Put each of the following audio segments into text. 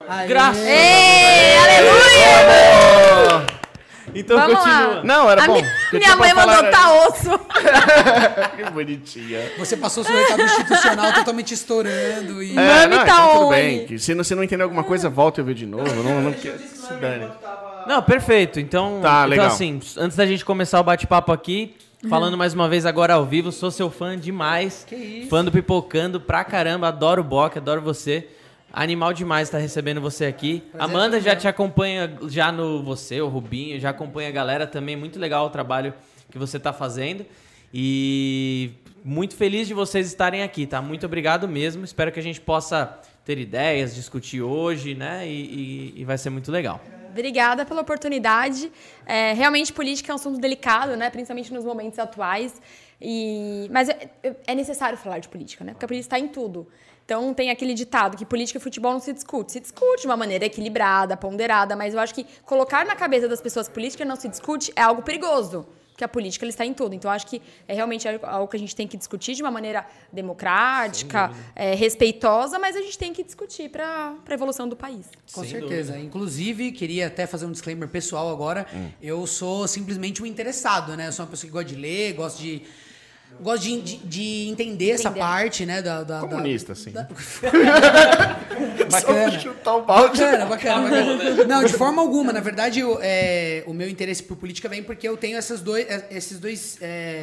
Graças a Deus. Aleluia! Então Vamos continua. lá. Não, era bom. Minha mãe mandou tá osso. Que bonitinha. Você passou seu recado institucional totalmente estourando e... Mami tá então tudo on. bem. Que se não entender alguma coisa, volta e eu ver de novo. Não quero. Se dane. Não, perfeito. Então, Tá, legal. então, assim, antes da gente começar o bate-papo aqui, falando mais uma vez agora ao vivo, sou seu fã demais. Que isso? Fã do Pipocando pra caramba, adoro o Bock, adoro você. Animal demais estar recebendo você aqui. Amanda já te acompanha já no você, o Rubinho, já acompanha a galera também. Muito legal o trabalho que você tá fazendo. E muito feliz de vocês estarem aqui, tá? Muito obrigado mesmo. Espero que a gente possa ter ideias, discutir hoje, né? E vai ser muito legal. Obrigada pela oportunidade. Realmente, política é um assunto delicado, né? Principalmente nos momentos atuais. Mas é necessário falar de política, né? Porque a política está em tudo. Então, tem aquele ditado que política e futebol não se discute. Se discute de uma maneira equilibrada, ponderada, mas eu acho que colocar na cabeça das pessoas que política não se discute é algo perigoso. Porque a política ela está em tudo. Então, acho que é realmente algo que a gente tem que discutir de uma maneira democrática, respeitosa, mas a gente tem que discutir para a evolução do país. Com Sem certeza. dúvida. Inclusive, queria até fazer um disclaimer pessoal agora. Eu sou simplesmente um interessado, né? Eu sou uma pessoa que gosta de ler, gosto de entender essa parte, né? Comunista, assim. Bacana. Só chutar o balde. Bacana. Não, de forma alguma. Na verdade, o meu interesse por política vem porque eu tenho esses dois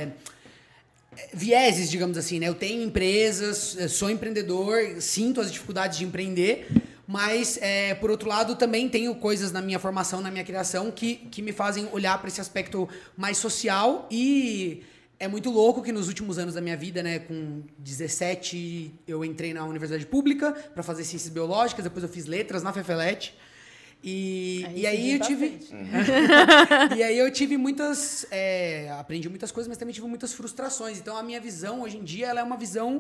vieses, digamos assim, né? Eu tenho empresas, sou empreendedor, sinto as dificuldades de empreender, mas, por outro lado, também tenho coisas na minha formação, na minha criação, que me fazem olhar para esse aspecto mais social. E é muito louco que nos últimos anos da minha vida, né, com 17, eu entrei na universidade pública para fazer ciências biológicas, depois eu fiz letras na FEFELET. E aí eu tive... E aí eu tive muitas... aprendi muitas coisas, mas também tive muitas frustrações. Então a minha visão, hoje em dia, ela é uma visão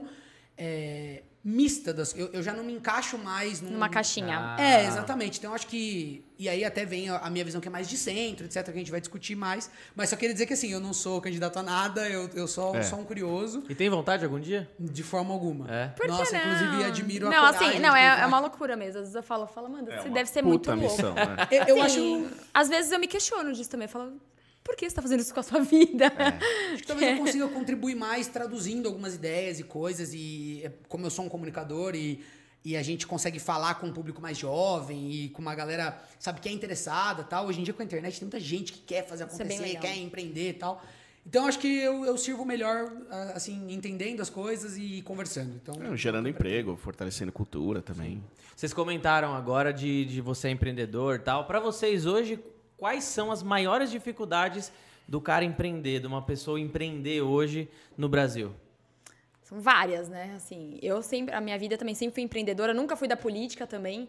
mista. Eu já não me encaixo mais Numa caixinha. Exatamente. Então eu acho que... E aí até vem a minha visão que é mais de centro, etc., que a gente vai discutir mais. Mas só queria dizer que assim, eu não sou candidato a nada, eu sou só um curioso. E tem vontade algum dia? De forma alguma. Por que Nossa, não? inclusive admiro a não, coragem. assim, não, é uma loucura mesmo. Às vezes eu falo, Amanda, você deve ser muito Puta louco. missão, né? Eu Assim, acho... Às vezes eu me questiono disso também. Eu falo, por que você tá fazendo isso com a sua vida? Acho que talvez eu consiga contribuir mais traduzindo algumas ideias e coisas. E como eu sou um comunicador e a gente consegue falar com um público mais jovem e com uma galera, sabe, que é interessada e tal. Hoje em dia com a internet tem muita gente que quer fazer Isso é bem acontecer, legal. quer empreender e tal. Então acho que eu sirvo melhor, assim, entendendo as coisas e conversando. Então, Gerando emprego, fortalecendo cultura também. Vocês comentaram agora de você empreendedor e tal. Pra vocês hoje, quais são as maiores dificuldades do cara empreender, de uma pessoa empreender hoje no Brasil? São várias, né? Assim, a minha vida também sempre fui empreendedora, nunca fui da política também.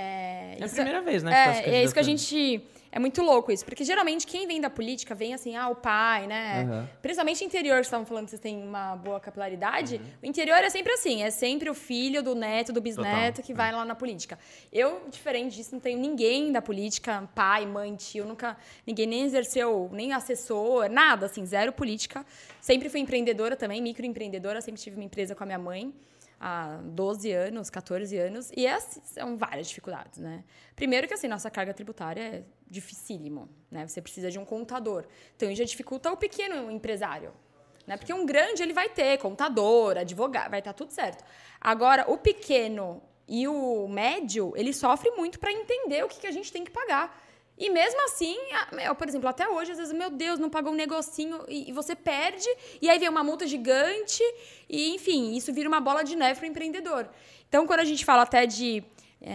É a primeira vez, né? Que tá se É isso que a candidatando. gente... É muito louco isso, porque geralmente quem vem da política vem assim, o pai, né? Uhum. Principalmente interior, que vocês estavam falando que vocês têm uma boa capilaridade. O interior é sempre assim, é sempre o filho do neto, do bisneto que vai lá na política. Eu, diferente disso, não tenho ninguém da política, pai, mãe, tio, nunca... Ninguém nem exerceu, nem assessor, nada, assim, zero política. Sempre fui empreendedora também, microempreendedora, sempre tive uma empresa com a minha mãe. Há 12 anos, 14 anos, e são várias dificuldades, né? Primeiro que, assim, nossa carga tributária é dificílimo, né? Você precisa de um contador. Então, isso já dificulta o pequeno empresário, né? Porque um grande, ele vai ter contador, advogado, vai estar tudo certo. Agora, o pequeno e o médio, ele sofre muito para entender o que a gente tem que pagar. E mesmo assim, por exemplo, até hoje, às vezes, meu Deus, não pagou um negocinho e você perde, e aí vem uma multa gigante, e enfim, isso vira uma bola de neve para o empreendedor. Então, quando a gente fala até de...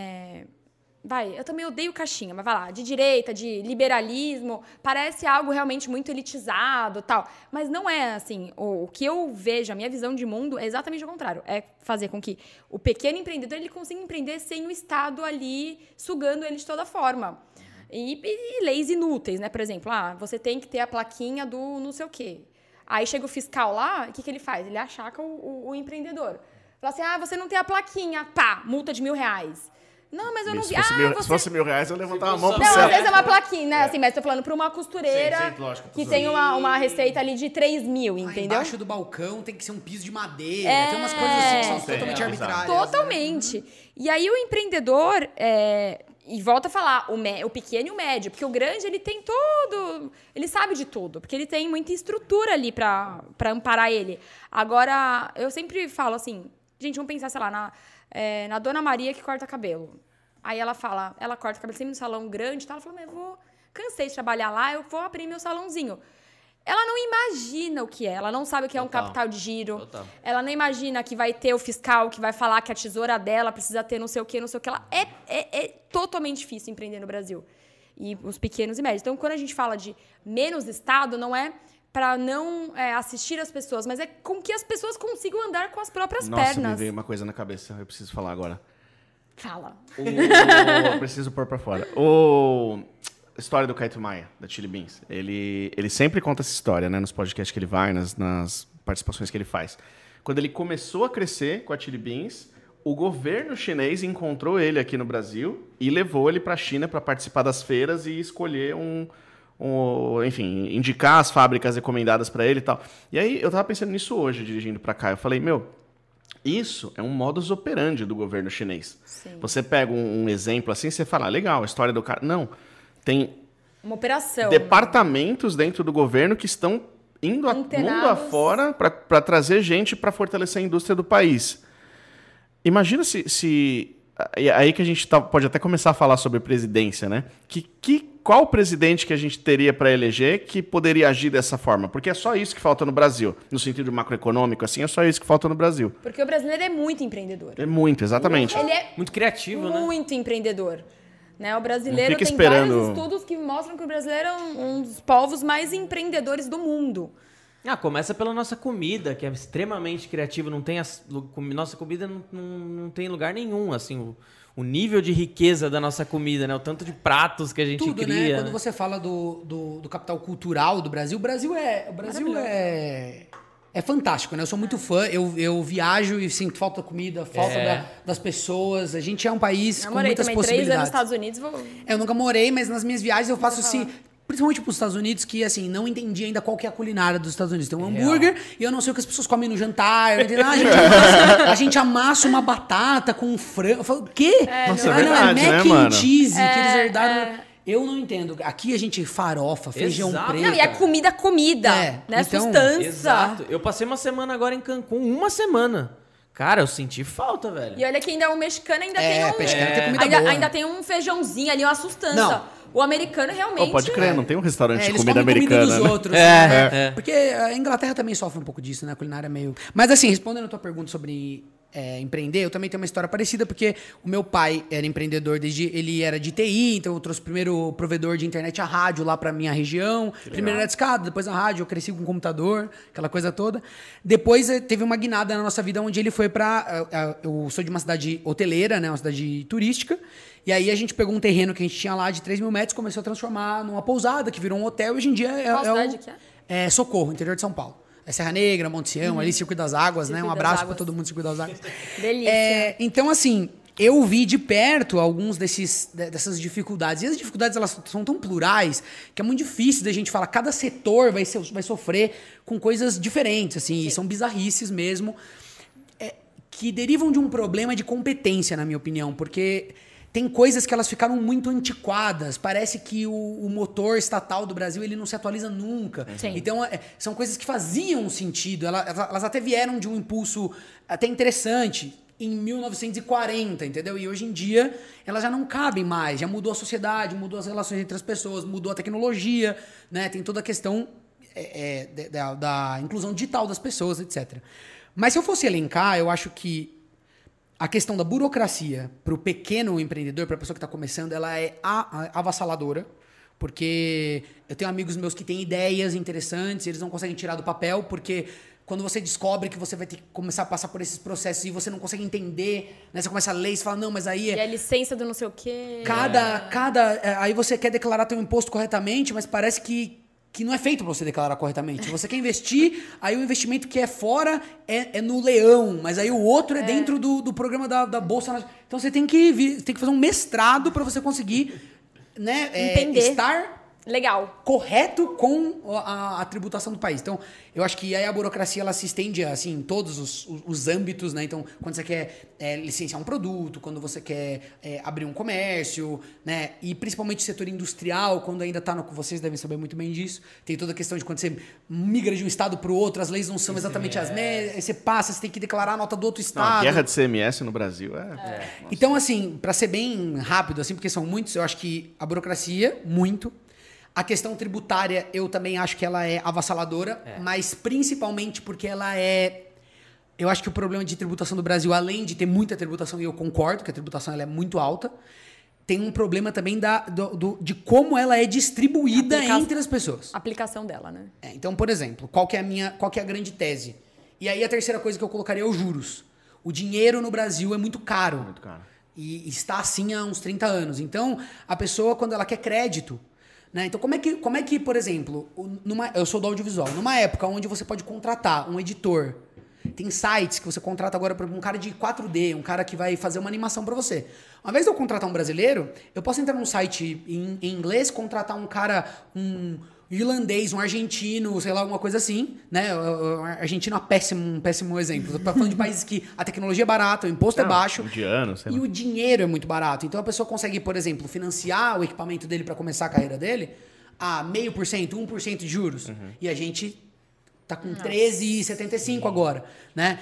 eu também odeio caixinha, mas vai lá, de direita, de liberalismo, parece algo realmente muito elitizado, tal. Mas não é assim. O que eu vejo, a minha visão de mundo é exatamente o contrário. É fazer com que o pequeno empreendedor ele consiga empreender sem o Estado ali sugando ele de toda forma. E leis inúteis, né? Por exemplo, você tem que ter a plaquinha do não sei o quê. Aí chega o fiscal lá, o que ele faz? Ele achaca o empreendedor. Fala assim, você não tem a plaquinha, pá, multa de R$1.000. Não, mas eu não vi. Se fosse R$1.000, eu levantava a mão pro Não, céu. às vezes é uma plaquinha, né? Assim, mas tô falando pra uma costureira Sim, lógico, que tem uma receita ali de 3 mil, entendeu? Embaixo do balcão tem que ser um piso de madeira. Tem umas coisas assim que são totalmente arbitrárias. Totalmente. E aí o empreendedor, e volta a falar, o pequeno e o médio, porque o grande, ele tem todo... Ele sabe de tudo, porque ele tem muita estrutura ali pra amparar ele. Agora, eu sempre falo assim, gente, vamos pensar, sei lá, na Dona Maria que corta cabelo. Aí ela corta cabelo sempre no salão grande, tá? Ela fala, mas cansei de trabalhar lá, eu vou abrir meu salãozinho. Ela não imagina o que é, ela não sabe o que é um capital de giro. Total. Ela não imagina que vai ter o fiscal que vai falar que a tesoura dela precisa ter não sei o que. Ela é totalmente difícil empreender no Brasil. E os pequenos e médios. Então, quando a gente fala de menos Estado, não é para não assistir as pessoas, mas é com que as pessoas consigam andar com as próprias pernas. Nossa, me veio uma coisa na cabeça, eu preciso falar agora. Fala. Eu preciso pôr pra fora. A história do Caetano Maia, da Chili Beans. Ele sempre conta essa história, né? Nos podcasts que ele vai, nas participações que ele faz. Quando ele começou a crescer com a Chili Beans, o governo chinês encontrou ele aqui no Brasil e levou ele para a China para participar das feiras e escolher enfim, indicar as fábricas recomendadas para ele e tal. E aí eu tava pensando nisso hoje, dirigindo para cá. Eu falei, isso é um modus operandi do governo chinês. Sim. Você pega um exemplo assim, você fala, legal, a história do cara... Não, tem uma operação, departamentos dentro do governo que estão indo mundo afora para trazer gente para fortalecer a indústria do país. Imagina se aí que a gente pode até começar a falar sobre presidência, né? Qual presidente que a gente teria para eleger que poderia agir dessa forma? Porque é só isso que falta no Brasil. No sentido macroeconômico, assim, é só isso que falta no Brasil. Porque o brasileiro é muito empreendedor. É muito, exatamente. Ele é muito criativo, né? Muito empreendedor. Né? O brasileiro tem vários estudos que mostram que o brasileiro é um dos povos mais empreendedores do mundo. Começa pela nossa comida, que é extremamente criativa. Nossa comida não tem lugar nenhum, assim, o nível de riqueza da nossa comida, né? O tanto de pratos que a gente cria. Né? Quando você fala do capital cultural do Brasil, o Brasil é fantástico, né? Eu sou muito fã, eu viajo e sinto falta da comida, falta das pessoas. A gente é um país com muitas possibilidades. Eu morei também 3 anos nos Estados Unidos. Eu nunca morei, mas nas minhas viagens eu faço assim... Principalmente para os Estados Unidos, que assim, não entendi ainda qual que é a culinária dos Estados Unidos. Tem um hambúrguer e eu não sei o que as pessoas comem no jantar. A gente amassa uma batata com frango. Eu falo, o quê? Nossa, é verdade, mac né, and cheese que eles herdaram. Eu não entendo. Aqui a gente farofa, feijão preto. Não, e é comida, né? Então, sustância. Exato. Eu passei uma semana agora em Cancún, uma semana. Cara, eu senti falta, velho. E olha que ainda o mexicano ainda tem tem comida boa. Ainda tem um feijãozinho ali, uma sustância. Não. O americano realmente... Pode crer, não tem um restaurante de eles comida comem americana, comida dos né? outros, né? Porque a Inglaterra também sofre um pouco disso, né? A culinária é meio... Mas assim, respondendo a tua pergunta sobre empreender, eu também tenho uma história parecida, porque o meu pai era empreendedor ele era de TI, então eu trouxe o primeiro provedor de internet, a rádio, lá pra minha região. Primeiro era discada, depois a rádio, eu cresci com computador, aquela coisa toda. Depois teve uma guinada na nossa vida, onde ele foi eu sou de uma cidade hoteleira, né? Uma cidade turística. E aí a gente pegou um terreno que a gente tinha lá de 3 mil metros, começou a transformar numa pousada, que virou um hotel, e hoje em dia Qual cidade que é? É Socorro, interior de São Paulo. É Serra Negra, Monte Sião, ali Circuito das Águas, né? Um abraço para todo mundo do Circuito das Águas. Delícia. Então, assim, eu vi de perto alguns dessas dificuldades. E as dificuldades, elas são tão plurais que é muito difícil da gente falar. Cada setor vai sofrer com coisas diferentes, assim, e são bizarrices mesmo, que derivam de um problema de competência, na minha opinião, porque... Tem coisas que elas ficaram muito antiquadas. Parece que o motor estatal do Brasil ele não se atualiza nunca. Sim. Então, são coisas que faziam sentido. Elas até vieram de um impulso até interessante em 1940, entendeu? E hoje em dia, elas já não cabem mais. Já mudou a sociedade, mudou as relações entre as pessoas, mudou a tecnologia, né? Tem toda a questão da inclusão digital das pessoas, etc. Mas se eu fosse elencar, eu acho que a questão da burocracia para o pequeno empreendedor, para a pessoa que está começando, ela é avassaladora, porque eu tenho amigos meus que têm ideias interessantes, eles não conseguem tirar do papel, porque quando você descobre que você vai ter que começar a passar por esses processos e você não consegue entender, né? Você começa a ler e você fala, não, mas aí... E a licença do não sei o quê... Aí você quer declarar teu imposto corretamente, mas parece que que não é feito para você declarar corretamente. Se você quer investir, aí o investimento que é fora é no leão, mas aí o outro é dentro do programa da Bolsa. Então você tem que fazer um mestrado para você conseguir, né, entender. Estar Legal. correto com a tributação do país. Então, eu acho que aí a burocracia ela se estende assim, em todos os âmbitos, né? Então, quando você quer licenciar um produto, quando você quer abrir um comércio, né? E principalmente o setor industrial, quando ainda está vocês devem saber muito bem disso. Tem toda a questão de quando você migra de um estado para o outro, as leis não são exatamente as mesmas. Aí você passa, você tem que declarar a nota do outro estado. Não, a guerra de CMS no Brasil Então, assim, para ser bem rápido, assim, porque são muitos, eu acho que a burocracia, muito. A questão tributária, eu também acho que ela é avassaladora, mas principalmente porque ela é... Eu acho que o problema de tributação do Brasil, além de ter muita tributação, e eu concordo que a tributação ela é muito alta, tem um problema também de como ela é distribuída entre as pessoas. A aplicação dela, né? Então, por exemplo, qual que é a grande tese? E aí a terceira coisa que eu colocaria é os juros. O dinheiro no Brasil é muito caro. Muito caro. E está assim há uns 30 anos. Então, a pessoa, quando ela quer crédito... Né? Então, como é que, por exemplo, eu sou do audiovisual, numa época onde você pode contratar um editor, tem sites que você contrata agora, por exemplo, um cara de 4D, um cara que vai fazer uma animação para você. Ao invés de eu contratar um brasileiro, eu posso entrar num site em inglês, contratar um cara, um irlandês, um argentino, sei lá, alguma coisa assim, né? O argentino é um péssimo exemplo. Eu tô falando de países que a tecnologia é barata, o imposto é baixo. Indiano, sei lá. E o dinheiro é muito barato. Então a pessoa consegue, por exemplo, financiar o equipamento dele para começar a carreira dele a 0,5%, 1% de juros. E a gente tá com 13,75 agora, né?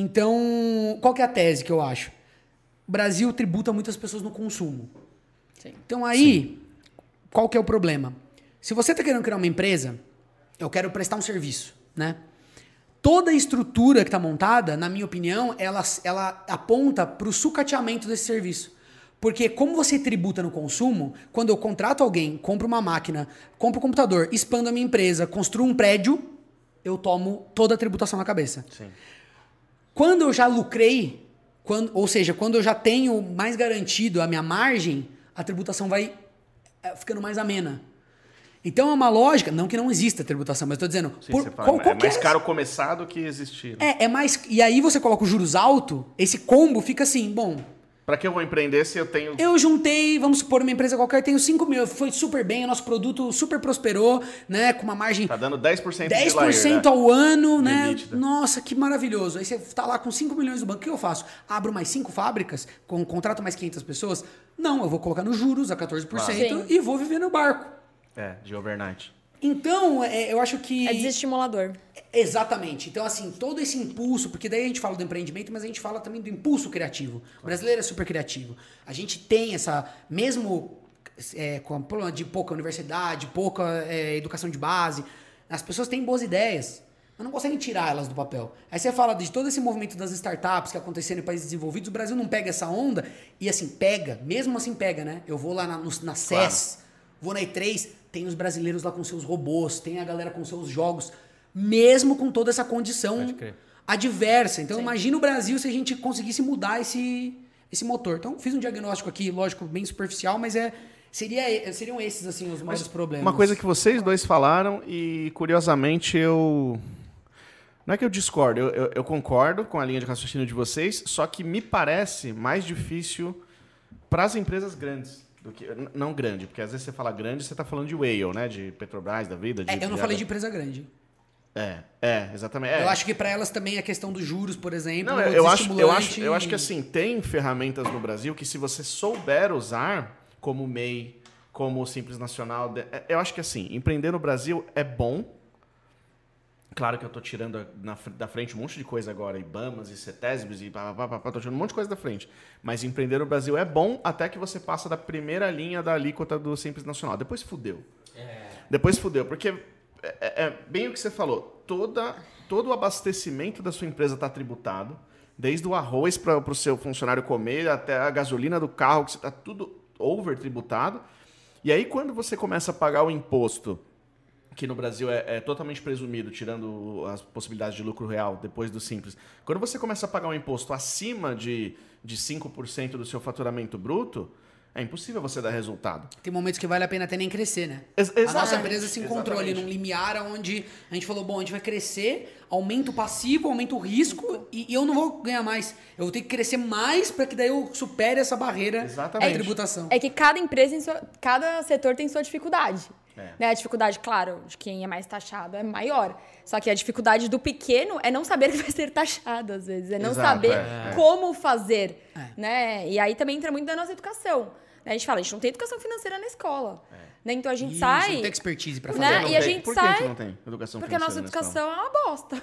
Então, qual que é a tese que eu acho? O Brasil tributa muitas pessoas no consumo. Sim. Então aí, qual que é o problema? Se você está querendo criar uma empresa, eu quero prestar um serviço, né? Toda a estrutura que está montada, na minha opinião, ela aponta para o sucateamento desse serviço. Porque como você tributa no consumo, quando eu contrato alguém, compro uma máquina, compro um computador, expando a minha empresa, construo um prédio, eu tomo toda a tributação na cabeça. Sim. Quando eu já lucrei, ou seja, quando eu já tenho mais garantido a minha margem, a tributação vai ficando mais amena. Então é uma lógica, não que não exista tributação, mas estou dizendo... Sim, é mais caro começar do que existir. Né? É mais... E aí você coloca os juros altos, esse combo fica assim, bom... Para que eu vou empreender se eu tenho... Eu juntei, vamos supor, uma empresa qualquer, tenho 5 mil, foi super bem, o nosso produto super prosperou, né? Com uma margem... Tá dando 10% de 10% ao ano, né? Líquida. Nossa, que maravilhoso. Aí você tá lá com 5 milhões no banco, o que eu faço? Abro mais 5 fábricas, contrato mais 500 pessoas? Não, eu vou colocar nos juros a 14% e vou viver no barco. De overnight. Então, eu acho que... É desestimulador. Exatamente. Então, assim, todo esse impulso, porque daí a gente fala do empreendimento, mas a gente fala também do impulso criativo. O brasileiro é super criativo. A gente tem essa, mesmo com problema de pouca universidade, pouca educação de base, as pessoas têm boas ideias, mas não conseguem tirar elas do papel. Aí você fala de todo esse movimento das startups que aconteceram em países desenvolvidos, o Brasil não pega essa onda, e assim, pega, mesmo assim pega, né? Eu vou lá na CES, vou na E3, tem os brasileiros lá com seus robôs, tem a galera com seus jogos, mesmo com toda essa condição adversa. Então, imagina o Brasil se a gente conseguisse mudar esse motor. Então, fiz um diagnóstico aqui, lógico, bem superficial, mas seriam esses, assim, os maiores problemas. Uma coisa que vocês dois falaram e, curiosamente, não é que eu discordo, eu concordo com a linha de raciocínio de vocês, só que me parece mais difícil para as empresas grandes. Não grande, porque às vezes você fala grande, você está falando de Whale, né? De Petrobras, da vida. Eu não falei de empresa grande. Exatamente. Eu acho que para elas também a questão dos juros, por exemplo, não, eu acho que assim, tem ferramentas no Brasil que se você souber usar, como o MEI, como o Simples Nacional, eu acho que assim, empreender no Brasil é bom. Claro que eu tô tirando da frente um monte de coisa agora, IBAMAs e CETESBs e tô tirando um monte de coisa da frente. Mas empreender no Brasil é bom até que você passa da primeira linha da alíquota do Simples Nacional. Depois fudeu. Depois fudeu, porque é bem o que você falou. Todo o abastecimento da sua empresa está tributado, desde o arroz para o seu funcionário comer, até a gasolina do carro, que está tudo over tributado. E aí quando você começa a pagar o imposto, que no Brasil é totalmente presumido, tirando as possibilidades de lucro real depois do Simples. Quando você começa a pagar um imposto acima de 5% do seu faturamento bruto, É impossível você dar resultado. Tem momentos que vale a pena até nem crescer, né? A Exatamente. nossa empresa se encontrou ali Exatamente. num limiar onde a gente falou, bom, a gente vai crescer, aumenta o passivo, aumenta o risco e eu não vou ganhar mais. Eu vou ter que crescer mais para que daí eu supere essa barreira Exatamente. da tributação. É que cada empresa, cada setor tem sua dificuldade. É. Né? A dificuldade, claro, de quem é mais taxado é maior. Só que a dificuldade do pequeno é não saber que vai ser taxado, às vezes. É não Exato, saber é. como fazer. É. Né? E aí também entra muito da nossa educação. Né? A gente fala, a gente não tem educação financeira na escola. Né? Então a gente Isso, sai... não tem expertise para fazer. Né? Não E a tem. gente Por que a sai... gente não tem educação Porque a nossa financeira na escola? educação é uma bosta.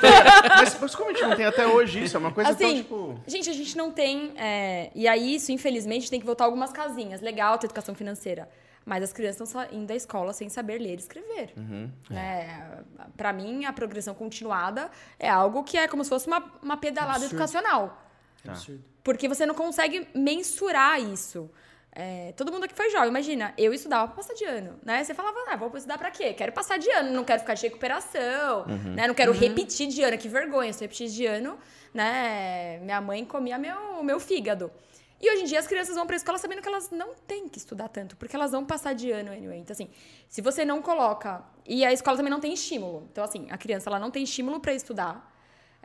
Mas como a gente não tem até hoje isso? É uma coisa tão, Assim, tipo... gente, a gente não tem... E aí, isso, infelizmente, tem que voltar algumas casinhas. Legal ter educação financeira. Mas as crianças estão indo à escola sem saber ler e escrever. Né? Pra mim, a progressão continuada é algo que é como se fosse uma pedalada educacional. Absurdo. Porque você não consegue mensurar isso. Todo mundo aqui foi jovem. Imagina, eu estudava pra passar de ano. Né? Você falava, vou estudar pra quê? Quero passar de ano, não quero ficar de recuperação. Né? Não quero repetir de ano. Que vergonha, se eu repetir de ano, né? Minha mãe comia meu fígado. E hoje em dia as crianças vão pra escola sabendo que elas não têm que estudar tanto, porque elas vão passar de ano anyway. Então, assim, se você não coloca... E a escola também não tem estímulo. Então, assim, a criança ela não tem estímulo pra estudar.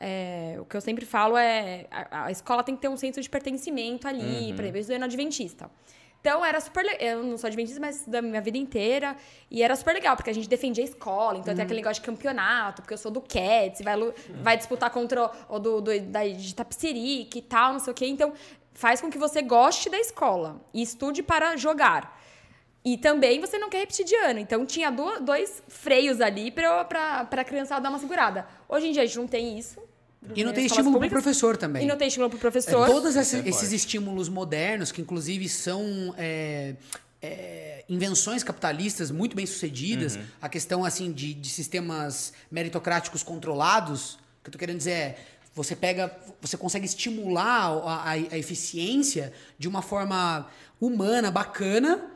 O que eu sempre falo é... A escola tem que ter um senso de pertencimento ali. Por exemplo, eu estudei no Adventista. Então, era super legal. Eu não sou adventista, mas da minha vida inteira. E era super legal, porque a gente defendia a escola. Então, tem aquele negócio de campeonato, porque eu sou do Cats, vai disputar contra o de Tapicerica e tal, não sei o quê. Então... Faz com que você goste da escola e estude para jogar. E também você não quer repetir de ano. Então, tinha dois freios ali para a criançada dar uma segurada. Hoje em dia, a gente não tem isso. E não tem estímulo pro professor também. E não tem estímulo pro professor. Todos esses estímulos modernos, que inclusive são invenções capitalistas muito bem sucedidas, a questão assim de sistemas meritocráticos controlados, o que eu tô querendo dizer é... Você consegue estimular a eficiência de uma forma humana, bacana,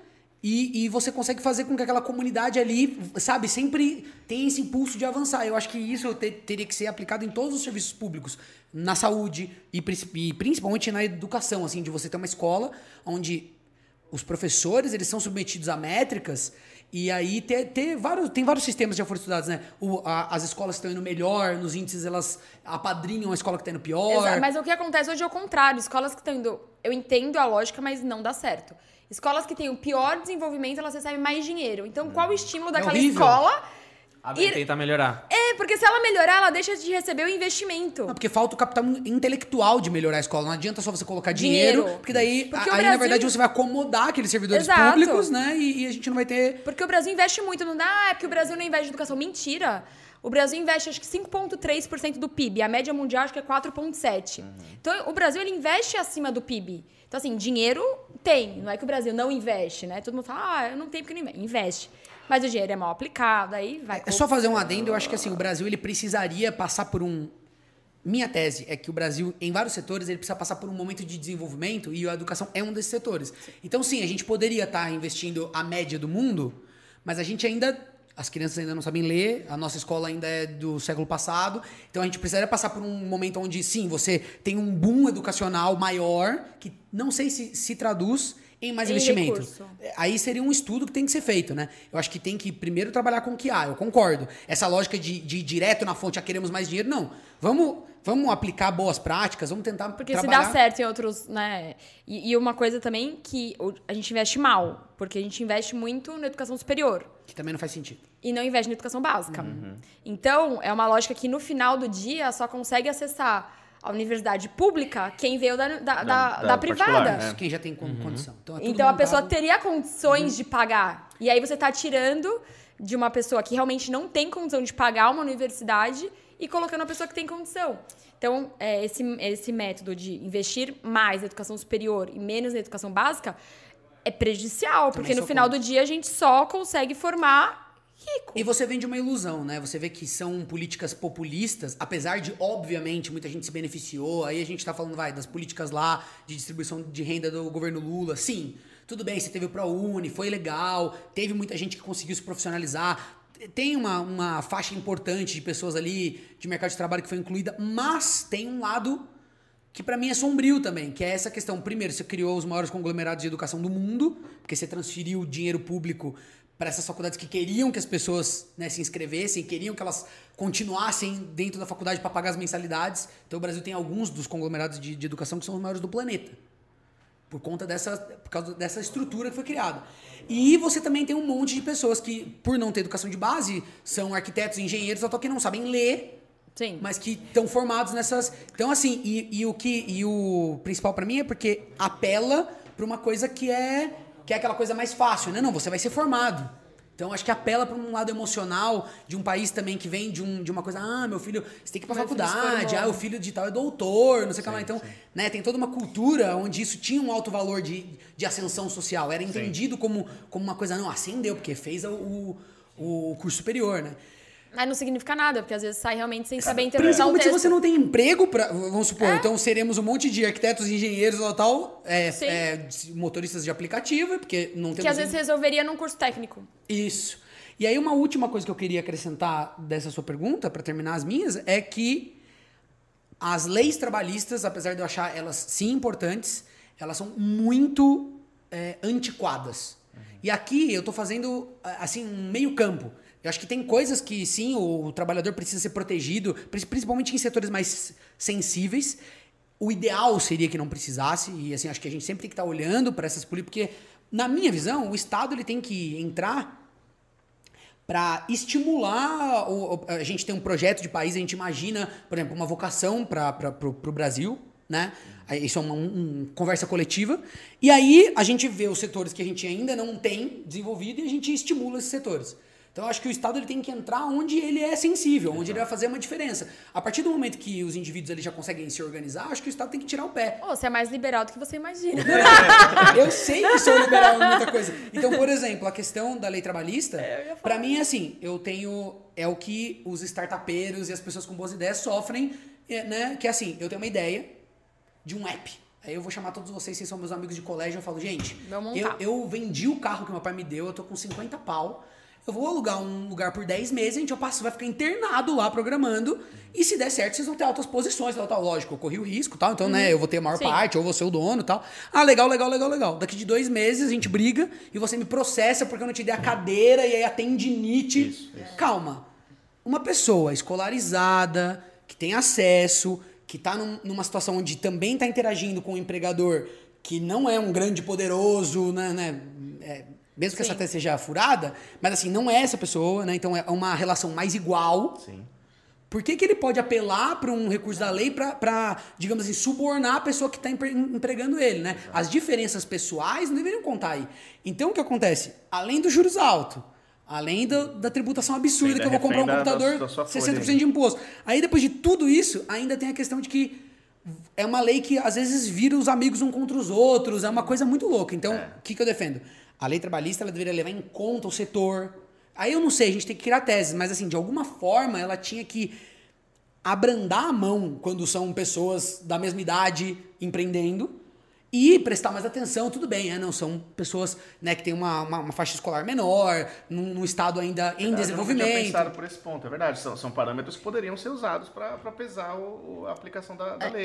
e você consegue fazer com que aquela comunidade ali, sabe, sempre tenha esse impulso de avançar. Eu acho que isso teria que ser aplicado em todos os serviços públicos, na saúde e principalmente na educação, assim, de você ter uma escola onde os professores eles são submetidos a métricas. E aí tem vários sistemas que já foram estudados, né? As escolas que estão indo melhor, nos índices elas apadrinham a escola que está indo pior. Exato, mas o que acontece hoje é o contrário. Escolas que estão indo... Eu entendo a lógica, mas não dá certo. Escolas que têm o pior desenvolvimento, elas recebem mais dinheiro. Então, qual o estímulo daquela horrível. escola? Tentar melhorar. Porque se ela melhorar, ela deixa de receber o investimento. Não, porque falta o capital intelectual de melhorar a escola. Não adianta só você colocar dinheiro, porque daí, Porque o aí na Brasil- verdade, você vai acomodar aqueles servidores Exato. públicos, né? E a gente não vai ter... Porque o Brasil investe muito. Não dá, porque o Brasil não investe em educação. Mentira. O Brasil investe, acho que 5,3% do PIB. A média mundial, acho que é 4,7%. Então, o Brasil, ele investe acima do PIB. Então, assim, dinheiro tem. Não é que o Brasil não investe, né? Todo mundo fala, eu não tenho porque não investe. Investe. Mas o dinheiro é mal aplicado, aí vai... É só fazer um adendo, eu acho que assim, o Brasil ele precisaria passar por um... Minha tese é que o Brasil, em vários setores, ele precisa passar por um momento de desenvolvimento e a educação é um desses setores. Então, sim, a gente poderia estar investindo a média do mundo, mas a gente ainda... As crianças ainda não sabem ler, a nossa escola ainda é do século passado, então a gente precisaria passar por um momento onde, sim, você tem um boom educacional maior, que não sei se traduz em mais investimento. Recurso. Aí seria um estudo que tem que ser feito, né? Eu acho que tem que primeiro trabalhar com o que há, eu concordo. Essa lógica de ir direto na fonte, queremos mais dinheiro, não. Vamos aplicar boas práticas, vamos tentar Porque trabalhar... se dá certo em outros, né? E uma coisa também que a gente investe mal, porque a gente investe muito na educação superior. Que também não faz sentido. E não investe na educação básica. Então, é uma lógica que no final do dia só consegue acessar a universidade pública quem veio da privada. particular, né? Quem já tem condição. Então, é tudo Então a montado. pessoa teria condições de pagar. E aí você está tirando de uma pessoa que realmente não tem condição de pagar uma universidade e colocando uma pessoa que tem condição. Então, esse método de investir mais na educação superior e menos na educação básica é prejudicial, porque no final do dia a gente só consegue formar rico. E você vende uma ilusão, né? Você vê que são políticas populistas, apesar de, obviamente, muita gente se beneficiou. Aí a gente tá falando, das políticas lá de distribuição de renda do governo Lula. Sim, tudo bem, você teve o ProUni, foi legal, teve muita gente que conseguiu se profissionalizar. Tem uma faixa importante de pessoas ali de mercado de trabalho que foi incluída, mas tem um lado que para mim é sombrio também, que é essa questão. Primeiro, você criou os maiores conglomerados de educação do mundo, porque você transferiu dinheiro público para essas faculdades que queriam que as pessoas, né, se inscrevessem, queriam que elas continuassem dentro da faculdade para pagar as mensalidades. Então o Brasil tem alguns dos conglomerados de educação que são os maiores do planeta. Por causa dessa estrutura que foi criada. E você também tem um monte de pessoas que, por não ter educação de base, são arquitetos, engenheiros, só que não sabem ler. Sim. Mas que estão formados nessas... Então, assim, e o principal pra mim é porque apela pra uma coisa que é aquela coisa mais fácil, né? Não, você vai ser formado. Então, acho que apela pra um lado emocional de um país também que vem de uma coisa... Ah, meu filho, você tem que ir pra faculdade. Ah, o filho de tal é doutor, não sei o que lá. Então, né, tem toda uma cultura onde isso tinha um alto valor de ascensão social. Era entendido como uma coisa... Não, ascendeu, porque fez o curso superior, né? Mas não significa nada, porque às vezes sai realmente sem saber interpretar o Principalmente texto. se você não tem emprego, vamos supor, então seremos um monte de arquitetos, engenheiros tal, motoristas de aplicativo, porque não temos... Que às vezes resolveria num curso técnico. Isso. E aí uma última coisa que eu queria acrescentar dessa sua pergunta, para terminar as minhas, é que as leis trabalhistas, apesar de eu achar elas sim importantes, elas são muito antiquadas. E aqui eu tô fazendo, assim, um meio campo. Eu acho que tem coisas que, sim, o trabalhador precisa ser protegido, principalmente em setores mais sensíveis. O ideal seria que não precisasse, e assim, acho que a gente sempre tem que estar olhando para essas políticas, porque, na minha visão, o Estado ele tem que entrar para estimular... A gente tem um projeto de país, a gente imagina, por exemplo, uma vocação para o Brasil, né? Isso é uma conversa coletiva. E aí a gente vê os setores que a gente ainda não tem desenvolvido e a gente estimula esses setores. Então, eu acho que o Estado ele tem que entrar onde ele é sensível, onde ele vai fazer uma diferença. A partir do momento que os indivíduos ali já conseguem se organizar, acho que o Estado tem que tirar o pé. Você é mais liberal do que você imagina. Eu sei que sou liberal em muita coisa. Então, por exemplo, a questão da lei trabalhista, pra mim é assim, é o que os startupeiros e as pessoas com boas ideias sofrem, né? Que é assim, eu tenho uma ideia de um app. Aí eu vou chamar todos vocês são meus amigos de colégio, eu falo, gente, eu vendi o carro que meu pai me deu, eu tô com 50 pau. Eu vou alugar um lugar por 10 meses, a gente vai ficar internado lá programando, e se der certo, vocês vão ter altas posições, tal. Lógico, eu corri o risco, tal, então, né, eu vou ter a maior parte, ou vou ser o dono, tal. Ah, legal. Daqui de 2 meses a gente briga e você me processa porque eu não te dei a cadeira e aí a tendinite. Isso. Calma. Uma pessoa escolarizada, que tem acesso, que tá numa situação onde também tá interagindo com o empregador, que não é um grande poderoso, né, mesmo que essa até seja furada, mas assim, não é essa pessoa, né? Então é uma relação mais igual. Sim. Por que ele pode apelar para um recurso da lei para, digamos assim, subornar a pessoa que está empregando ele, né? As diferenças pessoais não deveriam contar aí. Então o que acontece? Além dos juros altos, além da tributação absurda que eu vou comprar um computador, 60% de imposto. Aí depois de tudo isso, ainda tem a questão de que é uma lei que às vezes vira os amigos um contra os outros, é uma coisa muito louca. Então, o que eu defendo? A lei trabalhista ela deveria levar em conta o setor. Aí eu não sei, a gente tem que criar teses, mas assim, de alguma forma ela tinha que abrandar a mão quando são pessoas da mesma idade empreendendo e prestar mais atenção, tudo bem, não são pessoas, né, que têm uma faixa escolar menor, num estado ainda em desenvolvimento. Eu não tinha pensado por esse ponto, é verdade, são parâmetros que poderiam ser usados para pesar a aplicação da lei.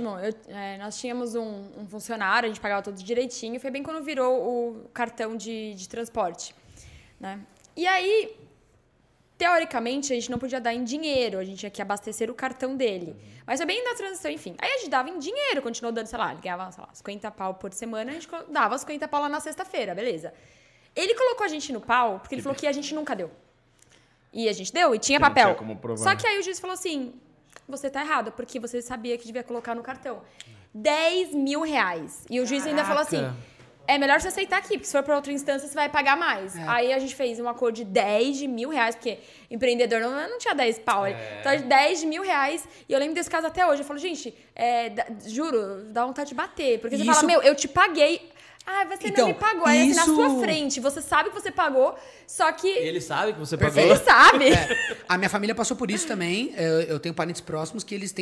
Nós tínhamos um funcionário, a gente pagava tudo direitinho, foi bem quando virou o cartão de transporte, né? E aí, teoricamente, a gente não podia dar em dinheiro, a gente tinha que abastecer o cartão dele. Mas foi bem na transição, enfim. Aí a gente dava em dinheiro, continuou dando, sei lá, ele ganhava, 50 pau por semana, a gente dava 50 pau lá na sexta-feira, beleza. Ele colocou a gente no pau, porque ele falou que a gente nunca deu. E a gente deu, e tinha papel. Não tinha como provar. Só que aí o juiz falou assim, você tá errado, porque você sabia que devia colocar no cartão. 10 mil reais. E o juiz ainda falou assim... É melhor você aceitar aqui, porque se for para outra instância, você vai pagar mais. Aí a gente fez um acordo de 10 mil reais, porque empreendedor não tinha 10 pau. Então, 10 mil reais. E eu lembro desse caso até hoje. Eu falo, gente, juro, dá vontade de bater. Porque você fala, eu te paguei. Ah, você Então, não me pagou. Aí, assim, na isso- sua frente, você sabe que você pagou, só que Ele sabe que você ele pagou. sabe. A minha família passou por isso também. Eu tenho parentes próximos que eles têm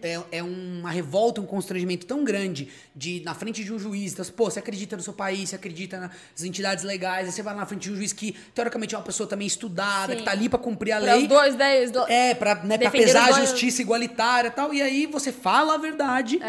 uma revolta, um constrangimento tão grande na frente de um juiz. Então, pô, você acredita no seu país, você acredita nas entidades legais, aí você vai lá na frente de um juiz que, teoricamente, é uma pessoa também estudada, Sim. que tá ali pra cumprir a Para lei. os dois, né? Pra Defender pesar os a dois. justiça igualitária e tal. E aí você fala a verdade,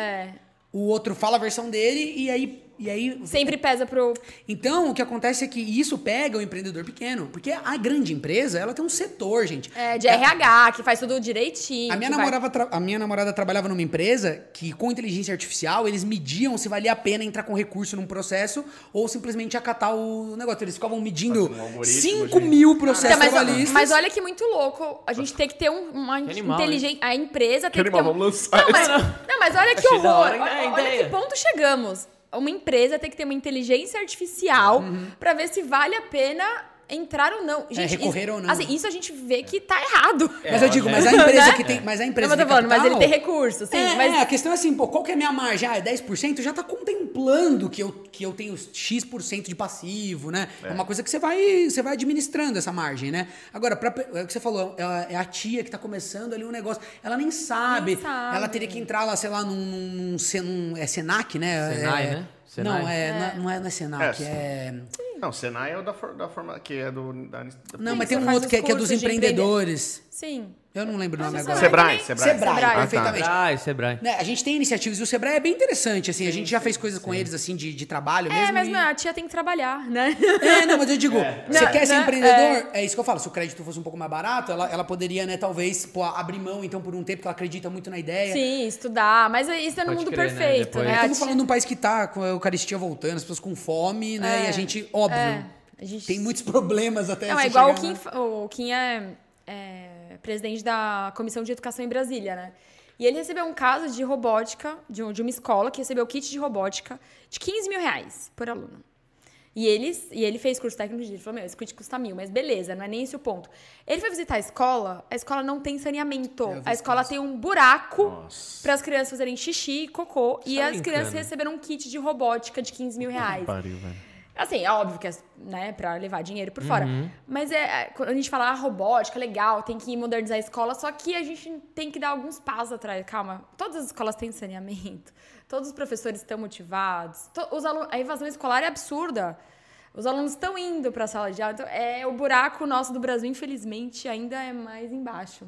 o outro fala a versão dele, e aí Sempre pesa pro... então, o que acontece é que isso pega o empreendedor pequeno. Porque a grande empresa, ela tem um setor, gente. de RH, que faz tudo direitinho. A minha, que vai- a minha namorada trabalhava numa empresa que, com inteligência artificial, eles mediam se valia a pena entrar com recurso num processo ou simplesmente acatar o negócio. Eles ficavam medindo Fazendo um algoritmo 5 mil processos Então, trabalhistas. mas olha que muito louco. A gente tem que ter uma animal, inteligência. A empresa tem Que que ter. animal, vamos lançar Não, mas olha que Achei da horror. hora a Olha ideia. que ponto chegamos. Uma empresa tem que ter uma inteligência artificial pra ver se vale a pena entrar ou não. Gente, recorrer isso, ou não. Assim, isso a gente vê que tá errado. Mas eu digo, mas a empresa que tem. Mas a Não, empresa mas eu tô de falando, mas ele capital- tem recurso, sim. Mas a questão é assim, pô, qual que é a minha margem? Ah, é 10%? Já tá contemplando que eu tenho X% de passivo, né? É uma coisa que você vai administrando essa margem, né? Agora, é o que você falou, é a tia que tá começando ali um negócio, ela nem sabe. Nem sabe. Ela teria que entrar lá, sei lá, num Senac, né? Senai, né? Senai. Não é Senac, Não, Senai é o da forma que é da Não, mas Você tem um faz outro os que é dos cursos de empreendedores. Sim. Eu não lembro o nome Mas o agora. Sebrae. Sebrae, Ah, tá. perfeitamente. Sebrae. Né, a gente tem iniciativas e o Sebrae é bem interessante, assim, a gente já fez coisas com eles, assim, de trabalho mesmo. Mas e- a tia tem que trabalhar, né? Não, mas eu digo, você Não, quer ser né, empreendedor? É isso que eu falo, se o crédito fosse um pouco mais barato, ela poderia, né, talvez, pô, abrir mão, então, por um tempo, porque ela acredita muito na ideia. Sim, estudar. Mas isso é no Pode mundo crer, né? perfeito, Depois- né? A Estamos tia- falando de um país que tá com a Eucaristia voltando, as pessoas com fome, né, e a gente, óbvio, a gente... tem muitos problemas até Não, você é igual chegar o Kim é presidente da Comissão de Educação em Brasília, né? E ele recebeu um caso de robótica, de uma escola que recebeu kit de robótica de 15 mil reais por aluno. E ele fez curso técnico de ele falou, esse kit custa 1.000, mas beleza, não é nem esse o ponto. Ele foi visitar a escola não tem saneamento. A escola tem um buraco para as crianças fazerem xixi e cocô, e as crianças receberam um kit de robótica de 15 mil reais. Pariu, velho. Assim, é óbvio que é, né, pra levar dinheiro por fora. Mas quando a gente fala robótica, legal, tem que modernizar a escola, só que a gente tem que dar alguns passos atrás. Calma, todas as escolas têm saneamento, todos os professores estão motivados, a evasão escolar é absurda. Os alunos estão indo pra sala de aula, então o buraco nosso do Brasil, infelizmente, ainda é mais embaixo.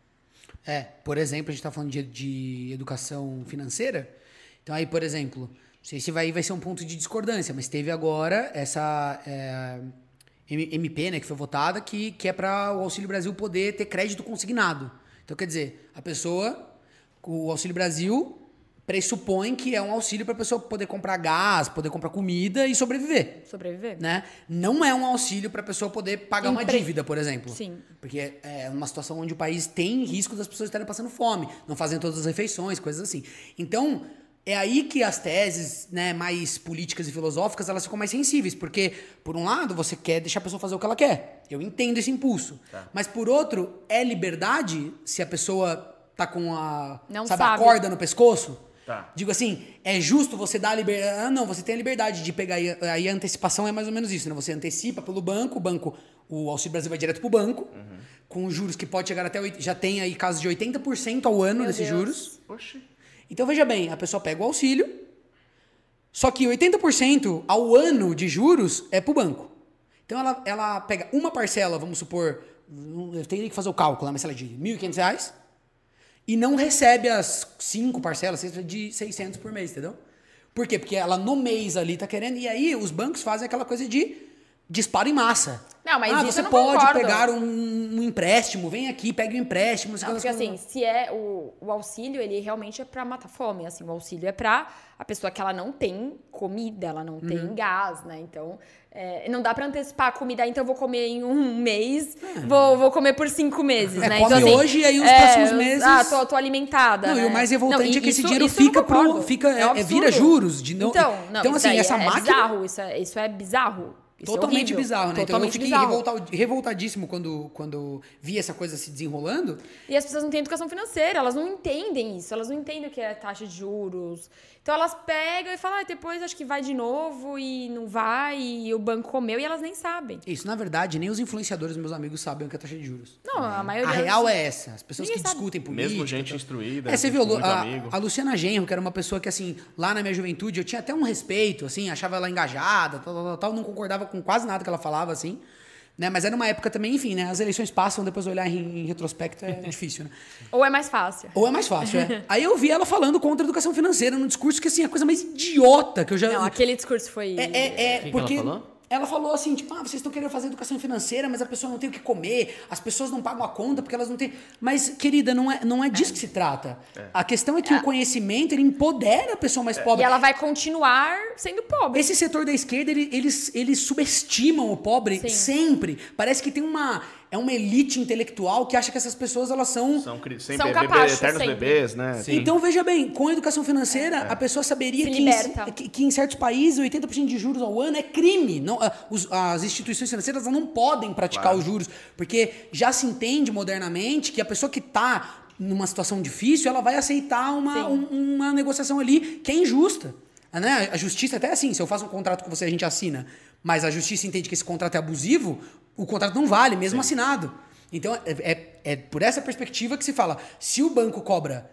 Por exemplo, a gente tá falando de educação financeira, então aí, por exemplo... Não sei se vai ser um ponto de discordância, mas teve agora essa MP, né, que foi votada, que é para o Auxílio Brasil poder ter crédito consignado. Então, quer dizer, o Auxílio Brasil pressupõe que é um auxílio para a pessoa poder comprar gás, poder comprar comida e sobreviver. Né? Não é um auxílio para a pessoa poder pagar uma dívida, por exemplo. Sim. Porque é uma situação onde o país tem risco das pessoas estarem passando fome, não fazem todas as refeições, coisas assim. Então... É aí que as teses, né, mais políticas e filosóficas, elas ficam mais sensíveis. Porque, por um lado, você quer deixar a pessoa fazer o que ela quer. Eu entendo esse impulso. Tá. Mas, por outro, é liberdade se a pessoa tá com a corda no pescoço? Tá. Digo assim, é justo você dar a liberdade... não, você tem a liberdade de pegar... Aí a antecipação é mais ou menos isso, né? Você antecipa pelo banco, o Auxílio Brasil vai direto pro banco, com juros que pode chegar até... Já tem aí casos de 80% ao ano desses juros. Poxa... Então, veja bem, a pessoa pega o auxílio, só que 80% ao ano de juros é pro banco. Então, ela pega uma parcela, vamos supor, eu teria que fazer o cálculo, mas sei lá, de R$ 1.500, e não recebe as 5 parcelas de 600 por mês, entendeu? Por quê? Porque ela no mês ali tá querendo, e aí os bancos fazem aquela coisa de disparo em massa. Não, mas isso você eu não pode concordo. pegar um empréstimo, vem aqui, pega um empréstimo. Não, porque assim, se é o auxílio, ele realmente é pra matar fome, assim, o auxílio é pra a pessoa que ela não tem comida, ela não tem gás, né, então não dá pra antecipar a comida, então eu vou comer em um mês, vou comer por 5 meses, né, come então assim, hoje e aí os próximos meses... tô alimentada, Não, né? e o mais revoltante é que esse dinheiro isso eu não fica concordo. É um vira absurdo. juros. Então isso assim, daí essa máquina... bizarro, isso é bizarro. Isso é Totalmente horrível. bizarro, né? Totalmente Então eu bizarro. fiquei revoltadíssimo quando vi essa coisa se desenrolando. E as pessoas não têm educação financeira, elas não entendem isso, elas não entendem o que é taxa de juros. Então elas pegam e falam, depois acho que vai de novo e não vai, e o banco comeu, e elas nem sabem. Isso, na verdade, nem os influenciadores, meus amigos, sabem o que é taxa de juros. Não, a maioria... A real é essa. As pessoas Ninguém que sabe. discutem política... Mesmo gente instruída, Você viu, muito amigo. a Luciana Genro, que era uma pessoa que, assim, lá na minha juventude, eu tinha até um respeito, assim, achava ela engajada, tal, não concordava com quase nada que ela falava, assim, né? Mas era uma época também, enfim, né? As eleições passam, depois olhar em retrospecto é difícil, né? Ou é mais fácil. Ou é mais fácil, é. Aí eu vi ela falando contra a educação financeira, num discurso que, assim, é a coisa mais idiota que eu já... Não, aquele discurso foi... que porque... ela falou? Ela falou assim, tipo, vocês estão querendo fazer educação financeira, mas a pessoa não tem o que comer, as pessoas não pagam a conta porque elas não têm... Mas, querida, não é disso que se trata. A questão é que o conhecimento, ele empodera a pessoa mais E pobre. ela vai continuar sendo pobre. Esse setor da esquerda, eles subestimam o pobre Sim. sempre. Parece que tem uma elite intelectual que acha que essas pessoas, elas são... Sempre capazes, eternos sempre. bebês, né? Sim. Então, veja bem, com a educação financeira, a pessoa saberia Se que liberta. que em certos países 80% de juros ao ano é crime. Não, as instituições financeiras não podem praticar os juros, porque já se entende modernamente que a pessoa que está numa situação difícil, ela vai aceitar uma negociação ali que é injusta. Né? A justiça até assim, se eu faço um contrato com você, a gente assina, mas a justiça entende que esse contrato é abusivo, o contrato não vale, mesmo assinado. Então, é por essa perspectiva que se fala, se o banco cobra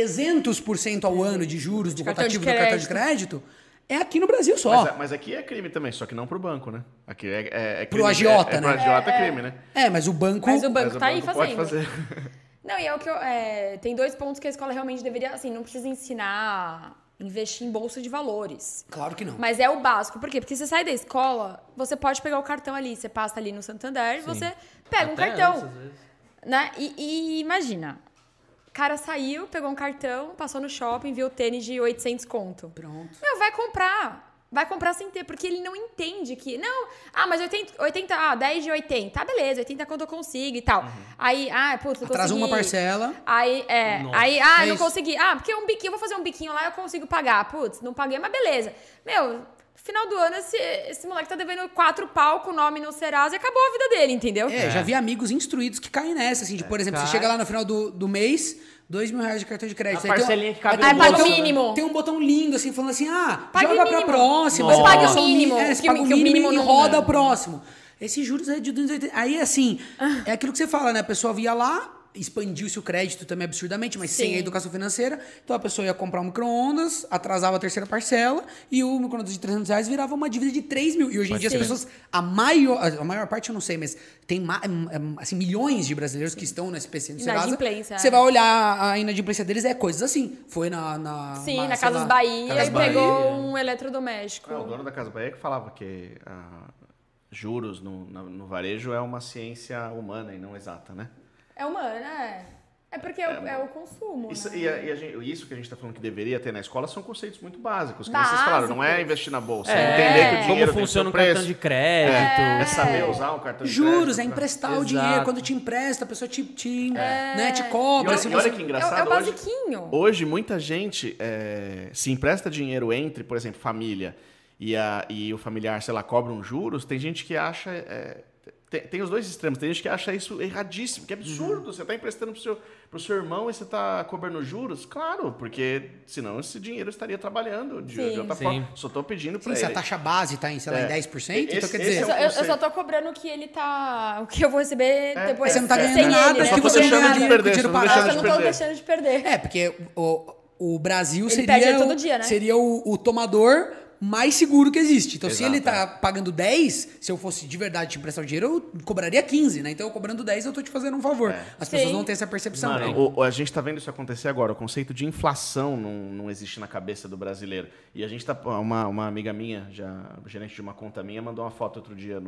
300% ao ano de juros do cartão de rotativo do cartão de crédito, é aqui no Brasil só. Mas aqui é crime também, só que não pro banco, né? Aqui é crime. Pro agiota, Pro né? agiota é crime, né? Mas o banco... Mas o banco Mas tá aí pode fazendo. fazer. Não, e é o que eu... tem 2 pontos que a escola realmente deveria... Assim, não precisa ensinar... Investir em bolsa de valores. Claro que não. Mas é o básico. Por quê? Porque você sai da escola, você pode pegar o cartão ali. Você passa ali no Santander e você pega um Até cartão. antes, às vezes. Né? E imagina. O cara saiu, pegou um cartão, passou no shopping, viu o tênis de 800 conto. Pronto. Meu, vai comprar. Vai comprar sem ter, porque ele não entende que... Não, mas 80 10 de 80. Beleza, 80 quanto eu consigo e tal. Aí, putz, não Atrasou consegui. uma parcela. Aí, Nossa. não isso. consegui. Porque um biquinho, eu vou fazer um biquinho lá, eu consigo pagar. Putz, não paguei, mas beleza. Meu, final do ano, esse moleque tá devendo 4 pau com o nome no Serasa e acabou a vida dele, entendeu? Já vi amigos instruídos que caem nessa, assim, de, por exemplo, você chega lá no final do mês, R$2.000 de cartão de crédito. A Aí tem parcelinha que cabe aí tem no um bolso, botão- né? Mínimo. Tem um botão lindo, assim, falando assim, Pague joga o pra mínimo. próxima. Nossa. Você Pague o só mínimo, Você que paga o o mínimo mínimo e não- roda o próximo. Esses juros é de 280. Aí, assim, é aquilo que você fala, né? A pessoa via lá, expandiu-se o crédito também absurdamente, mas sem Sim. a educação financeira. Então a pessoa ia comprar um micro-ondas, atrasava a terceira parcela e o micro-ondas de R$300 virava uma dívida de 3 mil. E hoje em dia as pessoas, a maior parte eu não sei, mas tem assim, milhões de brasileiros que estão nesse PC do Serasa. Inadimplência, Você vai olhar a inadimplência deles, é coisas assim. Foi Sim, na sei Casas lá, Bahia Casas e Bahia. pegou um eletrodoméstico. O dono da Casa Bahia que falava que juros no varejo é uma ciência humana e não exata, né? É humano, né? É porque é o consumo, Isso, né? isso que a gente está falando que deveria ter na escola são conceitos muito básicos. Que nem vocês falaram, não é Básicos. investir na bolsa, é entender que o dinheiro como funciona tem o seu preço. cartão de crédito. É saber usar o cartão de crédito. Juros, é emprestar o dinheiro. Exato. Quando te empresta, a pessoa te cobra. E olha que engraçado, É o basiquinho. Hoje, muita gente se empresta dinheiro entre, por exemplo, família e o familiar, sei lá, cobra uns juros. Tem gente que acha... Tem os dois extremos. Tem gente que acha isso erradíssimo, que é absurdo. Você está emprestando pro seu irmão e você está cobrando juros? Claro, porque senão esse dinheiro estaria trabalhando de outra forma. Só estou pedindo para Se ele. a taxa base está em, sei lá, em 10%, então quer esse dizer... é Eu só tô cobrando o que ele tá... O que eu vou receber depois. Você não tá sem ganhando nada, ele, né? que Só tô você não deixando ganha de dinheiro com perder, dinheiro só tô parado. Eu não tô perder. deixando de perder. Porque o Brasil Ele perde seria, dinheiro todo dia, né? seria o tomador mais seguro que existe. Então, se Exato, ele tá pagando 10, se eu fosse de verdade te emprestar o dinheiro, eu cobraria 15, né? Então, eu cobrando 10, eu tô te fazendo um favor. As pessoas Sim. não têm essa percepção. Mano, a gente tá vendo isso acontecer agora. O conceito de inflação não existe na cabeça do brasileiro. E a gente tá... Uma amiga minha, gerente de uma conta minha, mandou uma foto outro dia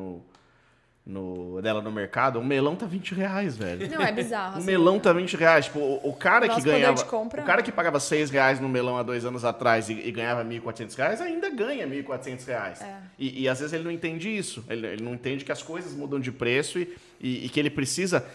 dela no mercado. Um melão tá R$20, velho. Não, é bizarro. Um assim. melão tá R$20. Tipo, o cara que Nosso poder ganhava... de compra. O cara que pagava R$6 no melão há 2 anos atrás e ganhava R$1.400, ainda ganha R$1.400. E às vezes ele não entende isso. Ele não entende que as coisas mudam de preço e que ele precisa...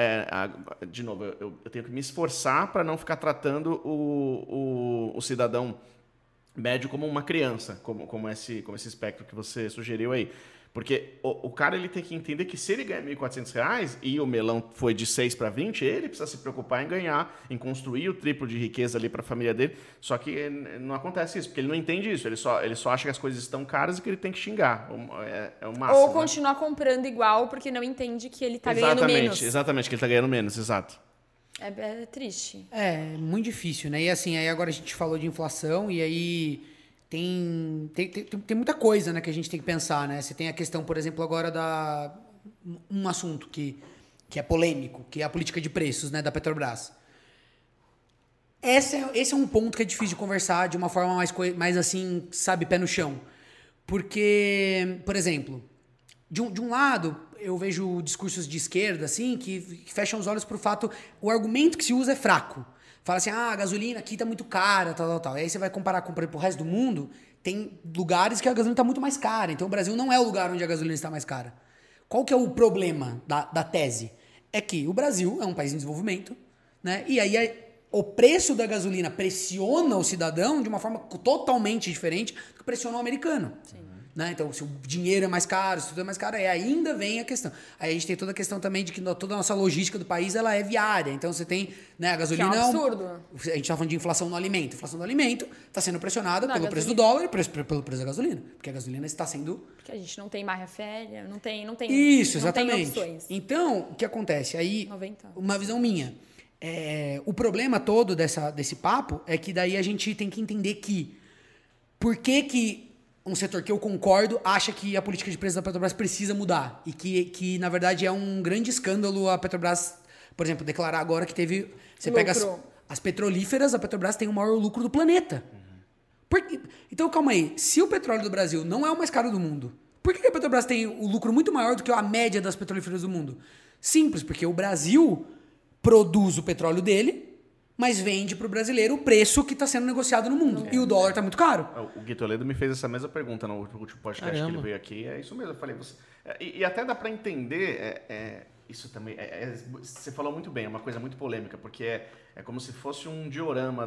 de novo, eu tenho que me esforçar para não ficar tratando o cidadão médio como uma criança, como esse espectro que você sugeriu aí. Porque o cara ele tem que entender que se ele ganha R$1.400 e o melão foi de 6 para 20, ele precisa se preocupar em ganhar, em construir o triplo de riqueza ali para a família dele. Só que não acontece isso, porque ele não entende isso. Ele só acha que as coisas estão caras e que ele tem que xingar. É o máximo. Ou continuar comprando igual porque não entende que ele tá ganhando menos. Exatamente, que ele tá ganhando menos, exato. É triste. É, muito difícil, né? E assim, aí agora a gente falou de inflação e aí tem muita coisa, né, que a gente tem que pensar, né? Você tem a questão, por exemplo, agora um assunto que é polêmico, que é a política de preços, né, da Petrobras. Esse é um ponto que é difícil de conversar de uma forma mais assim, sabe, pé no chão. Porque, por exemplo, de um lado, eu vejo discursos de esquerda, assim, que fecham os olhos pro fato, o argumento que se usa é fraco. Fala assim, a gasolina aqui tá muito cara, tal. E aí você vai comparar com, por exemplo, o resto do mundo, tem lugares que a gasolina tá muito mais cara. Então o Brasil não é o lugar onde a gasolina está mais cara. Qual que é o problema da tese? É que o Brasil é um país em desenvolvimento, né? E aí o preço da gasolina pressiona o cidadão de uma forma totalmente diferente do que pressiona o americano. Sim. Né? Então, se o dinheiro é mais caro, se tudo é mais caro, ainda vem a questão. Aí a gente tem toda a questão também de que toda a nossa logística do país ela é viária. Então, você tem, né, a gasolina... Que é um absurdo. A gente está falando de inflação no alimento. A inflação do alimento está sendo pressionada pelo preço do dólar e pelo preço da gasolina. Porque a gasolina está sendo... Porque a gente não tem marra férias, não tem Isso, exatamente. Não tem opções. Então, o que acontece? Aí, 90. uma visão minha. O problema todo desse papo é que daí a gente tem que entender que por que um setor que eu concordo acha que a política de preços da Petrobras precisa mudar e que na verdade é um grande escândalo a Petrobras, por exemplo, declarar agora que teve... Você lucro. pega as petrolíferas, a Petrobras tem o maior lucro do planeta. Então, calma aí. Se o petróleo do Brasil não é o mais caro do mundo, por que a Petrobras tem o lucro muito maior do que a média das petrolíferas do mundo? Simples, porque o Brasil produz o petróleo dele, mas vende para o brasileiro o preço que está sendo negociado no mundo. E o dólar está muito caro. O Gui Toledo me fez essa mesma pergunta no último podcast que ele veio aqui. É isso mesmo. Eu falei, e até dá para entender isso também. Você falou muito bem, é uma coisa muito polêmica, porque é como se fosse um diorama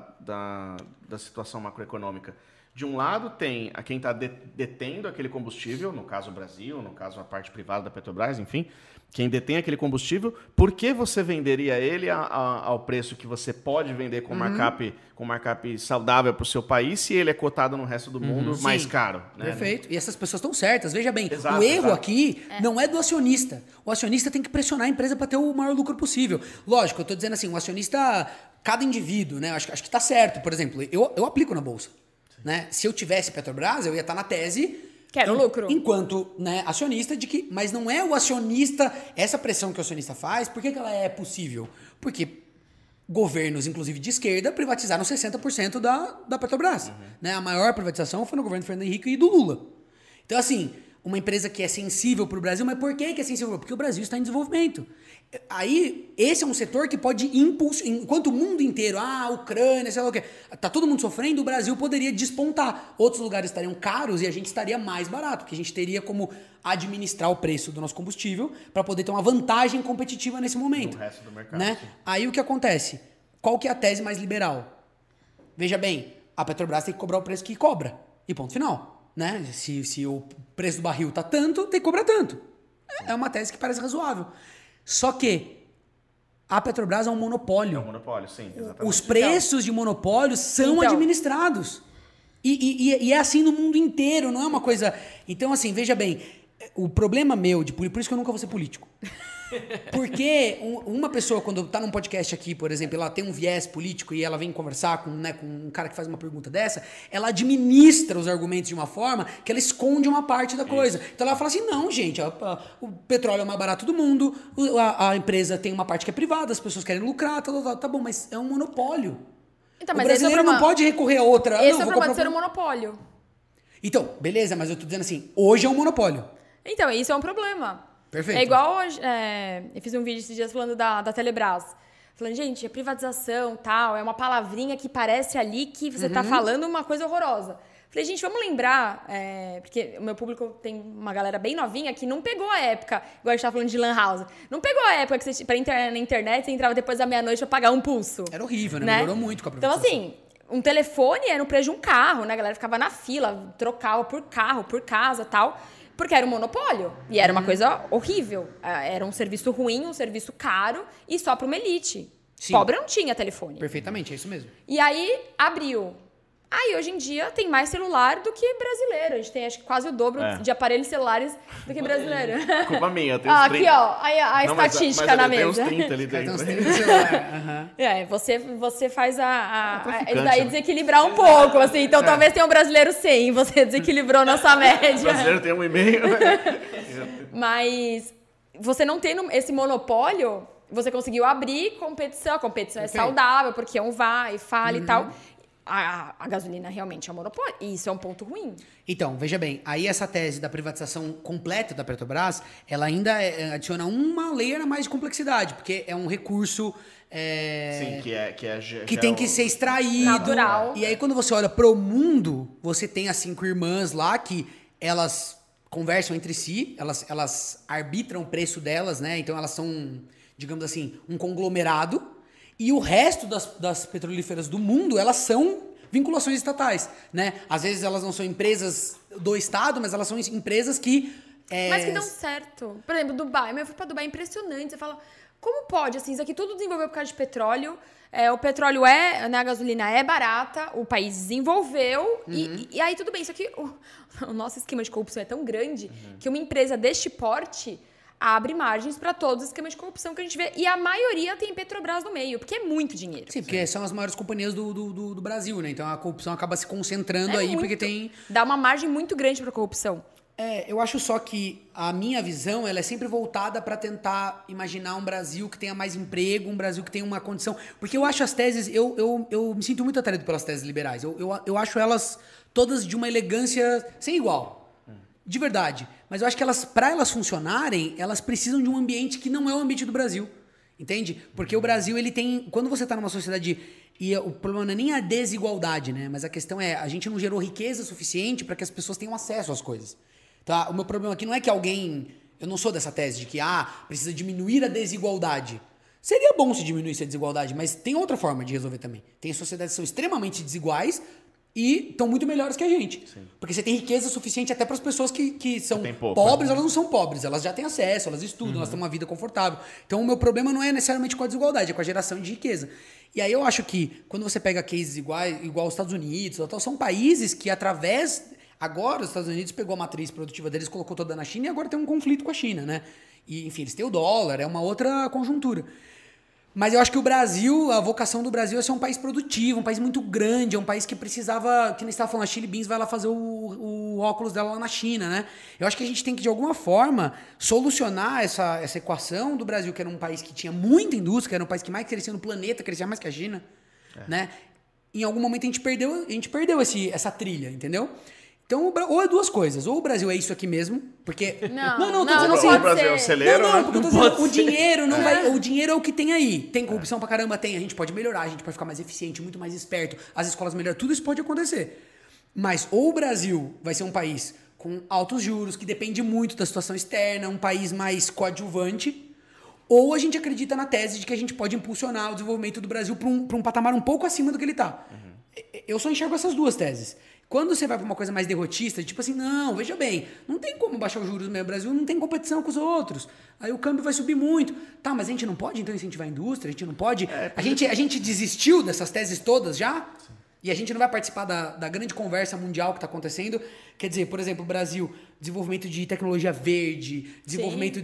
da situação macroeconômica. De um lado tem a quem está detendo aquele combustível, no caso o Brasil, no caso a parte privada da Petrobras, enfim, quem detém aquele combustível, por que você venderia ele ao preço que você pode vender com markup saudável para o seu país, se ele é cotado no resto do mundo mais caro? Né? Perfeito. E essas pessoas estão certas. Veja bem, Exato, o erro aqui não é do acionista. O acionista tem que pressionar a empresa para ter o maior lucro possível. Lógico, eu estou dizendo assim, o acionista, cada indivíduo, né? Acho que está certo. Por exemplo, eu aplico na Bolsa. Né? Se eu tivesse Petrobras, eu ia estar na tese... Quero lucro. Enquanto, né, acionista de que... Mas não é o acionista... Essa pressão que o acionista faz, por que ela é possível? Porque governos, inclusive de esquerda, privatizaram 60% da Petrobras. Né? A maior privatização foi no governo do Fernando Henrique e do Lula. Então, assim, uma empresa que é sensível para o Brasil, mas por que é sensível? Porque o Brasil está em desenvolvimento. Aí, esse é um setor que pode impulsionar, enquanto o mundo inteiro, a Ucrânia, sei lá o quê, tá todo mundo sofrendo, o Brasil poderia despontar. Outros lugares estariam caros e a gente estaria mais barato, porque a gente teria como administrar o preço do nosso combustível para poder ter uma vantagem competitiva nesse momento. No resto do mercado. Né? Aí o que acontece? Qual que é a tese mais liberal? Veja bem, a Petrobras tem que cobrar o preço que cobra. E ponto final. Né? Se o preço do barril tá tanto, tem que cobrar tanto. É uma tese que parece razoável. Só que a Petrobras é um monopólio. É um monopólio, sim, exatamente. Os preços de monopólio são administrados. E é assim no mundo inteiro, não é uma coisa... Então, assim, veja bem, o problema meu, por isso que eu nunca vou ser político. Porque uma pessoa, quando está num podcast aqui, por exemplo, ela tem um viés político e ela vem conversar com um cara que faz uma pergunta dessa, ela administra os argumentos de uma forma que ela esconde uma parte da coisa. Isso. Então ela fala assim, não, gente, o petróleo é o mais barato do mundo, a empresa tem uma parte que é privada, as pessoas querem lucrar, tá bom, mas é um monopólio. Então, o brasileiro não pode recorrer a outra... Esse é o problema de ser um monopólio. Então, beleza, mas eu tô dizendo assim, hoje é um monopólio. Então, isso é um problema. Perfeito. É igual, eu fiz um vídeo esses dias falando da Telebrás. Falando, gente, privatização, tal, é uma palavrinha que parece ali que você tá falando uma coisa horrorosa. Falei, gente, vamos lembrar, porque o meu público tem uma galera bem novinha que não pegou a época, igual a gente tava falando de Lan House, não pegou a época que você, na internet, você entrava depois da meia-noite pra pagar um pulso. Era horrível, né? Melhorou muito com a privatização. Então, assim, um telefone era um preço de um carro, né? A galera ficava na fila, trocava por carro, por casa e tal. Porque era um monopólio. E era uma coisa horrível. Era um serviço ruim, um serviço caro e só para uma elite. Sim. Pobre não tinha telefone. Perfeitamente, é isso mesmo. E aí, abriu. Aí, hoje em dia, tem mais celular do que brasileiro. A gente tem, acho que, quase o dobro de aparelhos celulares do que brasileiro. Culpa minha, tem uns Aqui, 30. ó. Aí, a estatística mas na tem mesa. uns 30 ali Então, dentro. você tem no celular. Você faz traficante, isso daí né? desequilibrar um pouco, assim. Então, talvez tenha um brasileiro 100. Você desequilibrou nossa O média. brasileiro tem 1,5. Mas você não tendo esse monopólio, você conseguiu abrir competição. A competição é Perfeito. saudável, porque um vai e fala e tal. A gasolina realmente é um monopólio. E isso é um ponto ruim. Então, veja bem, aí essa tese da privatização completa da Petrobras, ela ainda adiciona uma layer a mais de complexidade, porque é um recurso Sim, que tem que ser extraído. Natural. E aí, quando você olha pro mundo, você tem as 5 irmãs lá que elas conversam entre si, elas arbitram o preço delas, né? Então, elas são, digamos assim, um conglomerado. E o resto das petrolíferas do mundo, elas são vinculações estatais, né? Às vezes elas não são empresas do Estado, mas elas são empresas que... Mas que dão certo. Por exemplo, Dubai. Eu fui pra Dubai, é impressionante. Você fala, como pode? Assim, isso aqui tudo desenvolveu por causa de petróleo. O petróleo a gasolina é barata, o país desenvolveu. E aí tudo bem. Só que o nosso esquema de corrupção é tão grande que uma empresa deste porte abre margens para todos os esquemas de corrupção que a gente vê. E a maioria tem Petrobras no meio, porque é muito dinheiro. Sim, porque são as maiores companhias do Brasil, né? Então a corrupção acaba se concentrando aí, porque tem... Dá uma margem muito grande para corrupção. Eu acho só que a minha visão, ela é sempre voltada para tentar imaginar um Brasil que tenha mais emprego, um Brasil que tenha uma condição... Porque eu acho as teses... Eu me sinto muito atraído pelas teses liberais. Eu acho elas todas de uma elegância sem igual. De verdade. Mas eu acho que para elas funcionarem, elas precisam de um ambiente que não é o ambiente do Brasil. Entende? Porque o Brasil, ele tem... Quando você está numa sociedade... E o problema não é nem a desigualdade, né? Mas a questão é, a gente não gerou riqueza suficiente para que as pessoas tenham acesso às coisas. Tá? O meu problema aqui não é que alguém... Eu não sou dessa tese de que, precisa diminuir a desigualdade. Seria bom se diminuísse a desigualdade, mas tem outra forma de resolver também. Tem sociedades que são extremamente desiguais e estão muito melhores que a gente. Sim. Porque você tem riqueza suficiente até para as pessoas que são pobres, elas não são pobres, elas já têm acesso, elas estudam, elas têm uma vida confortável. Então o meu problema não é necessariamente com a desigualdade, é com a geração de riqueza. E aí eu acho que quando você pega cases igual os Estados Unidos, são países que através... Agora os Estados Unidos pegou a matriz produtiva deles, colocou toda na China e agora tem um conflito com a China, né? E enfim, eles têm o dólar, é uma outra conjuntura. Mas eu acho que o Brasil, a vocação do Brasil é ser um país produtivo, um país muito grande, é um país que precisava, que nem estava falando, a Chili Beans vai lá fazer o óculos dela lá na China, né? Eu acho que a gente tem que, de alguma forma, solucionar essa equação do Brasil, que era um país que tinha muita indústria, que era um país que mais crescia no planeta, crescia mais que a China, né? Em algum momento a gente perdeu essa trilha, entendeu? Então, ou é duas coisas. Ou o Brasil é isso aqui mesmo, porque... Não, tô dizendo assim... O Brasil é o celeiro, não, porque eu tô dizendo, o ser. dinheiro não vai... O dinheiro é o que tem aí. Tem corrupção pra caramba? Tem. A gente pode melhorar, a gente pode ficar mais eficiente, muito mais esperto. As escolas melhoram, tudo isso pode acontecer. Mas ou o Brasil vai ser um país com altos juros, que depende muito da situação externa, um país mais coadjuvante, ou a gente acredita na tese de que a gente pode impulsionar o desenvolvimento do Brasil pra um patamar um pouco acima do que ele tá. Eu só enxergo essas duas teses. Quando você vai para uma coisa mais derrotista, tipo assim, não, veja bem, não tem como baixar os juros no meio do Brasil, não tem competição com os outros. Aí o câmbio vai subir muito. Tá, mas a gente não pode então incentivar a indústria, a gente não pode... A gente desistiu dessas teses todas já? Sim. E a gente não vai participar da grande conversa mundial que está acontecendo. Quer dizer, por exemplo, o Brasil, desenvolvimento de tecnologia verde, desenvolvimento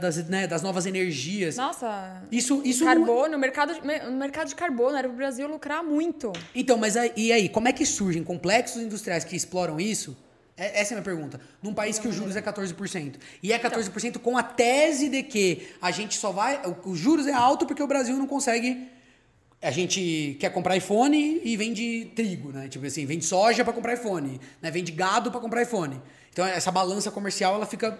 das novas energias. Nossa, isso carbono, no mercado de carbono, era para o Brasil lucrar muito. Então, mas e aí, como é que surgem complexos industriais que exploram isso? Essa é a minha pergunta. Num país que os juros é 14%. E é 14% com a tese de que a gente só vai... Os juros é alto porque o Brasil não consegue... A gente quer comprar iPhone e vende trigo, né? Tipo assim, vende soja para comprar iPhone, né? Vende gado para comprar iPhone. Então, essa balança comercial, ela fica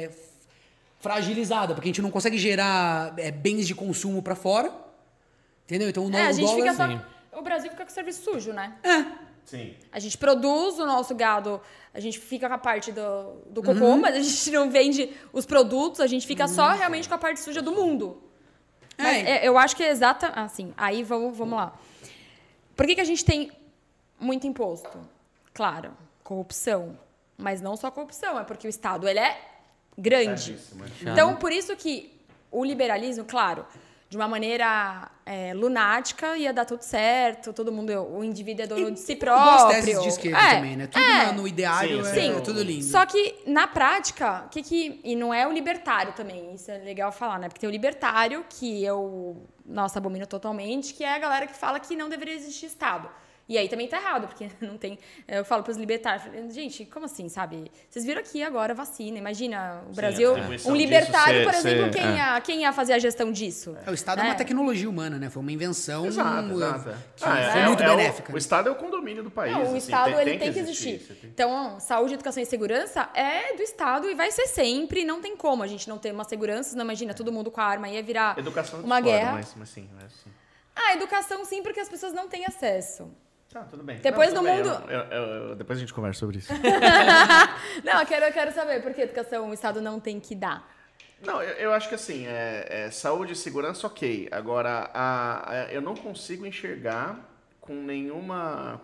fragilizada, porque a gente não consegue gerar bens de consumo para fora, entendeu? Então, o dólar... O Brasil fica com o serviço sujo, né? Sim. A gente produz o nosso gado, a gente fica com a parte do cocô, mas a gente não vende os produtos, a gente fica só realmente com a parte suja do mundo. Mas eu acho que é assim, aí vamos lá. Por que a gente tem muito imposto? Claro, corrupção. Mas não só corrupção, é porque o Estado, ele é grande. Então, por isso que o liberalismo, claro, de uma maneira lunática, ia dar tudo certo, todo mundo, o indivíduo é dono de si próprio. Duas teses de esquerda também, né? Tudo no ideário é tudo lindo. Só que, na prática, e não é o libertário também, isso é legal falar, né? Porque tem o libertário, que eu, abomino totalmente, que é a galera que fala que não deveria existir Estado. E aí também tá errado, porque não tem... Eu falo pros libertários, gente, como assim, sabe? Vocês viram aqui agora a vacina, imagina o Brasil... Um libertário, por exemplo, quem ia fazer a gestão disso? O Estado é uma tecnologia humana, né? Foi uma invenção que foi muito benéfica. O Estado é o condomínio do país. Não, o Estado ele tem que existir. Então, saúde, educação e segurança é do Estado e vai ser sempre, não tem como a gente não ter uma segurança, não imagina, todo mundo com a arma, ia virar educação uma guerra. Mas sim, é assim. Educação sim, porque as pessoas não têm acesso. Tá, tudo bem. Depois no mundo... Depois a gente conversa sobre isso. Não, eu quero saber por que educação o Estado não tem que dar. Não, eu acho que assim, saúde e segurança, ok. Agora, eu não consigo enxergar com nenhuma...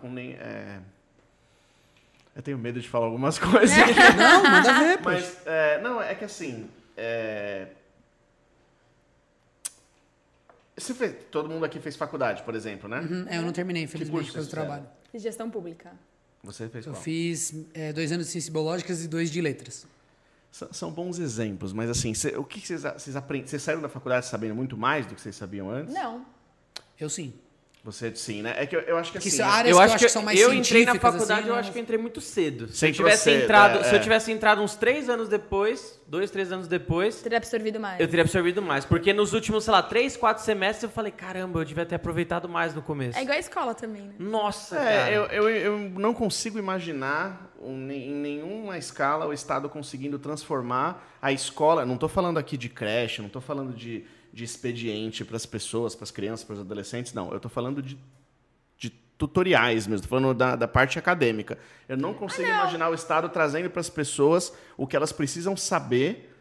eu tenho medo de falar algumas coisas aqui. Não, manda ver, pô. Mas, não, é que assim... todo mundo aqui fez faculdade, por exemplo, né? Eu não terminei, infelizmente, por causa do trabalho. Fiz gestão pública. Você fez qual? Eu fiz 2 anos de ciências biológicas e 2 de letras. São bons exemplos, mas assim, o que vocês aprendem? Vocês saíram da faculdade sabendo muito mais do que vocês sabiam antes? Não. Eu sim. Você sim, né? É que eu acho que assim... Eu acho que são mais eu entrei na científicas, faculdade, assim, eu acho que eu entrei muito cedo. Se eu tivesse entrado uns 3 anos depois, 2, 3 anos depois... Teria absorvido mais. Eu teria absorvido mais. Porque nos últimos, 3, 4 semestres, eu falei, caramba, eu devia ter aproveitado mais no começo. É igual a escola também, né? Nossa, cara. Eu não consigo imaginar em nenhuma escala o Estado conseguindo transformar a escola... Não estou falando aqui de creche, não estou falando de expediente para as pessoas, para as crianças, para os adolescentes, não. Eu estou falando de tutoriais mesmo, estou falando da parte acadêmica. Eu não consigo imaginar o Estado trazendo para as pessoas o que elas precisam saber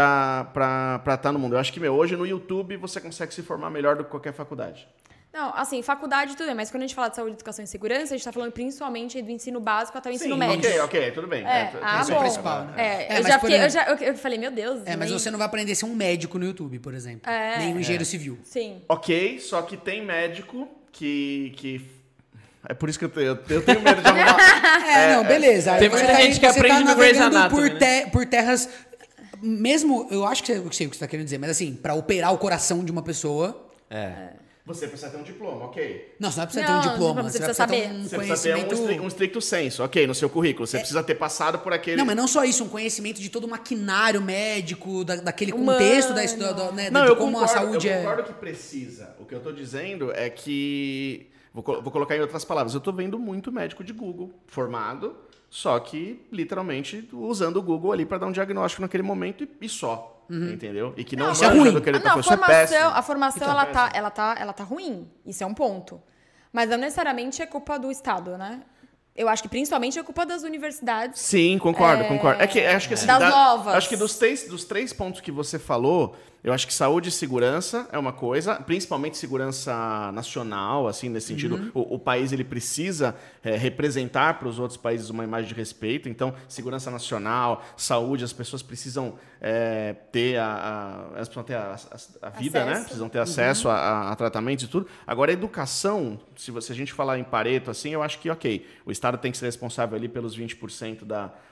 para estar no mundo. Eu acho que, hoje no YouTube você consegue se formar melhor do que qualquer faculdade. Não, assim, faculdade tudo bem, mas quando a gente fala de saúde, educação e segurança, a gente está falando principalmente do ensino básico até o ensino médio. Ok, tudo bem. Isso é o principal, né? Eu falei, meu Deus. Mas você não vai aprender a ser um médico no YouTube, por exemplo. Nem um engenheiro civil. Sim. Ok, só que tem médico que é por isso que eu tenho medo de arrumar. Não, beleza. Tem muita gente que aprende no Grey's Anatomy, por terras... Mesmo, eu acho que eu sei o que você está querendo dizer, mas assim, para operar o coração de uma pessoa... Você precisa ter um diploma, ok. Não, você não precisa ter um diploma. Você precisa ter saber. um Você conhecimento... precisa ter um stricto senso, ok, no seu currículo. Você precisa ter passado por aquele... Não, mas não só isso, um conhecimento de todo o maquinário médico, daquele contexto de como a saúde eu concordo que precisa. O que eu estou dizendo é que... Vou colocar em outras palavras. Eu estou vendo muito médico de Google formado, só que, literalmente, usando o Google ali para dar um diagnóstico naquele momento e só. Entendeu? E que não manja do que ele está fazendo. Isso é péssimo. A formação, ela tá ruim. Isso é um ponto. Mas não necessariamente é culpa do Estado, né? Eu acho que principalmente é culpa das universidades. Sim, concordo. É que acho que assim, das novas. Acho que dos três pontos que você falou, eu acho que saúde e segurança é uma coisa, principalmente segurança nacional, assim, nesse sentido, o país ele precisa representar para os outros países uma imagem de respeito. Então, segurança nacional, saúde, as pessoas precisam ter elas precisam ter a vida, acesso, né? Precisam ter acesso a tratamentos e tudo. Agora, a educação, se a gente falar em Pareto, assim, eu acho que, ok, o Estado tem que ser responsável ali pelos 20%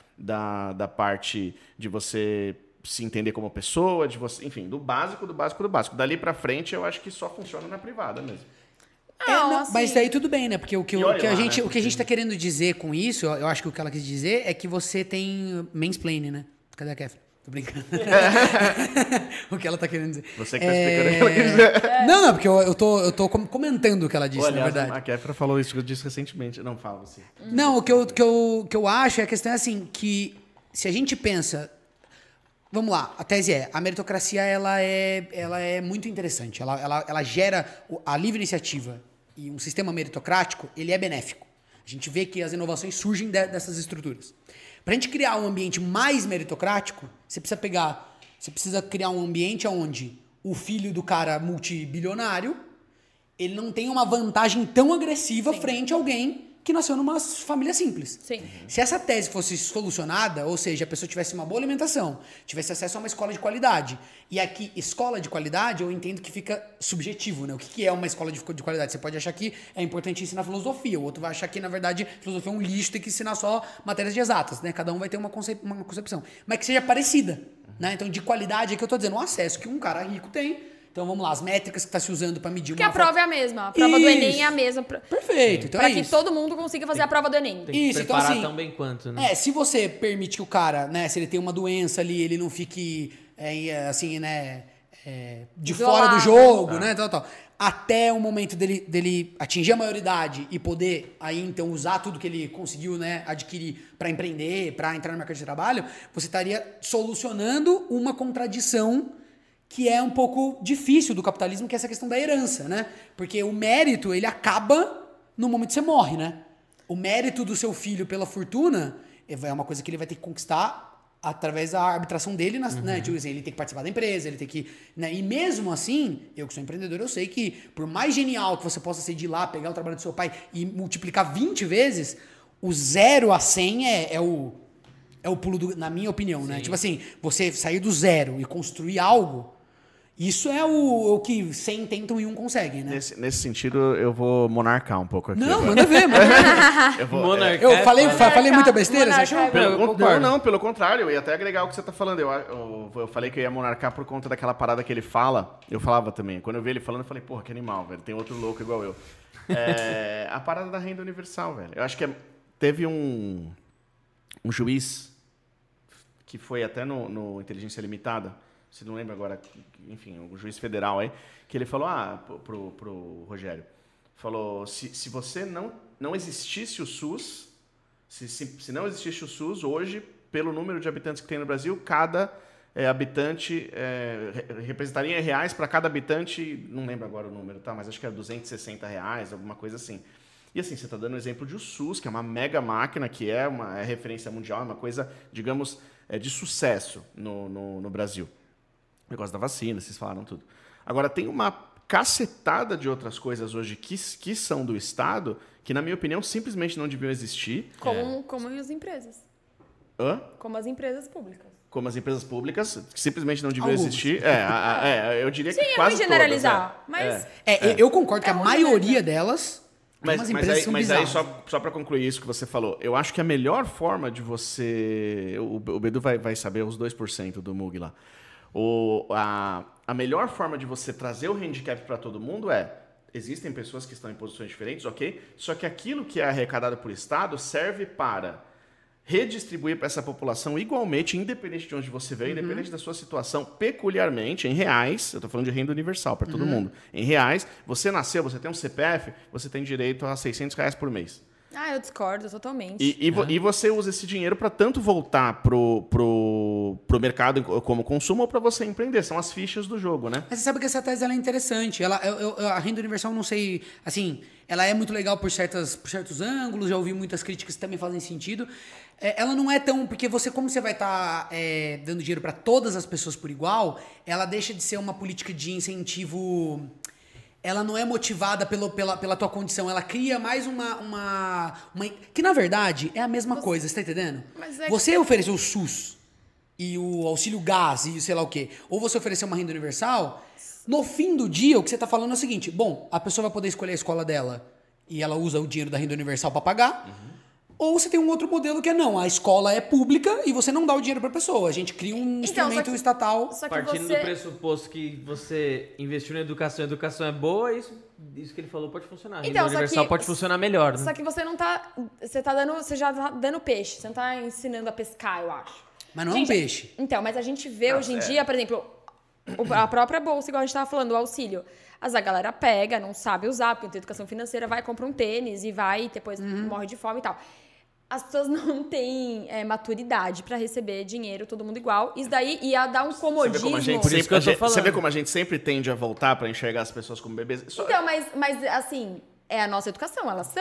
da parte de você se entender como pessoa, de você, enfim, do básico. Dali pra frente, eu acho que só funciona na privada mesmo. Assim... Mas daí tudo bem, né? Porque o que a gente tá querendo dizer com isso, eu acho que o que ela quis dizer é que você tem mansplaining, né? Cadê a Kéfera? Tô brincando. O que ela tá querendo dizer. Você que tá explicando o que ela quer dizer. Não, porque eu tô comentando o que ela disse, Olha, na verdade. A Kéfera falou isso que eu disse recentemente. Não, fala assim. Não, o que eu acho é a questão assim, que se a gente pensa... Vamos lá, a tese a meritocracia ela é muito interessante. Ela gera a livre iniciativa e um sistema meritocrático, ele é benéfico. A gente vê que as inovações surgem dessas estruturas. Para a gente criar um ambiente mais meritocrático, você precisa criar um ambiente onde o filho do cara multibilionário, ele não tem uma vantagem tão agressiva frente a alguém que nasceu numa família simples. Sim. Se essa tese fosse solucionada, ou seja, a pessoa tivesse uma boa alimentação, tivesse acesso a uma escola de qualidade, e aqui, escola de qualidade, eu entendo que fica subjetivo, né? O que é uma escola de qualidade? Você pode achar que é importante ensinar filosofia, o outro vai achar que, na verdade, filosofia é um lixo, tem que ensinar só matérias de exatas, né? Cada um vai ter uma concepção. Mas que seja parecida, né? Então, de qualidade é que eu tô dizendo, um acesso que um cara rico tem. Então, vamos lá, as métricas que está se usando para medir Porque a prova é a mesma. A prova do Enem é a mesma. Perfeito. Então para é que isso. todo mundo consiga fazer a prova do Enem. Tem que Isso, então, preparar assim, tão bem quanto, né? se você permite que o cara, né, se ele tem uma doença ali, ele não fique, assim, né, de Isolado. fora do jogo, né, tal. Até o momento dele atingir a maioridade e poder aí, então, usar tudo que ele conseguiu, né, adquirir para empreender, para entrar no mercado de trabalho, você estaria solucionando uma contradição que é um pouco difícil do capitalismo, que é essa questão da herança, né? Porque o mérito, ele acaba no momento que você morre, né? O mérito do seu filho pela fortuna é uma coisa que ele vai ter que conquistar através da arbitração dele, né? Tipo assim, ele tem que participar da empresa, ele tem que... Né? E mesmo assim, eu que sou empreendedor, eu sei que por mais genial que você possa ser de ir lá, pegar o trabalho do seu pai e multiplicar 20 vezes, o 0 a 100 é o pulo, na minha opinião, né? Tipo assim, você sair do 0 e construir algo... Isso é o que 100 tentam e 1 consegue, né? Nesse sentido, eu vou monarcar um pouco aqui. Não, agora. manda ver, mano. Monarcar. Eu falei muita besteira, você achou? Não, pelo contrário, eu ia até agregar o que você tá falando. Eu falei que eu ia monarcar por conta daquela parada que ele fala. Eu falava também. Quando eu vi ele falando, eu falei, porra, que animal, velho. Tem outro louco igual eu. A parada da renda universal, velho. Eu acho que teve um juiz que foi até no Inteligência Limitada. Você não lembra agora, enfim, o juiz federal aí, que ele falou, pro Rogério, falou, se você não existisse o SUS, se não existisse o SUS, hoje, pelo número de habitantes que tem no Brasil, cada habitante representaria em reais para cada habitante, não lembro agora o número, tá? Mas acho que era R$260, alguma coisa assim. E assim, você está dando o exemplo de o SUS, que é uma mega máquina, que é referência mundial, é uma coisa, digamos, de sucesso no Brasil. O negócio da vacina, vocês falaram tudo. Agora, tem uma cacetada de outras coisas hoje que são do Estado, que, na minha opinião, simplesmente não deviam existir. Como as empresas. Hã? Como as empresas públicas. Como as empresas públicas, que simplesmente não deviam Algumas. existir. Eu diria que Sim, quase é ruim generalizar. todas. Mas Eu concordo que a ruim maioria delas... Mas empresas são aí bizarras. só para concluir isso que você falou, eu acho que a melhor forma de você... O Bedu vai saber os 2% do Mug lá. A melhor forma de você trazer o handicap para todo mundo existem pessoas que estão em posições diferentes, ok? Só que aquilo que é arrecadado por Estado serve para redistribuir para essa população igualmente, independente de onde você veio, independente da sua situação, peculiarmente, em reais, eu estou falando de renda universal para todo mundo, em reais, você nasceu, você tem um CPF, você tem direito a R$600 por mês. eu discordo totalmente. E você usa esse dinheiro para tanto voltar pro mercado como consumo ou para você empreender. São as fichas do jogo, né? Mas você sabe que essa tese ela é interessante. A renda universal, não sei... Assim, ela é muito legal por certos ângulos. Já ouvi muitas críticas que também fazem sentido. Ela não é tão... Porque como você vai estar dando dinheiro para todas as pessoas por igual, ela deixa de ser uma política de incentivo... Ela não é motivada pela tua condição. Ela cria mais uma... Que, na verdade, é a mesma coisa. Você tá entendendo? Mas você ofereceu o SUS e o auxílio gás e sei lá o quê. Ou você ofereceu uma renda universal. No fim do dia, o que você tá falando é o seguinte. Bom, a pessoa vai poder escolher a escola dela e ela usa o dinheiro da renda universal para pagar. Ou você tem um outro modelo que a escola é pública e você não dá o dinheiro para a pessoa. A gente cria um instrumento estatal. Só que Partindo do pressuposto que você investiu na educação, a educação é boa, isso que ele falou pode funcionar. A renda universal pode funcionar melhor, né? Só que você não tá... Você já tá dando peixe. Você não tá ensinando a pescar, eu acho. Mas não é um peixe. Então, mas a gente vê hoje em dia, por exemplo, a própria bolsa, igual a gente tava falando, o auxílio. A galera pega, não sabe usar, porque não tem educação financeira, vai, compra um tênis e vai, depois morre de fome e tal. As pessoas não têm maturidade pra receber dinheiro, todo mundo igual. Isso daí ia dar um comodismo. Você vê como a gente sempre tende a voltar pra enxergar as pessoas como bebês? Então, mas assim, é a nossa educação, elas são.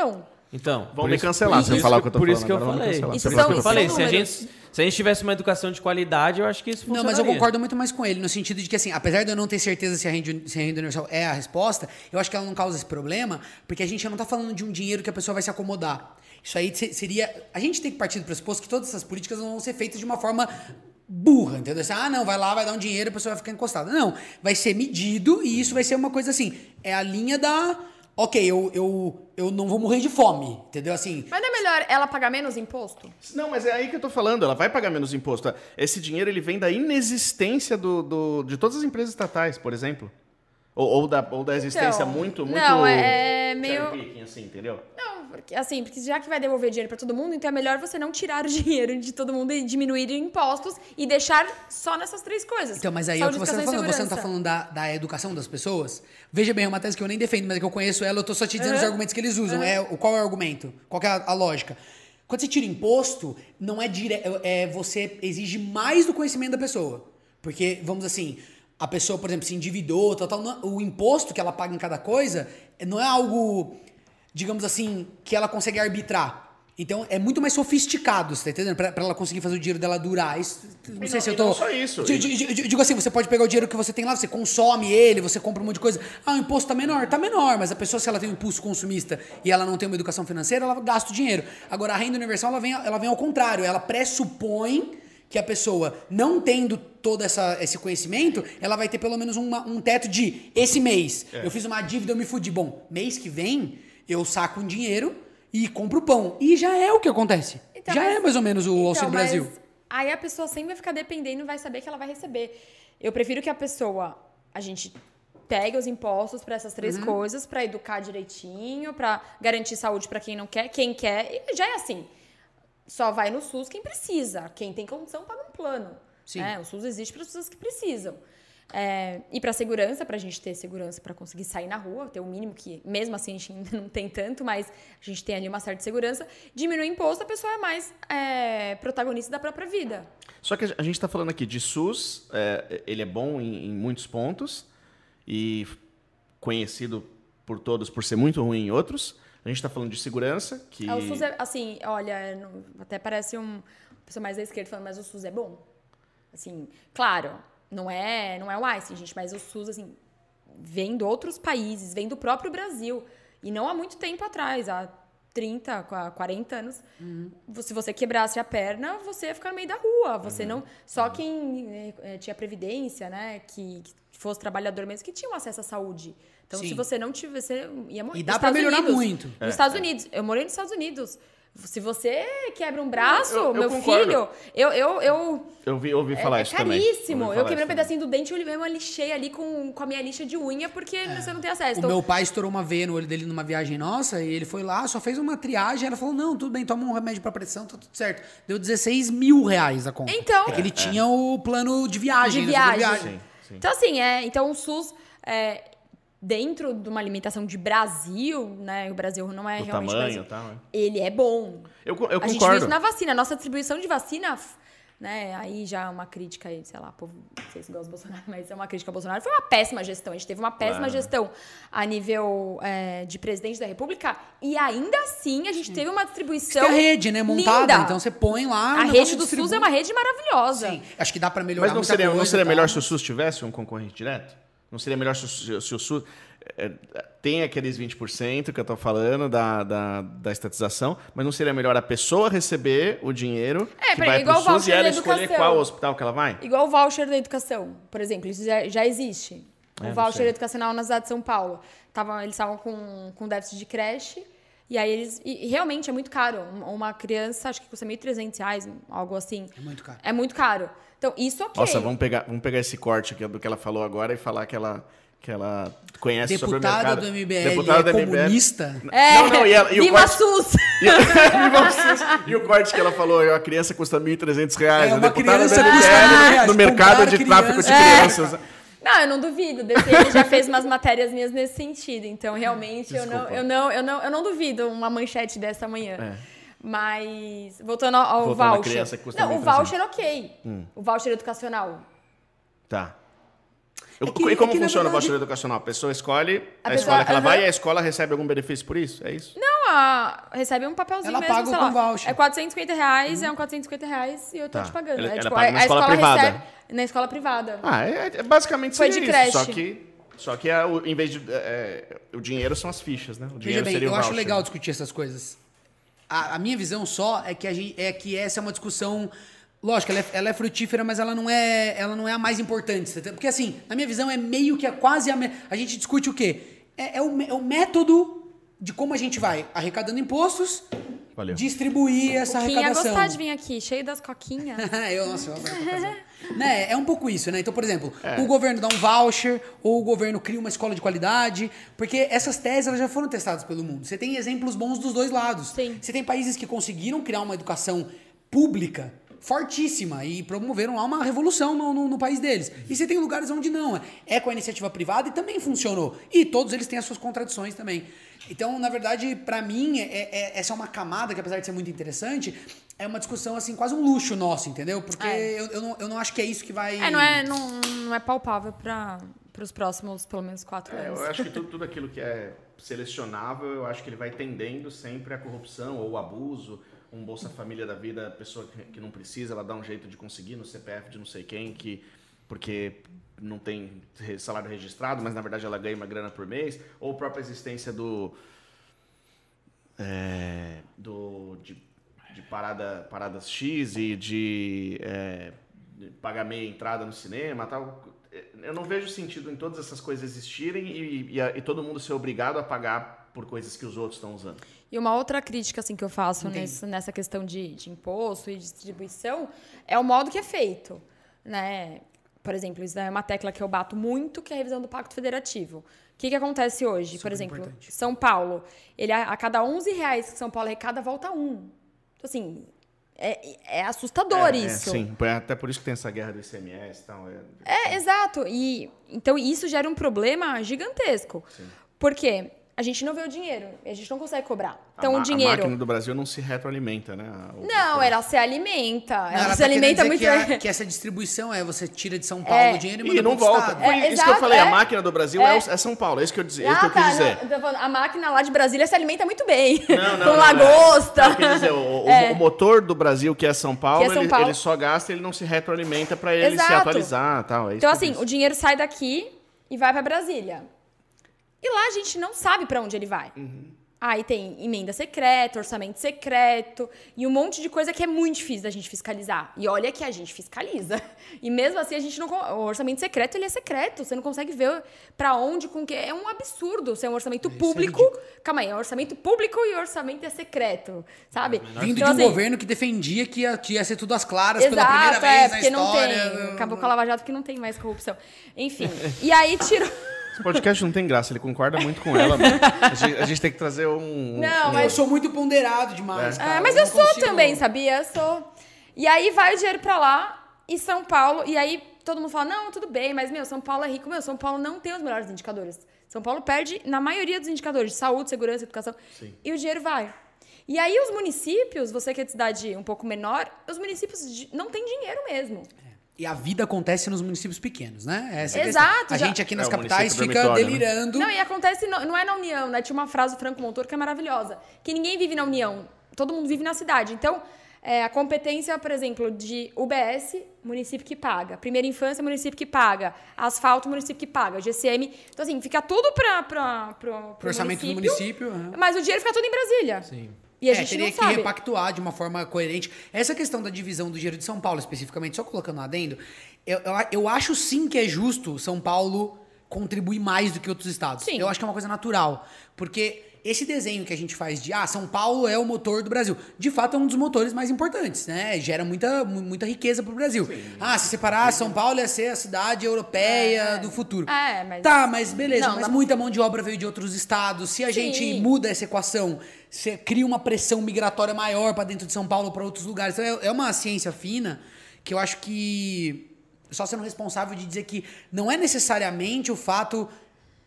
Então, Vão me cancelar se eu falar o que eu tô por falando. isso que eu agora vão me falei. cancelar. Isso Por isso que eu são falei. Se a números. gente tivesse uma educação de qualidade, eu acho que isso Não, funcionaria. mas eu concordo muito mais com ele, no sentido de que, assim, apesar de eu não ter certeza se a renda universal é a resposta, eu acho que ela não causa esse problema, porque a gente não tá falando de um dinheiro que a pessoa vai se acomodar. Isso aí seria... A gente tem que partir do pressuposto que todas essas políticas não vão ser feitas de uma forma burra, entendeu? Assim, não, vai lá, vai dar um dinheiro, a pessoa vai ficar encostada. Não, vai ser medido e isso vai ser uma coisa assim, é a linha da... Ok, eu não vou morrer de fome, entendeu? Assim... Mas não é melhor ela pagar menos imposto? Não, mas é aí que eu tô falando, ela vai pagar menos imposto. Esse dinheiro, ele vem da inexistência de todas as empresas estatais, por exemplo. Ou da existência Então, muito... não, é meio... cherry picking, assim, entendeu? Não, porque já que vai devolver dinheiro pra todo mundo, então é melhor você não tirar o dinheiro de todo mundo e diminuir impostos e deixar só nessas 3 coisas. Então, mas aí é o Saúde, que você tá educação e falando. Você não tá segurança. falando da educação das pessoas? Veja bem, é uma tese que eu nem defendo, mas é que eu conheço ela, eu tô só te dizendo os argumentos que eles usam. Qual é o argumento? Qual que é a lógica? Quando você tira imposto, não é você exige mais do conhecimento da pessoa. Porque, vamos assim, a pessoa, por exemplo, se endividou, o imposto que ela paga em cada coisa não é algo, digamos assim, que ela consegue arbitrar. Então, é muito mais sofisticado, você tá entendendo? Pra ela conseguir fazer o dinheiro dela durar. Não sei se eu tô... Não só isso. Digo assim, você pode pegar o dinheiro que você tem lá, você consome ele, você compra um monte de coisa. O imposto tá menor, mas a pessoa, se ela tem um impulso consumista e ela não tem uma educação financeira, ela gasta o dinheiro. Agora, a renda universal, ela vem ao contrário, ela pressupõe que a pessoa, não tendo todo esse conhecimento, ela vai ter pelo menos um teto de, esse mês, eu fiz uma dívida, eu me fudi. Bom, mês que vem, eu saco um dinheiro e compro pão. E já é o que acontece. Então, já é mais ou menos o Auxílio Brasil. Aí a pessoa sempre vai ficar dependendo e vai saber que ela vai receber. Eu prefiro que a gente pegue os impostos para essas 3 coisas, para educar direitinho, para garantir saúde para quem não quer, quem quer. E já é assim. Só vai no SUS quem precisa. Quem tem condição paga um plano. Sim. O SUS existe para as pessoas que precisam. E para segurança, para a gente ter segurança para conseguir sair na rua, ter o mínimo que, mesmo assim, a gente ainda não tem tanto, mas a gente tem ali uma certa segurança. Diminuir o imposto, a pessoa é mais protagonista da própria vida. Só que a gente está falando aqui de SUS, ele é bom em muitos pontos e conhecido por todos por ser muito ruim em outros. A gente está falando de segurança, que... O SUS é, assim, olha, até parece uma pessoa mais da esquerda falando, mas o SUS é bom. Assim, claro, não é o Einstein, gente, mas o SUS, assim, vem de outros países, vem do próprio Brasil. E não há muito tempo atrás, há 30, 40 anos, se você quebrasse a perna, você ia ficar no meio da rua. Você não... Só quem tinha previdência, né, que fosse trabalhador mesmo, que tinha acesso à saúde. Então, Sim. se você não tiver, você ia morrer. E dá pra melhorar muito. Nos Estados Unidos. Eu morei nos Estados Unidos. Se você quebra um braço, Eu meu concordo. filho, Eu ouvi falar isso também. É caríssimo. Ouvi Eu falar quebrei um isso pedacinho do dente e eu uma lixei ali com a minha lixa de unha, porque você não tem acesso. O Então, meu pai estourou uma veia no olho dele numa viagem nossa, e ele foi lá, só fez uma triagem, ela falou, não, tudo bem, toma um remédio pra pressão, tá tudo certo. Deu 16 mil reais a conta. Então... É que ele tinha o plano de viagem. De né, sobre viagem. Sim. Então, assim, então o SUS... dentro de uma alimentação de Brasil, né? O Brasil não é O realmente tamanho Brasil. e tal, né? Ele é bom. Eu A gente viu concordo. isso na vacina. A nossa distribuição de vacina, né? Aí já uma crítica aí, sei lá, povo, não sei se gosta do Bolsonaro, mas é uma crítica ao Bolsonaro. Foi uma péssima gestão. A gente teve uma péssima gestão a nível de presidente da República e ainda assim a gente teve uma distribuição Tem a rede, né, montada. linda. Então você põe lá... A o rede negócio do distribui. SUS é uma rede maravilhosa. Sim, acho que dá pra melhorar Mas não muita seria coisa e melhor tal. se o SUS tivesse um concorrente direto? Não seria melhor se o SUS... tem aqueles 20% que eu tô falando da estatização, mas não seria melhor a pessoa receber o dinheiro que peraí, vai igual pro o SUS e voucher ela da escolher educação. qual hospital que ela vai? Igual o voucher da educação, por exemplo, isso já existe. O não voucher sei. educacional na cidade de São Paulo. Eles estavam com déficit de creche, e aí e realmente é muito caro. Uma criança, acho que custa R$1.300, algo assim. É muito caro. É muito caro. Então, isso ok. Nossa, vamos pegar esse corte aqui do que ela falou agora e falar que ela conhece sobre o mercado. Deputada do MBL Deputada do MBL. comunista. Não, e o Viva corte... SUS! E o corte que ela falou, a criança custa R$1.300. É, A uma deputada criança do custa MBL R$1.000, no mercado comprar de tráfico de criança. crianças. Não, eu não duvido. Ele já fez umas matérias minhas nesse sentido. Então, realmente, eu não duvido uma manchete dessa manhã. Mas, voltando ao Voltando à voucher. criança que custa Não, o 1.300. voucher ok. O voucher educacional. Tá. E como funciona o voucher educacional? A pessoa escolhe a escola que ela vai e a escola recebe algum benefício por isso? É isso? Não, recebe um papelzinho Ela mesmo, paga sei com lá. voucher. É R$450, é um R$450 e eu tô te pagando. Ela tipo, paga na a escola privada. recebe na escola privada. Basicamente Foi seria de creche. isso. Só que em vez de... o dinheiro são as fichas, né? O Veja dinheiro bem, seria o eu acho voucher. legal discutir essas coisas. A minha visão só é que essa é uma discussão... Lógico, ela é frutífera, mas ela não é a mais importante. Porque assim, na minha visão é meio que quase... A gente discute o quê? É o método de como a gente vai arrecadando impostos, distribuir essa arrecadação. Ia gostar de vir aqui, cheio das coquinhas. eu adoro coquinha. Né? É um pouco isso, né? Então, por exemplo, o governo dá um voucher, ou o governo cria uma escola de qualidade, porque essas teses elas já foram testadas pelo mundo. Você tem exemplos bons dos dois lados. Sim. Você tem países que conseguiram criar uma educação pública fortíssima e promoveram lá uma revolução no país deles. E você tem lugares onde não. É com a iniciativa privada e também funcionou. E todos eles têm as suas contradições também. Então, na verdade, para mim, essa é uma camada que, apesar de ser muito interessante, é uma discussão, assim, quase um luxo nosso, entendeu? Porque eu não acho que é isso que vai... Não é palpável para os próximos, pelo menos, 4 anos. Eu acho que tudo aquilo que é selecionável, eu acho que ele vai tendendo sempre à corrupção ou abuso. Um Bolsa Família da vida, a pessoa que não precisa, ela dá um jeito de conseguir no CPF de não sei quem, porque não tem salário registrado, mas na verdade ela ganha uma grana por mês, ou a própria existência de paradas X e de pagar meia entrada no cinema, tal. Eu não vejo sentido em todas essas coisas existirem e todo mundo ser obrigado a pagar por coisas que os outros estão usando. E uma outra crítica assim, que eu faço nessa questão de imposto e distribuição é o modo que é feito, né? Por exemplo, isso é uma tecla que eu bato muito, que é a revisão do Pacto Federativo. O que acontece hoje? Por exemplo, importante. São Paulo, ele a cada R$11 que São Paulo arrecada, volta 1. Então, assim, é assustador isso. Sim, até por isso que tem essa guerra do ICMS e tal. Exato. Então, isso gera um problema gigantesco. Sim. Por quê? A gente não vê o dinheiro, a gente não consegue cobrar. Então, o dinheiro... A máquina do Brasil não se retroalimenta, né? Ela se alimenta. Ela se tá alimenta muito... que essa distribuição você tira de São Paulo o dinheiro e manda não pro volta. Estado. Foi isso que eu falei, a máquina do Brasil é São Paulo, é isso que eu quis dizer. A máquina lá de Brasília se alimenta muito bem. Não, com lagosta. Eu quis dizer, o motor do Brasil, que é São Paulo, ele só gasta, ele não se retroalimenta para ele se atualizar. Tal. Então, assim, o dinheiro sai daqui e vai para Brasília. E lá a gente não sabe para onde ele vai. Aí tem emenda secreta, orçamento secreto e um monte de coisa que é muito difícil da gente fiscalizar. E olha que a gente fiscaliza. E mesmo assim a gente não... O orçamento secreto, ele é secreto. Você não consegue ver para onde, com que... É um absurdo ser um orçamento público. Calma aí, é um orçamento público e o orçamento é secreto, sabe? Vindo de um governo que defendia que ia ser tudo às claras pela primeira vez na história. Não tem. Acabou com a Lava Jato porque não tem mais corrupção. Enfim. E aí tirou... Esse podcast não tem graça, ele concorda muito com ela. A gente tem que trazer Não, mas... Eu sou muito ponderado demais, cara. Mas eu sou também, sabia? Eu sou. E aí vai o dinheiro pra lá, e São Paulo... E aí todo mundo fala, não, tudo bem, mas, São Paulo é rico. São Paulo não tem os melhores indicadores. São Paulo perde na maioria dos indicadores de saúde, segurança, educação. Sim. E o dinheiro vai. E aí os municípios, você que é de cidade um pouco menor, os municípios não têm dinheiro mesmo. E a vida acontece nos municípios pequenos, né? Exato. A gente aqui nas capitais fica delirando. Não, e acontece, não é na União, né? Tinha uma frase do Franco Montoro que é maravilhosa. Que ninguém vive na União, todo mundo vive na cidade. Então, a competência, por exemplo, de UBS, município que paga. Primeira infância, município que paga. Asfalto, município que paga. GCM. Então, assim, fica tudo pro orçamento do município. Mas o dinheiro fica tudo em Brasília. Sim. E a gente teria não que sabe. repactuar de uma forma coerente. Essa questão da divisão do dinheiro de São Paulo, especificamente, só colocando um adendo, eu acho sim que é justo São Paulo contribuir mais do que outros estados. Sim. Eu acho que é uma coisa natural. Porque esse desenho que a gente faz de São Paulo é o motor do Brasil. De fato, é um dos motores mais importantes, né? Gera muita riqueza pro Brasil. Sim. Se separar, São Paulo ia ser a cidade europeia do futuro. Mas... Tá, mas beleza. Mas muita mão de obra veio de outros estados. Se a gente muda essa equação, você cria uma pressão migratória maior para dentro de São Paulo, para outros lugares. Então, é uma ciência fina que eu acho que... Só sendo responsável de dizer que não é necessariamente o fato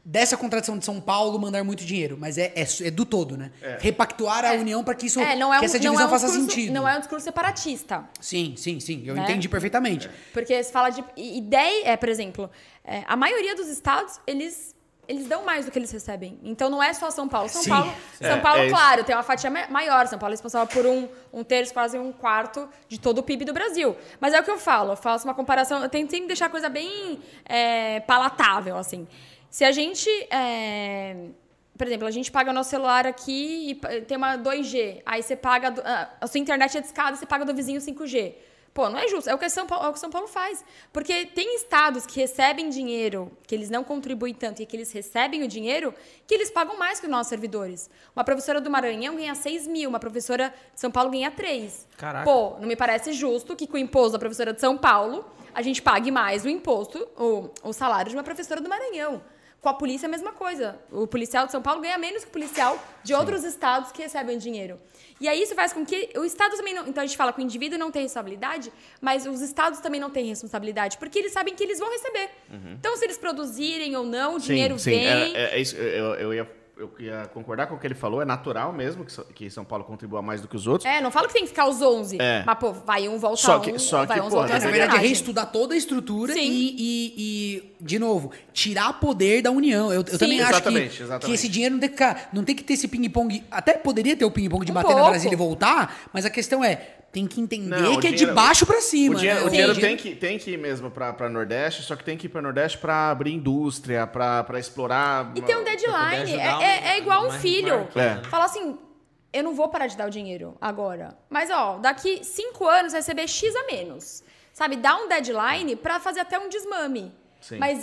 dessa contradição de São Paulo mandar muito dinheiro, mas é do todo, né? Repactuar a União para que isso que essa divisão faça sentido. Não é um discurso separatista. Sim. Eu entendi perfeitamente. Porque se fala de ideia, por exemplo, a maioria dos estados, eles dão mais do que eles recebem. Então não é só São Paulo. São Paulo, claro, tem uma fatia maior. São Paulo é responsável por um terço, quase um quarto de todo o PIB do Brasil. Mas é o que eu falo. Eu faço uma comparação. Eu tento sempre deixar a coisa bem palatável, assim. Se a gente... por exemplo, a gente paga o nosso celular aqui e tem uma 2G. Aí você paga... a sua internet é discada, você paga do vizinho 5G. Pô, não é justo. É o que São Paulo faz. Porque tem estados que recebem dinheiro, que eles não contribuem tanto e que eles recebem o dinheiro, que eles pagam mais que os nossos servidores. Uma professora do Maranhão ganha 6 mil, uma professora de São Paulo ganha 3. Caraca. Pô, não me parece justo que com o imposto da professora de São Paulo, a gente pague mais o imposto, o salário de uma professora do Maranhão. Com a polícia, a mesma coisa. O policial de São Paulo ganha menos que o policial de outros estados que recebem dinheiro. E aí isso faz com que o Estado também não... Então a gente fala que o indivíduo não tem responsabilidade, mas os estados também não têm responsabilidade, porque eles sabem que eles vão receber. Então, se eles produzirem ou não, o dinheiro vem... Isso, eu ia concordar com o que ele falou, é natural mesmo que São Paulo contribua mais do que os outros. Não falo que tem que ficar os 11, mas, pô, vai um, volta só um, que, vai 11, volta na verdade, é reestudar toda a estrutura e, de novo, tirar poder da União. Eu também acho que esse dinheiro não tem que ter esse ping-pong. Até poderia ter o ping-pong de bater na Brasília e voltar, mas a questão tem que entender que é de baixo pra cima. O dinheiro tem que ir mesmo pra Nordeste, só que tem que ir pra Nordeste pra abrir indústria, pra explorar... E tem um deadline. É igual um filho. Fala assim, eu não vou parar de dar o dinheiro agora. Mas, daqui 5 anos vai receber X a menos. Sabe, dá um deadline pra fazer até um desmame. Sim. Mas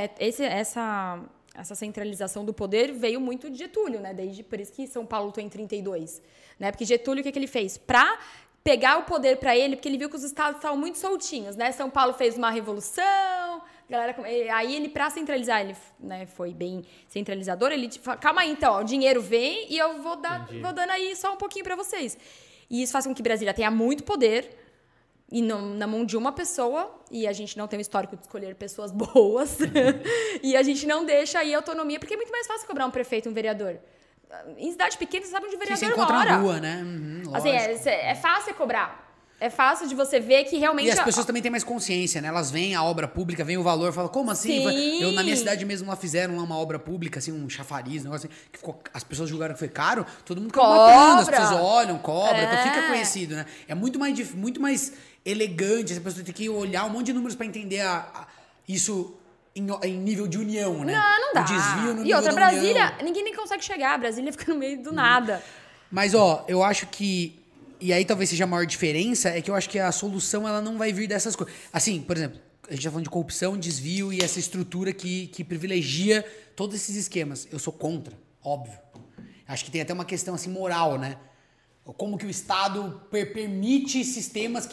essa centralização do poder veio muito de Getúlio, né? Por isso que São Paulo lutou em 32. Né? Porque Getúlio, o que ele fez? Pra pegar o poder para ele, porque ele viu que os estados estavam muito soltinhos, né? São Paulo fez uma revolução, aí ele, para centralizar, ele, né, foi bem centralizador, ele falou, calma aí, então, o dinheiro vem e eu vou dando aí só um pouquinho para vocês. E isso faz com que Brasília tenha muito poder e na mão de uma pessoa, e a gente não tem o histórico de escolher pessoas boas, e a gente não deixa aí autonomia, porque é muito mais fácil cobrar um prefeito, um vereador. Em cidade pequena, você sabe onde o vereador mora. Você encontra na rua, né? Assim, é fácil cobrar. É fácil de você ver que realmente... E as pessoas também têm mais consciência, né? Elas veem a obra pública, veem o valor, falam, como assim? Sim. Na minha cidade mesmo, lá fizeram uma obra pública, assim, um chafariz, um negócio assim, que as pessoas julgaram que foi caro, todo mundo ficou matando, as pessoas olham, cobram, então fica conhecido, né? É muito mais elegante, as pessoas têm que olhar um monte de números pra entender isso... Em nível de união, né? Não dá. O desvio no e nível outra, da Brasília, união. ninguém nem consegue chegar. Brasília fica no meio do nada. Mas, eu acho que... E aí talvez seja a maior diferença, é que eu acho que a solução ela não vai vir dessas coisas. Assim, por exemplo, a gente tá falando de corrupção, desvio e essa estrutura que privilegia todos esses esquemas. Eu sou contra, óbvio. Acho que tem até uma questão assim moral, né? Como que o Estado permite sistemas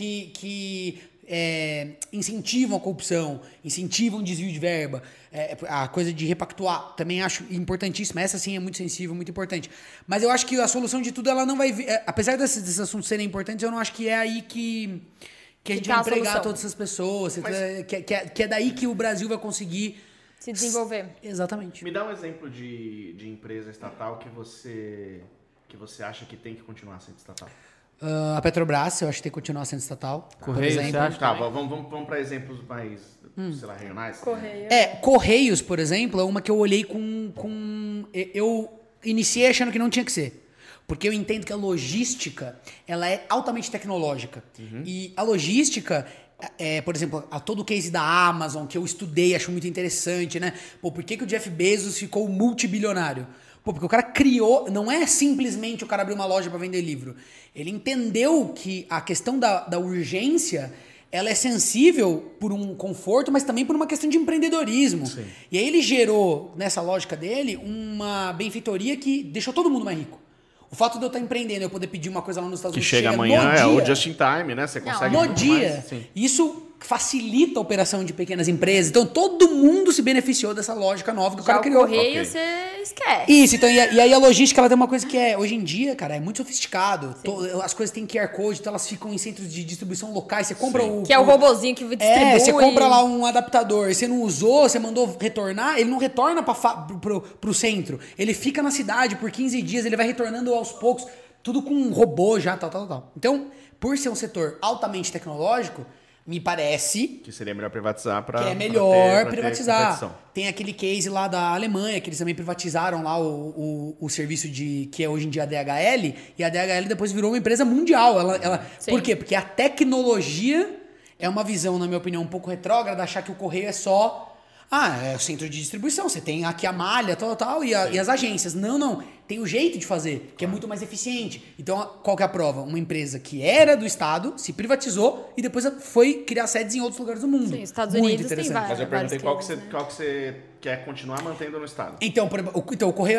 que incentivam a corrupção, incentivam o desvio de verba, a coisa de repactuar, também acho importantíssima. Essa sim é muito sensível, muito importante. Mas eu acho que a solução de tudo, ela não vai vir... apesar desses assuntos serem importantes, eu não acho que é aí que a gente vai empregar todas essas pessoas, que é daí que o Brasil vai conseguir... Se desenvolver. Exatamente. Me dá um exemplo de empresa estatal que você acha que tem que continuar sendo estatal. A Petrobras, eu acho que tem que continuar sendo estatal. Correios, por exemplo. você acha? Tá, vamos para exemplos mais, sei lá, regionais. Correios, por exemplo, é uma que eu olhei eu iniciei achando que não tinha que ser. Porque eu entendo que a logística, ela é altamente tecnológica. E a logística... por exemplo, todo o case da Amazon, que eu estudei, acho muito interessante, né? Por que o Jeff Bezos ficou multibilionário? Porque o cara criou... Não é simplesmente o cara abrir uma loja para vender livro. Ele entendeu que a questão da urgência, ela é sensível por um conforto, mas também por uma questão de empreendedorismo. Sim. E aí ele gerou, nessa lógica dele, uma benfeitoria que deixou todo mundo mais rico. O fato de eu estar empreendendo, eu poder pedir uma coisa lá nos Estados Unidos... Que chega amanhã, é o just in time, né? Você consegue... No dia. Isso, facilita a operação de pequenas empresas. Então, todo mundo se beneficiou dessa lógica nova que o cara criou. O correio, Ok. você esquece. Isso, então, e aí a logística, ela tem uma coisa que hoje em dia, cara, é muito sofisticado. As coisas têm QR Code, então elas ficam em centros de distribuição locais. Você compra Que é o robozinho que distribui. você compra lá um adaptador, você não usou, você mandou retornar, ele não retorna pro centro. Ele fica na cidade por 15 dias, ele vai retornando aos poucos, tudo com um robô já, tal. Então, por ser um setor altamente tecnológico, me parece Que seria melhor privatizar para que é melhor ter privatizar. competição. Tem aquele case lá da Alemanha, que eles também privatizaram lá o serviço que é hoje em dia a DHL, e a DHL depois virou uma empresa mundial. Sim. Por quê? Porque a tecnologia é uma visão, na minha opinião, um pouco retrógrada, achar que o correio é só... é o centro de distribuição, você tem aqui a malha, tal, e as agências. Não. Tem o jeito de fazer, que é muito mais eficiente. Então, qual que é a prova? Uma empresa que era do Estado, se privatizou e depois foi criar sedes em outros lugares do mundo. Sim, Estados Muito Unidos tem interessante. Mas eu perguntei qual que, cases, né? você quer continuar mantendo no Estado. Então, o correio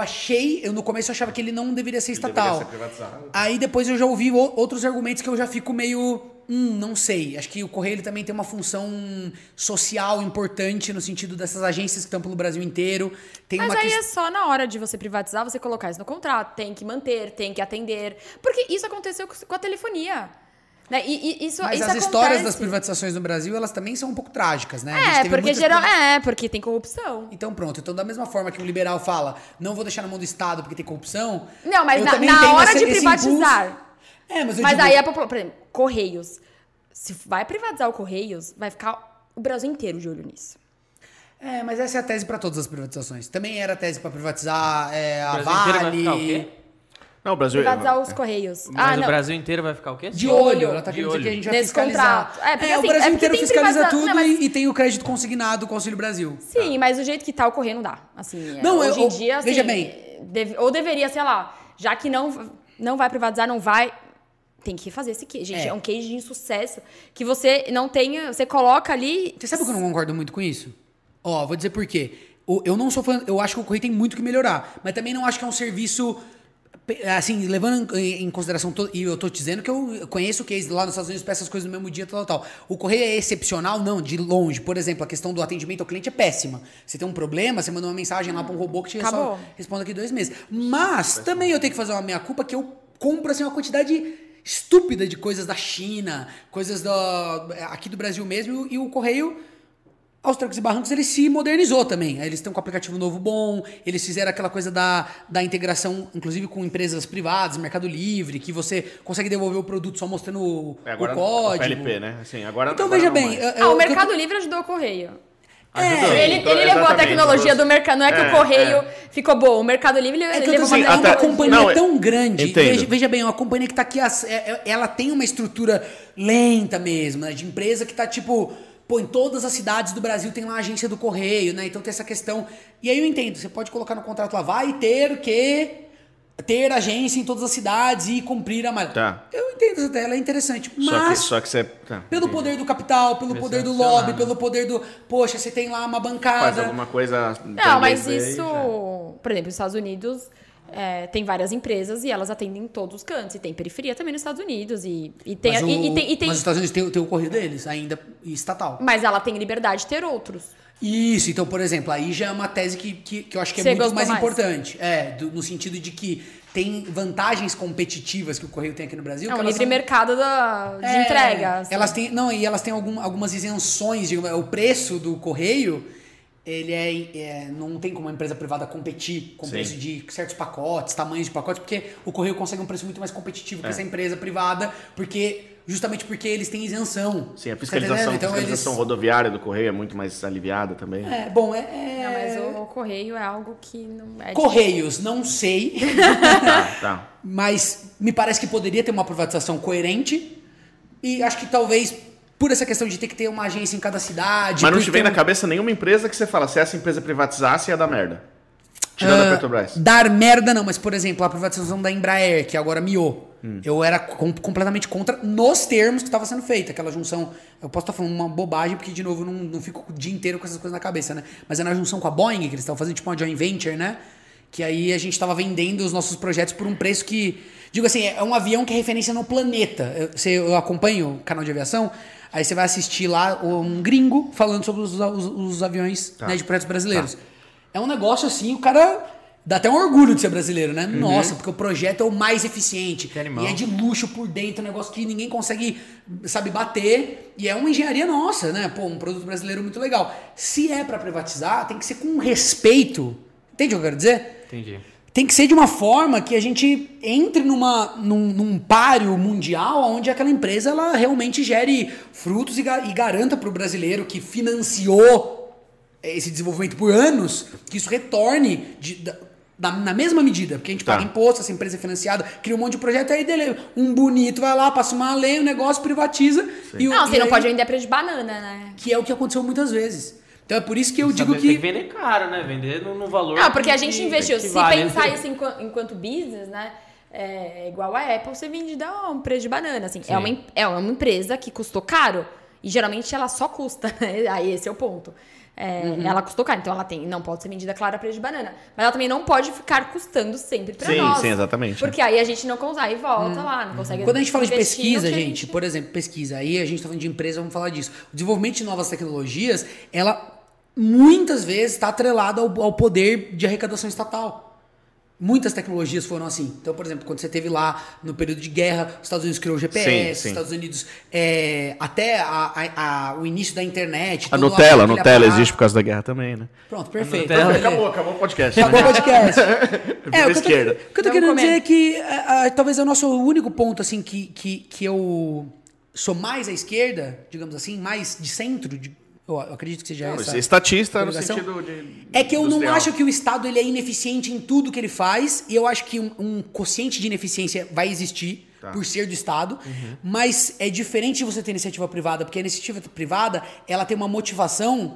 eu no começo achava que ele não deveria ser estatal. Deveria ser privatizado. Aí depois eu já ouvi outros argumentos que eu já fico meio... não sei. Acho que o correio ele também tem uma função social importante no sentido dessas agências que estão pelo Brasil inteiro. Mas aí é só na hora de você privatizar, você colocar isso no contrato. Tem que manter, tem que atender. Porque isso aconteceu com a telefonia. Né? Isso Mas isso as acontece. histórias das privatizações no Brasil, elas também são um pouco trágicas, né? A gente teve porque muitas porque tem corrupção. Então pronto. Então da mesma forma que um liberal fala, não vou deixar na mão do Estado porque tem corrupção... Não, mas eu na também tenho hora de esse privatizar. impulso. Mas eu Mas digo, aí por exemplo, Correios. Se vai privatizar o Correios, vai ficar o Brasil inteiro de olho nisso. mas essa é a tese para todas as privatizações. Também era a tese para privatizar a O Brasil inteiro vai Vale... ficar o quê? Não, o Brasil... Privatizar os Correios. Mas o não. Brasil inteiro vai ficar o quê? De olho, ela tá De querendo dizer olho. que a gente vai Nesse fiscalizar. contrato. Porque, o assim, Brasil porque inteiro tem fiscaliza privatiza- tudo Não, mas- e tem o crédito consignado com o Auxílio Brasil. Sim, mas do jeito que tá o Correio não dá. Assim, Não, hoje em dia, assim, veja bem. ou deveria, sei lá, já que não vai privatizar, não vai... Tem que fazer esse case. Gente, é um case de insucesso que você não tenha... Você coloca ali... Você sabe que eu não concordo muito com isso? Vou dizer por quê. Eu não sou fã... Eu acho que o Correio tem muito que melhorar. Mas também não acho que é um serviço... Assim, levando em consideração... E eu tô te dizendo que eu conheço o case lá nos Estados Unidos para essas coisas no mesmo dia, tal. O Correio é excepcional? Não, de longe. Por exemplo, a questão do atendimento ao cliente é péssima. Você tem um problema, você manda uma mensagem lá para um robô que te Acabou. responde aqui 2 meses. Mas também eu tenho que fazer uma meia-culpa que eu compro assim, uma quantidade... estúpida de coisas da China, coisas aqui do Brasil mesmo, e o Correio, aos trancos e barrancos, ele se modernizou também. Eles estão com um aplicativo novo bom, eles fizeram aquela coisa da integração, inclusive com empresas privadas, Mercado Livre, que você consegue devolver o produto só mostrando o Agora código. o PLP, né? Assim, agora, Então agora veja não bem... mais. o Mercado Livre ajudou o Correio. Ajudou. Ele levou a Exatamente. tecnologia do mercado. Não é que o Correio ficou bom. O Mercado Livre É que eu tô levou dizendo, uma é uma até- companhia Não, tão grande. entendo. Veja bem, é uma companhia que tá aqui, ela tem uma estrutura lenta mesmo, né? De empresa que tá tipo, em todas as cidades do Brasil tem lá a agência do Correio, né? Então tem essa questão. E aí eu entendo, você pode colocar no contrato lá, vai ter agência em todas as cidades e cumprir a malha. Tá. Eu entendo essa ideia, ela é interessante, mas... Só que você... Tá, Pelo entendi. poder do capital, pelo poder do funcionar, lobby, né? pelo poder do... Poxa, você tem lá uma Faz bancada... alguma coisa... Não, mas aí, isso... já. Por exemplo, nos Estados Unidos tem várias empresas e elas atendem em todos os cantos. E tem periferia também nos Estados Unidos. E tem... Mas, e tem mas os Estados Unidos tem o correio deles, ainda estatal. mas ela tem liberdade de ter outros. Isso, então, por exemplo, aí já é uma tese que eu acho que é Você muito gostou mais mais? importante. No sentido de que tem vantagens competitivas que o Correio tem aqui no Brasil. É que um elas livre são- mercado de entrega. assim. Elas têm, não, e elas têm algumas isenções. O preço do Correio, ele não tem como uma empresa privada competir com o Sim. preço de certos pacotes, tamanhos de pacotes, porque o Correio consegue um preço muito mais competitivo que essa empresa privada, justamente porque eles têm isenção. Sim, a Tá fiscalização, entendendo? Então, fiscalização rodoviária do Correio é muito mais aliviada também. Não, mas o correio é algo que não é... Correios, não sei. Tá. Mas me parece que poderia ter uma privatização coerente. E acho que talvez, por essa questão de ter que ter uma agência em cada cidade... Mas não por te vem ter na cabeça nenhuma empresa que você fala, se essa empresa privatizasse, ia dar merda. Tirando a Petrobras. Dar merda não, mas por exemplo, a privatização da Embraer, que agora miou. Eu era completamente contra nos termos que estava sendo feita. Aquela junção... Eu posso estar falando uma bobagem, porque, de novo, eu não fico o dia inteiro com essas coisas na cabeça, né? Mas é na junção com a Boeing, que eles estavam fazendo tipo uma joint venture, né? Que aí a gente estava vendendo os nossos projetos por um preço que... Digo assim, é um avião que é referência no planeta. Eu acompanho o canal de aviação. Aí você vai assistir lá um gringo falando sobre os aviões, né, de projetos brasileiros. É um negócio assim, o cara dá até um orgulho de ser brasileiro, né? Nossa, porque o projeto é o mais eficiente. E é de luxo por dentro, um negócio que ninguém consegue, sabe, bater. E é uma engenharia nossa, né? Pô, um produto brasileiro muito legal. Se é pra privatizar, tem que ser com respeito. Entende o que eu quero dizer? Entendi. Tem que ser de uma forma que a gente entre num páreo mundial onde aquela empresa ela realmente gere frutos e garanta para o brasileiro que financiou esse desenvolvimento por anos, que isso retorne na mesma medida. Porque a gente paga imposto, essa empresa é financiada, cria um monte de projeto, aí dele, um bonito vai lá, passa uma lei, o negócio privatiza. Você não pode vender preço de banana, né? Que é o que aconteceu muitas vezes. Então é por isso que eu digo que... Tem que vender caro, né? Vender no valor... Não, porque a gente investiu. Se vale, pensar isso enquanto business, né? É igual a Apple, você vende a um preço de banana. Assim, é uma empresa que custou caro. E geralmente ela só custa, né? Aí esse é o ponto. Ela custou caro, então ela não pode ser vendida, claro, a preço de banana. Mas ela também não pode ficar custando sempre pra nós. Sim, exatamente. Porque aí a gente não consegue, volta lá, não consegue. Quando a gente fala de pesquisa, gente, por exemplo, pesquisa, aí a gente tá falando de empresa, vamos falar disso. O desenvolvimento de novas tecnologias, ela muitas vezes está atrelado ao poder de arrecadação estatal. Muitas tecnologias foram assim. Então, por exemplo, quando você teve lá no período de guerra, os Estados Unidos criou o GPS, os Estados Unidos até o início da internet. A Nutella existe por causa da guerra também, né? Pronto, perfeito. Acabou o podcast. Acabou o podcast. O que eu tô querendo dizer é que talvez é o nosso único ponto assim que eu sou mais à esquerda, digamos assim, mais de centro, eu acredito que seja essa. Estatista no sentido de... É que eu não acho que o Estado ele é ineficiente em tudo que ele faz. E eu acho que um quociente de ineficiência vai existir por ser do Estado. Mas é diferente de você ter iniciativa privada. Porque a iniciativa privada ela tem uma motivação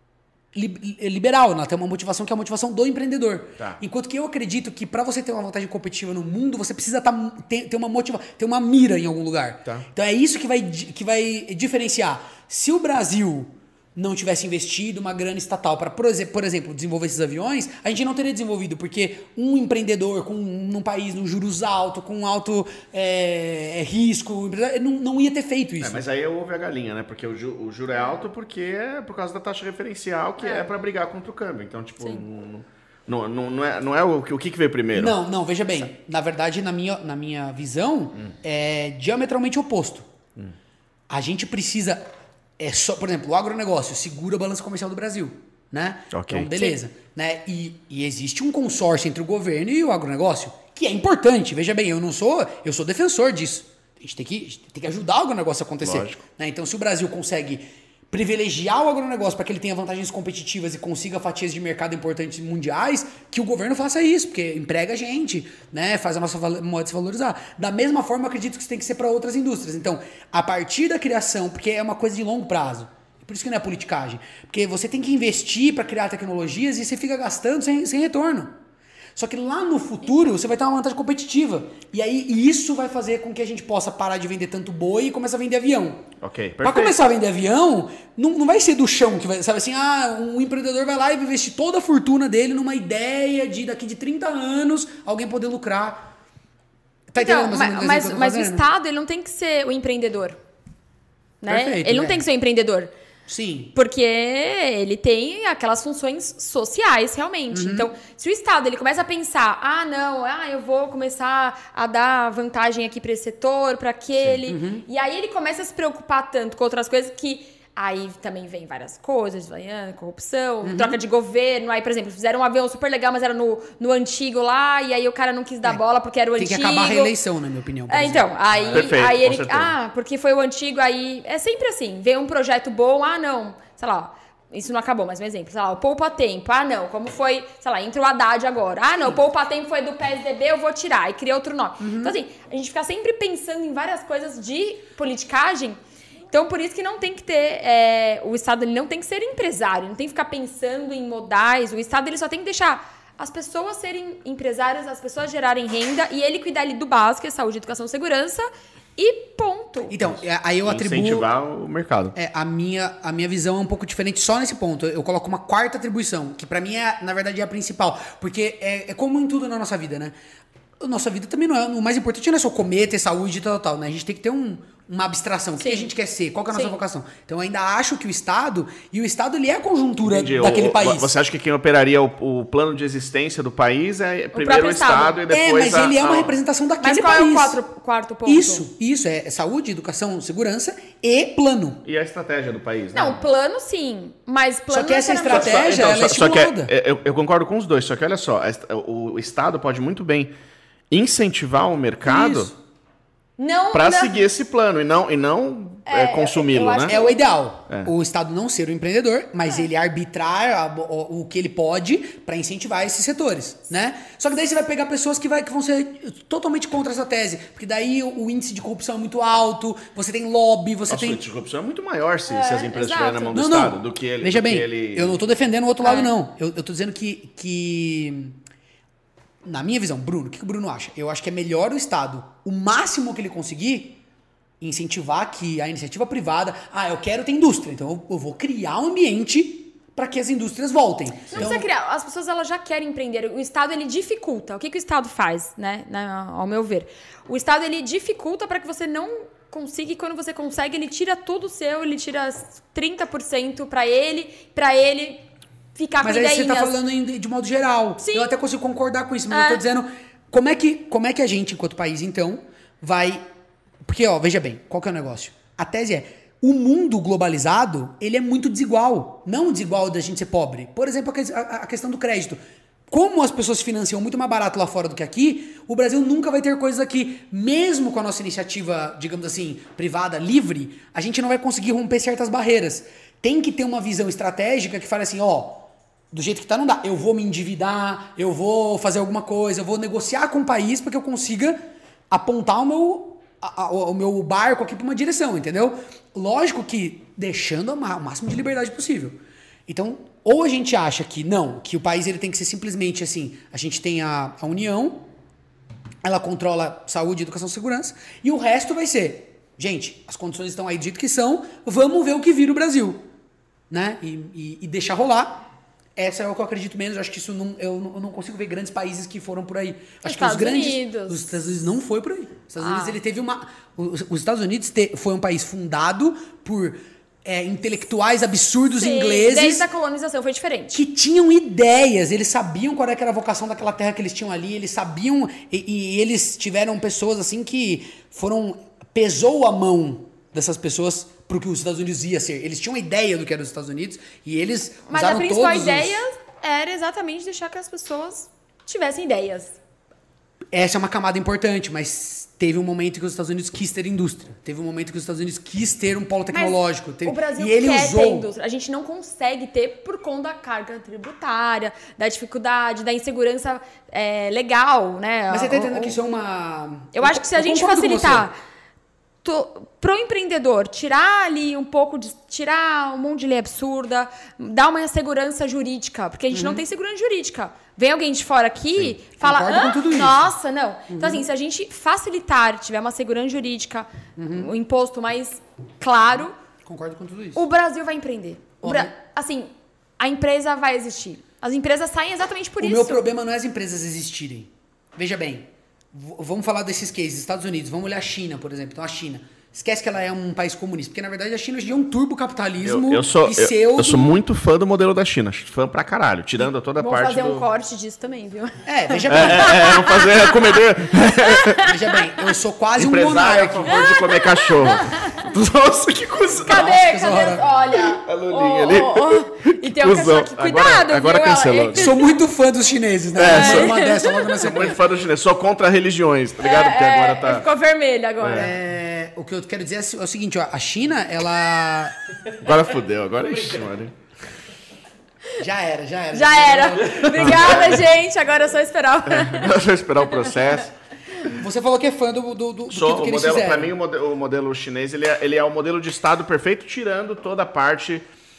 liberal. Ela tem uma motivação que é a motivação do empreendedor. Enquanto que eu acredito que para você ter uma vantagem competitiva no mundo, você precisa ter uma motivação, ter uma mira em algum lugar. Então é isso que vai diferenciar. Se o Brasil não tivesse investido uma grana estatal para, por exemplo, desenvolver esses aviões, a gente não teria desenvolvido, porque um empreendedor num país com juros altos, com alto risco, não ia ter feito isso. Mas aí houve a galinha, né? Porque o juro é alto porque é por causa da taxa referencial, que é para brigar contra o câmbio. Então, tipo, não é o que veio primeiro. Não, veja bem. Na verdade, na minha visão, é diametralmente oposto. A gente precisa... por exemplo, o agronegócio segura a balança comercial do Brasil, né? Okay. Então, beleza. Né? E existe um consórcio entre o governo e o agronegócio, que é importante. Veja bem, eu sou defensor disso. A gente tem que ajudar o agronegócio a acontecer. Lógico. Né? Então, se o Brasil consegue privilegiar o agronegócio para que ele tenha vantagens competitivas e consiga fatias de mercado importantes mundiais, que o governo faça isso, porque emprega a gente, né? Faz a nossa moeda se valorizar. Da mesma forma, eu acredito que isso tem que ser para outras indústrias. Então, a partir da criação, porque é uma coisa de longo prazo, por isso que não é politicagem, porque você tem que investir para criar tecnologias e você fica gastando sem retorno. Só que lá no futuro você vai ter uma vantagem competitiva. E aí isso vai fazer com que a gente possa parar de vender tanto boi e começar a vender avião. Ok, perfeito. Para começar a vender avião, não vai ser do chão que vai... Sabe assim, um empreendedor vai lá e vai investir toda a fortuna dele numa ideia de daqui de 30 anos alguém poder lucrar. Tá entendendo? Mas o Estado ele não tem que ser o empreendedor. Né? Perfeito, ele não tem que ser o empreendedor. Sim. Porque ele tem aquelas funções sociais, realmente. Então, se o Estado ele começa a pensar, eu vou começar a dar vantagem aqui para esse setor, para aquele. E aí ele começa a se preocupar tanto com outras coisas que... Aí também vem várias coisas, corrupção, troca de governo. Aí, por exemplo, fizeram um avião super legal, mas era no antigo lá, e aí o cara não quis dar bola porque era o antigo. Tem que acabar a reeleição, na minha opinião. Então, Perfeito, aí ele... certeza. Porque foi o antigo, aí... É sempre assim, vem um projeto bom, sei lá, isso não acabou, mas um exemplo, sei lá, o Poupa Tempo, como foi, sei lá, entra o Haddad agora. O Poupa Tempo foi do PSDB, eu vou tirar, e cria outro nome. Então, assim, a gente fica sempre pensando em várias coisas de politicagem. Então, por isso que não tem que ter... o Estado ele não tem que ser empresário, não tem que ficar pensando em modais. O Estado ele só tem que deixar as pessoas serem empresárias, as pessoas gerarem renda e ele cuidar ali do básico, que é saúde, educação, segurança e ponto. Então, aí eu atribuo... Incentivar o mercado. A minha visão é um pouco diferente só nesse ponto. Eu coloco uma quarta atribuição, que pra mim, na verdade, é a principal. Porque é como em tudo na nossa vida, né? A nossa vida também não é... O mais importante não é só comer, ter saúde e tal, né? A gente tem que ter um uma abstração. O que Sim. a gente quer ser? Qual que é a nossa Sim. vocação? Então eu ainda acho que o Estado ele é a conjuntura Entendi. daquele país. Você acha que quem operaria o plano de existência do país é primeiro próprio o Estado e depois mas ele é uma representação daquele Mas qual país. é o quarto ponto? Isso. É saúde, educação, segurança e plano. E a estratégia do país, né? Não, plano sim, mas plano Só que essa necessariamente- estratégia, ela é só que estimulada. eu concordo com os dois, só que olha só, o Estado pode muito bem incentivar o mercado Isso. Não, para não. seguir esse plano e não consumi-lo, eu acho né? É o ideal. É. O Estado não ser o empreendedor, mas ele arbitrar o que ele pode para incentivar esses setores, né? Só que daí você vai pegar pessoas que vão ser totalmente contra essa tese, porque daí o índice de corrupção é muito alto, você tem lobby, você Nossa, tem... o índice de corrupção é muito maior se as empresas exato. estiverem na mão do Não, Estado não. do que ele. Veja do bem, que ele... eu não tô defendendo o outro lado, não. Eu tô dizendo que na minha visão, Bruno, o que o Bruno acha? Eu acho que é melhor o Estado, o máximo que ele conseguir, incentivar que a iniciativa privada... eu quero ter indústria, então eu vou criar um ambiente para que as indústrias voltem. Não Então, precisa criar. As pessoas elas já querem empreender. O Estado ele dificulta. O que o Estado faz, né? Ao meu ver, o Estado ele dificulta para que você não consiga. E quando você consegue, ele tira tudo seu. Ele tira 30% para ele ficar mas com aí ideinhas. você tá falando de modo geral. Sim. Eu até consigo concordar com isso, mas eu tô dizendo como é que a gente, enquanto país, então, vai... Porque, veja bem, qual que é o negócio? A tese é, o mundo globalizado, ele é muito desigual. Não desigual da gente ser pobre. Por exemplo, a questão do crédito. Como as pessoas financiam muito mais barato lá fora do que aqui, o Brasil nunca vai ter coisas aqui. Mesmo com a nossa iniciativa, digamos assim, privada, livre, a gente não vai conseguir romper certas barreiras. Tem que ter uma visão estratégica que fale assim, do jeito que tá, não dá. Eu vou me endividar, eu vou fazer alguma coisa, eu vou negociar com o país para que eu consiga apontar o meu barco aqui para uma direção, entendeu? Lógico que deixando o máximo de liberdade possível. Então, ou a gente acha que não, que o país ele tem que ser simplesmente assim, a gente tem a União, ela controla saúde, educação e segurança, e o resto vai ser, gente, as condições estão aí do jeito que são, vamos ver o que vira o Brasil, né? E deixar rolar. Essa é o que eu acredito menos. Eu acho que isso eu não consigo ver grandes países que foram por aí. Acho que os Estados Unidos não foi por aí. Os Estados Unidos ele teve os Estados Unidos foi um país fundado por intelectuais absurdos ingleses. Desde a colonização foi diferente. Que tinham ideias, eles sabiam qual era a vocação daquela terra que eles tinham ali, eles sabiam e eles tiveram pessoas assim que pesou a mão dessas pessoas pro que os Estados Unidos ia ser. Eles tinham uma ideia do que era os Estados Unidos e eles Mas usaram a principal todos ideia era exatamente deixar que as pessoas tivessem ideias. Essa é uma camada importante, mas teve um momento que os Estados Unidos quis ter indústria. Teve um momento que os Estados Unidos quis ter um polo tecnológico. O Brasil e ele quer usou... ter indústria. A gente não consegue ter por conta da carga tributária, da dificuldade, da insegurança legal, né? Mas você tá entendendo que isso é uma... Eu acho que se a gente concordo com facilitar pro empreendedor, tirar ali um pouco tirar um monte de lei absurda, dar uma segurança jurídica, porque a gente não tem segurança jurídica. Vem alguém de fora aqui, fala, Concordo com tudo isso. nossa, não. Então, assim, se a gente facilitar, tiver uma segurança jurídica, um imposto mais claro, Concordo com tudo isso. o Brasil vai empreender. Assim, a empresa vai existir. As empresas saem exatamente por O isso. meu problema não é as empresas existirem. Veja bem, vamos falar desses cases. Estados Unidos, vamos olhar a China, por exemplo. Então, a China. Esquece que ela é um país comunista, porque na verdade a China hoje é um turbocapitalismo Eu sou muito fã do modelo da China. Fã pra caralho. Tirando toda a Vamos parte fazer do... um corte disso também, viu? Veja bem. Vamos fazer comedor. Veja bem, eu sou quase um Empresário a monarca. favor de comer cachorro. Nossa, que cuzão. Cadê? Zora. Olha. A Lulinha ali. E tem um cachorro aqui. Cuidado, agora viu? cancelou. Sou muito fã dos chineses, né? sou- Uma dessa logo na Sou muito sequência. fã do chinês. Sou contra religiões, tá ligado? Porque agora tá... Ficou vermelho agora. O que eu quero dizer é o seguinte, ó, a China, ela... Agora fudeu. Agora ixi, mano. Já era. Já era. Obrigada, gente. Agora é só esperar. Agora é só esperar o processo. Você falou que é fã do Só que o eles modelo, fizeram. pra mim, o modelo chinês, ele é o modelo de Estado perfeito, tirando toda a parte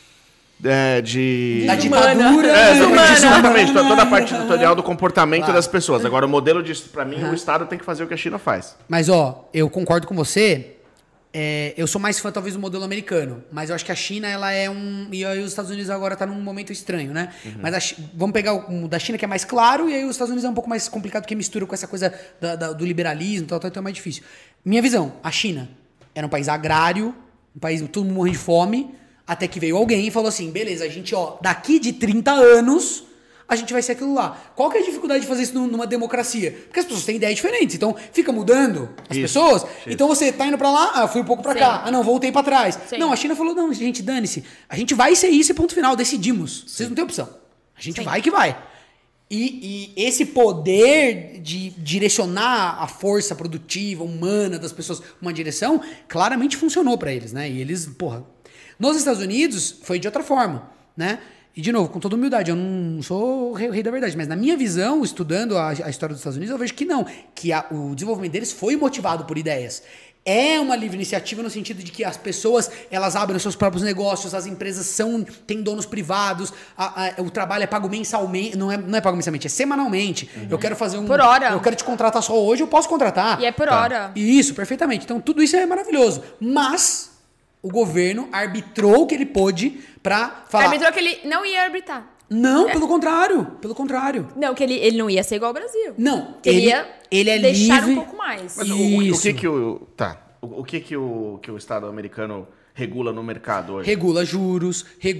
de... Da Desumana. ditadura. Exatamente, toda a parte editorial do comportamento das pessoas. Agora, o modelo de... Pra mim, o Estado tem que fazer o que a China faz. Mas, ó, eu concordo com você. Eu sou mais fã, talvez, do modelo americano. Mas eu acho que a China, ela é um... E aí os Estados Unidos agora tá num momento estranho, né? Mas vamos pegar o da China, que é mais claro, e aí os Estados Unidos é um pouco mais complicado, porque mistura com essa coisa do liberalismo e tal, então é mais difícil. Minha visão, a China, Era um país agrário, um país todo mundo morrendo de fome, até que veio alguém e falou assim, beleza, a gente, daqui de 30 anos, a gente vai ser aquilo lá. Qual que é a dificuldade de fazer isso numa democracia? Porque as pessoas têm ideias diferentes, então fica mudando as pessoas. Então você tá indo pra lá, fui um pouco pra cá, não, voltei pra trás. Sim. Não, a China falou, não, gente, dane-se, a gente vai ser isso e ponto final, decidimos. Vocês não têm opção. A gente vai que vai. E esse poder de direcionar a força produtiva, humana das pessoas uma direção, claramente funcionou pra eles, né? E eles, nos Estados Unidos foi de outra forma, né? E, de novo, com toda humildade, eu não sou o rei da verdade, mas na minha visão, estudando a história dos Estados Unidos, eu vejo que não, que o desenvolvimento deles foi motivado por ideias. É uma livre iniciativa no sentido de que as pessoas, elas abrem os seus próprios negócios, as empresas têm donos privados, o trabalho é pago mensalmente, não é pago mensalmente, é semanalmente. Eu quero fazer por hora. Eu quero te contratar só hoje, eu posso contratar. E é por hora. Isso, perfeitamente. Então, tudo isso é maravilhoso. Mas o governo arbitrou o que ele pôde pra falar... Arbitrou que ele não ia arbitrar. Não, pelo contrário. Não, que ele não ia ser igual ao Brasil. Não, ele ia é deixar livre. um pouco mais. Mas o que o Estado americano regula no mercado hoje? Regula juros,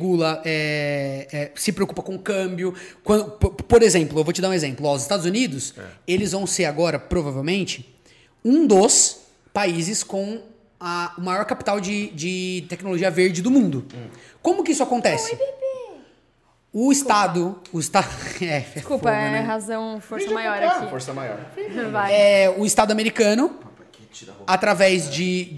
se preocupa com câmbio. Por exemplo, eu vou te dar um exemplo. Os Estados Unidos, eles vão ser agora, provavelmente, um dos países com a maior capital de tecnologia verde do mundo. Como que isso acontece? Oi, bebê. O Estado... Desculpa, né? razão, força maior aqui. Força maior. Vai. O Estado americano, através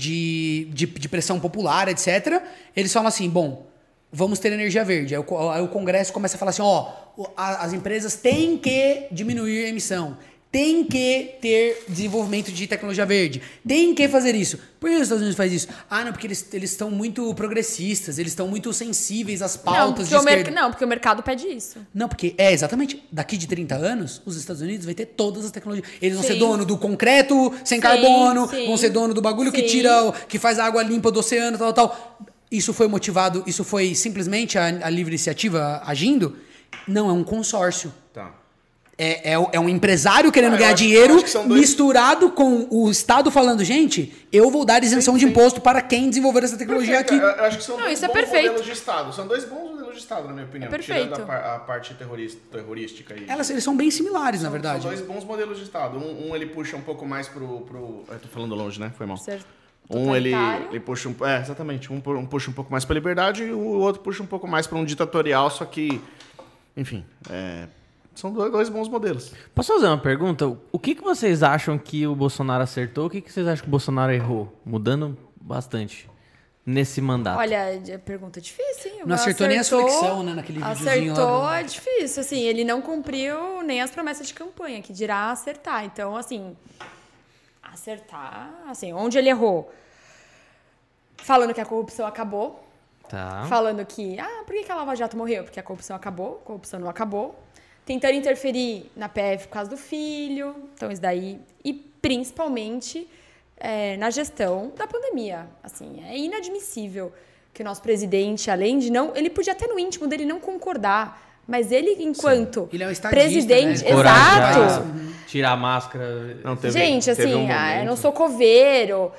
de pressão popular, etc., eles falam assim, vamos ter energia verde. Aí o Congresso começa a falar assim, as empresas têm que diminuir a emissão, tem que ter desenvolvimento de tecnologia verde, tem que fazer isso. Por que os Estados Unidos faz isso? Não, porque eles estão muito progressistas, eles estão muito sensíveis às pautas de esquerda. Não, porque o mercado pede isso. Não, porque exatamente, daqui de 30 anos, os Estados Unidos vai ter todas as tecnologias. Eles vão ser dono do concreto sem carbono, vão ser dono do bagulho que faz a água limpa do oceano, tal. Isso foi motivado, isso foi simplesmente a livre iniciativa agindo? Não, é um consórcio. Tá. É um empresário querendo ganhar dinheiro misturado com o Estado falando, gente, eu vou dar isenção de imposto para quem desenvolver essa tecnologia aqui. Eu acho que são dois bons perfeito. modelos de Estado. São dois bons modelos de Estado, na minha opinião. Perfeito. Tirando a parte terrorística. Eles são bem similares, na verdade. São dois bons modelos de Estado. Ele puxa um pouco mais pro... Eu tô falando longe, né? Foi mal. Certo. Ele puxa exatamente. Um puxa um pouco mais pra liberdade e o outro puxa um pouco mais pra um ditatorial, só que... Enfim, são dois bons modelos. Posso fazer uma pergunta? O que vocês acham que o Bolsonaro acertou? O que vocês acham que o Bolsonaro errou? Mudando bastante nesse mandato. Olha, pergunta difícil, hein? Não acertou nem a flexão, né? Naquele videozinho lá. É difícil, assim. Ele não cumpriu nem as promessas de campanha, que dirá acertar. Então, assim... Acertar... Assim, onde ele errou? Falando que a corrupção acabou. Tá. Falando que... por que a Lava Jato morreu? Porque a corrupção acabou. A corrupção não acabou. Tentando interferir na PF por causa do filho. Então, isso daí. E, principalmente, na gestão da pandemia. Assim, é inadmissível que o nosso presidente, além de não... Ele podia até no íntimo dele não concordar. Mas ele, enquanto ele é um presidente... Né? Exato. Tirar a máscara. Gente, assim, eu não sou coveiro.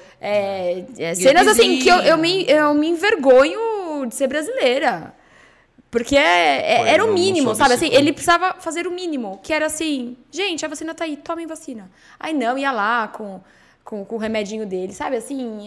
Cenas assim que eu me envergonho de ser brasileira. Porque era o mínimo, sabe? Assim, ele precisava fazer o mínimo, que era assim, gente, a vacina tá aí, tomem vacina. Aí não, ia lá com o remedinho dele, sabe? Assim,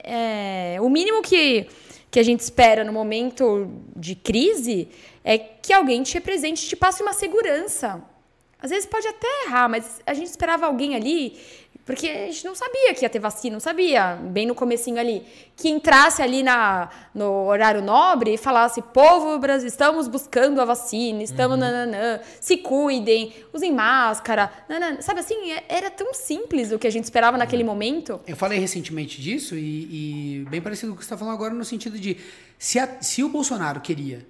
o mínimo que a gente espera no momento de crise é que alguém te represente, te passe uma segurança. Às vezes pode até errar, mas a gente esperava alguém ali, porque a gente não sabia que ia ter vacina, não sabia, bem no comecinho ali, que entrasse ali no horário nobre e falasse, povo brasileiro, estamos buscando a vacina, estamos se cuidem, usem máscara, sabe assim, era tão simples o que a gente esperava naquele momento. Eu falei recentemente disso e bem parecido com o que você está falando agora, no sentido de, se o Bolsonaro queria,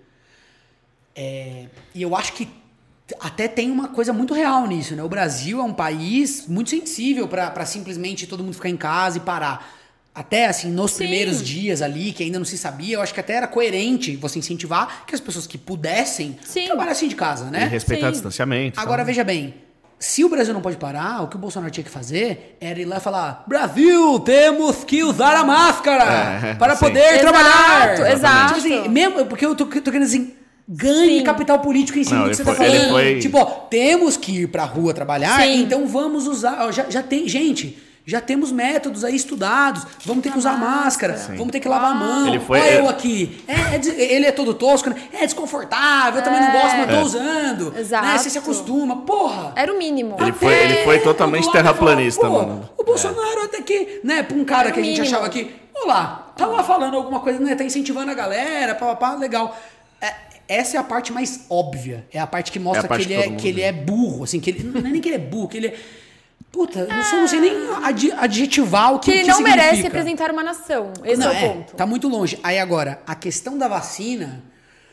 e eu acho que até tem uma coisa muito real nisso, né? O Brasil é um país muito sensível para simplesmente todo mundo ficar em casa e parar. Até, assim, nos primeiros dias ali, que ainda não se sabia, eu acho que até era coerente você incentivar que as pessoas que pudessem trabalhassem de casa, né? E respeitar o distanciamento. Agora, veja bem, Se o Brasil não pode parar, o que o Bolsonaro tinha que fazer era ir lá e falar: Brasil, temos que usar a máscara para poder trabalhar. Exato. Tipo assim, mesmo, porque eu tô querendo assim, ganhe capital político em cima do que você tá falando. Tipo, ó, temos que ir pra rua trabalhar, então vamos usar. Ó, já tem, gente. Já temos métodos aí estudados. Vamos ter que usar máscara. Vamos ter que lavar a mão. Olha eu aqui. Ele é todo tosco, né? É desconfortável. Eu também não gosto, mas tô usando. Exato. Né? Você se acostuma. Porra. Era o mínimo. Ele foi totalmente terraplanista, mano. O Bolsonaro até que, né, pra um cara que a gente achava que, olá, tá lá falando alguma coisa, né? Tá incentivando a galera, papapá, legal. Essa é a parte mais óbvia. É a parte que mostra que ele é burro, assim, que ele. Não é nem que ele é burro, que ele é. Puta, eu não sei nem adjetivar o que ele não merece representar uma nação. Esse é o ponto. Tá muito longe. Aí agora, a questão da vacina,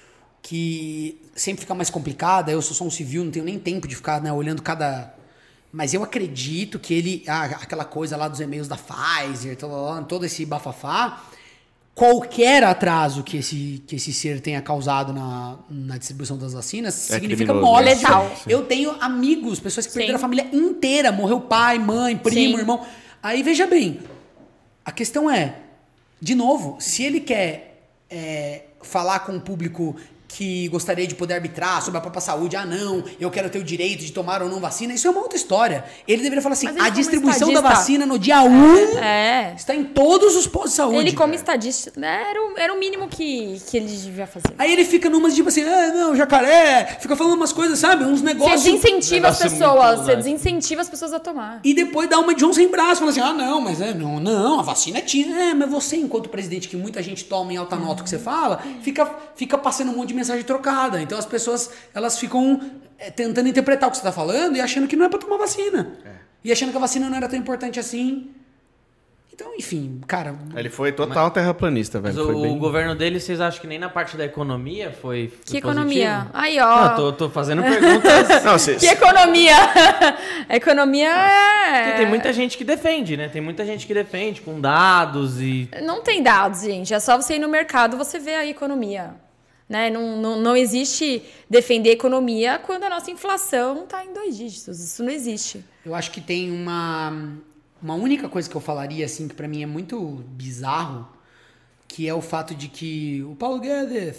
que sempre fica mais complicada, eu sou um civil, não tenho nem tempo de ficar, né, olhando cada... Mas eu acredito que ele... aquela coisa lá dos e-mails da Pfizer, todo esse bafafá... Qualquer atraso que esse ser tenha causado na distribuição das vacinas significa morte. Letal. Eu tenho amigos, pessoas que perderam a família inteira. Morreu pai, mãe, primo, irmão. Aí, veja bem, a questão é, de novo, se ele quer falar com o público que gostaria de poder arbitrar sobre a própria saúde, não, eu quero ter o direito de tomar ou não vacina, isso é uma outra história. Ele deveria falar assim, a distribuição da vacina no dia 1 está em todos os postos de saúde. Ele como estadista, era o mínimo que ele devia fazer. Aí ele fica numas tipo assim, não, jacaré, fica falando umas coisas, sabe, uns negócios... Você desincentiva as pessoas, você desincentiva as pessoas a tomar. E depois dá uma de um sem braço, fala assim, não, mas não, a vacina é tinha. Mas você, enquanto presidente, que muita gente toma em alta nota o que você fala, fica passando um monte de mensagem trocada. Então as pessoas, elas ficam tentando interpretar o que você tá falando e achando que não é pra tomar vacina. E achando que a vacina não era tão importante assim. Então, enfim, cara... Ele foi total terraplanista, velho. Mas o governo dele, vocês acham que nem na parte da economia foi Que positivo? economia? Aí, ó... Não, tô fazendo perguntas... Não, Que economia? A economia é... Porque tem muita gente que defende, né? Tem muita gente que defende com dados e... Não tem dados, gente. É só você ir no mercado, você vê a economia. Né? Não existe defender a economia quando a nossa inflação está em 2 dígitos. Isso não existe. Eu acho que tem uma única coisa que eu falaria, assim, que pra mim é muito bizarro, que é o fato de que o Paulo Guedes,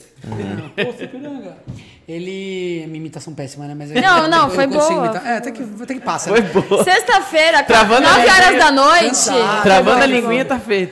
ele... Minha imitação péssima, né? Mas não, foi boa. Até que passa. Foi né? boa. Sexta-feira, 9 horas da noite. Travando a linguinha, tá feito.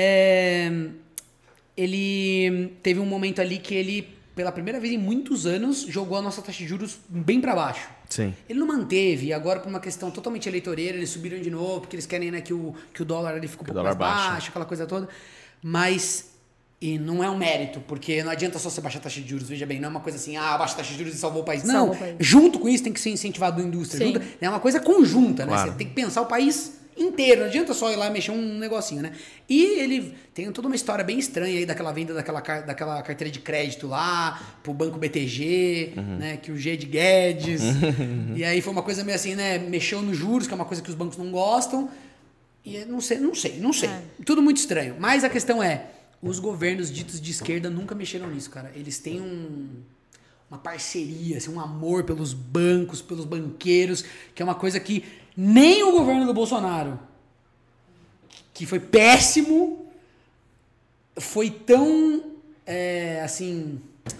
Ele teve um momento ali que ele, pela primeira vez em muitos anos, jogou a nossa taxa de juros bem pra baixo. Sim. Ele não manteve, e agora por uma questão totalmente eleitoreira, eles subiram de novo, porque eles querem, né, que o dólar ele fica um pouco mais baixo, aquela coisa toda. Mas, e não é um mérito, porque não adianta só você baixar a taxa de juros, veja bem, não é uma coisa assim, baixa a taxa de juros e salvou o país. Não, junto com isso tem que ser incentivado a indústria. É uma coisa conjunta, né? Você tem que pensar o país inteiro, não adianta só ir lá e mexer um negocinho, né? E ele tem toda uma história bem estranha aí daquela venda daquela carteira de crédito lá pro Banco BTG, né? Que o G de Guedes. E aí foi uma coisa meio assim, né? Mexeu nos juros, que é uma coisa que os bancos não gostam. E não sei. Tudo muito estranho. Mas a questão é, os governos ditos de esquerda nunca mexeram nisso, cara. Eles têm uma parceria, assim, um amor pelos bancos, pelos banqueiros, que é uma coisa que nem o governo do Bolsonaro, que foi péssimo, foi tão, assim,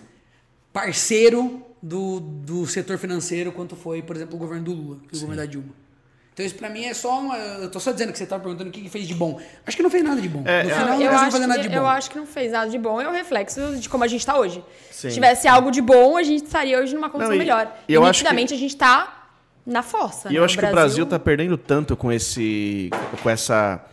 parceiro do setor financeiro quanto foi, por exemplo, o governo do Lula, o governo da Dilma. Então isso pra mim é só eu tô só dizendo que você tá perguntando o que fez de bom. Acho que não fez nada de bom. No final não vai fazer nada de bom. Eu acho que não fez nada de bom. É o reflexo de como a gente tá hoje. Sim. Se tivesse algo de bom, a gente estaria hoje numa condição melhor. E nitidamente a gente tá na fossa. E eu acho que o Brasil tá perdendo tanto com essa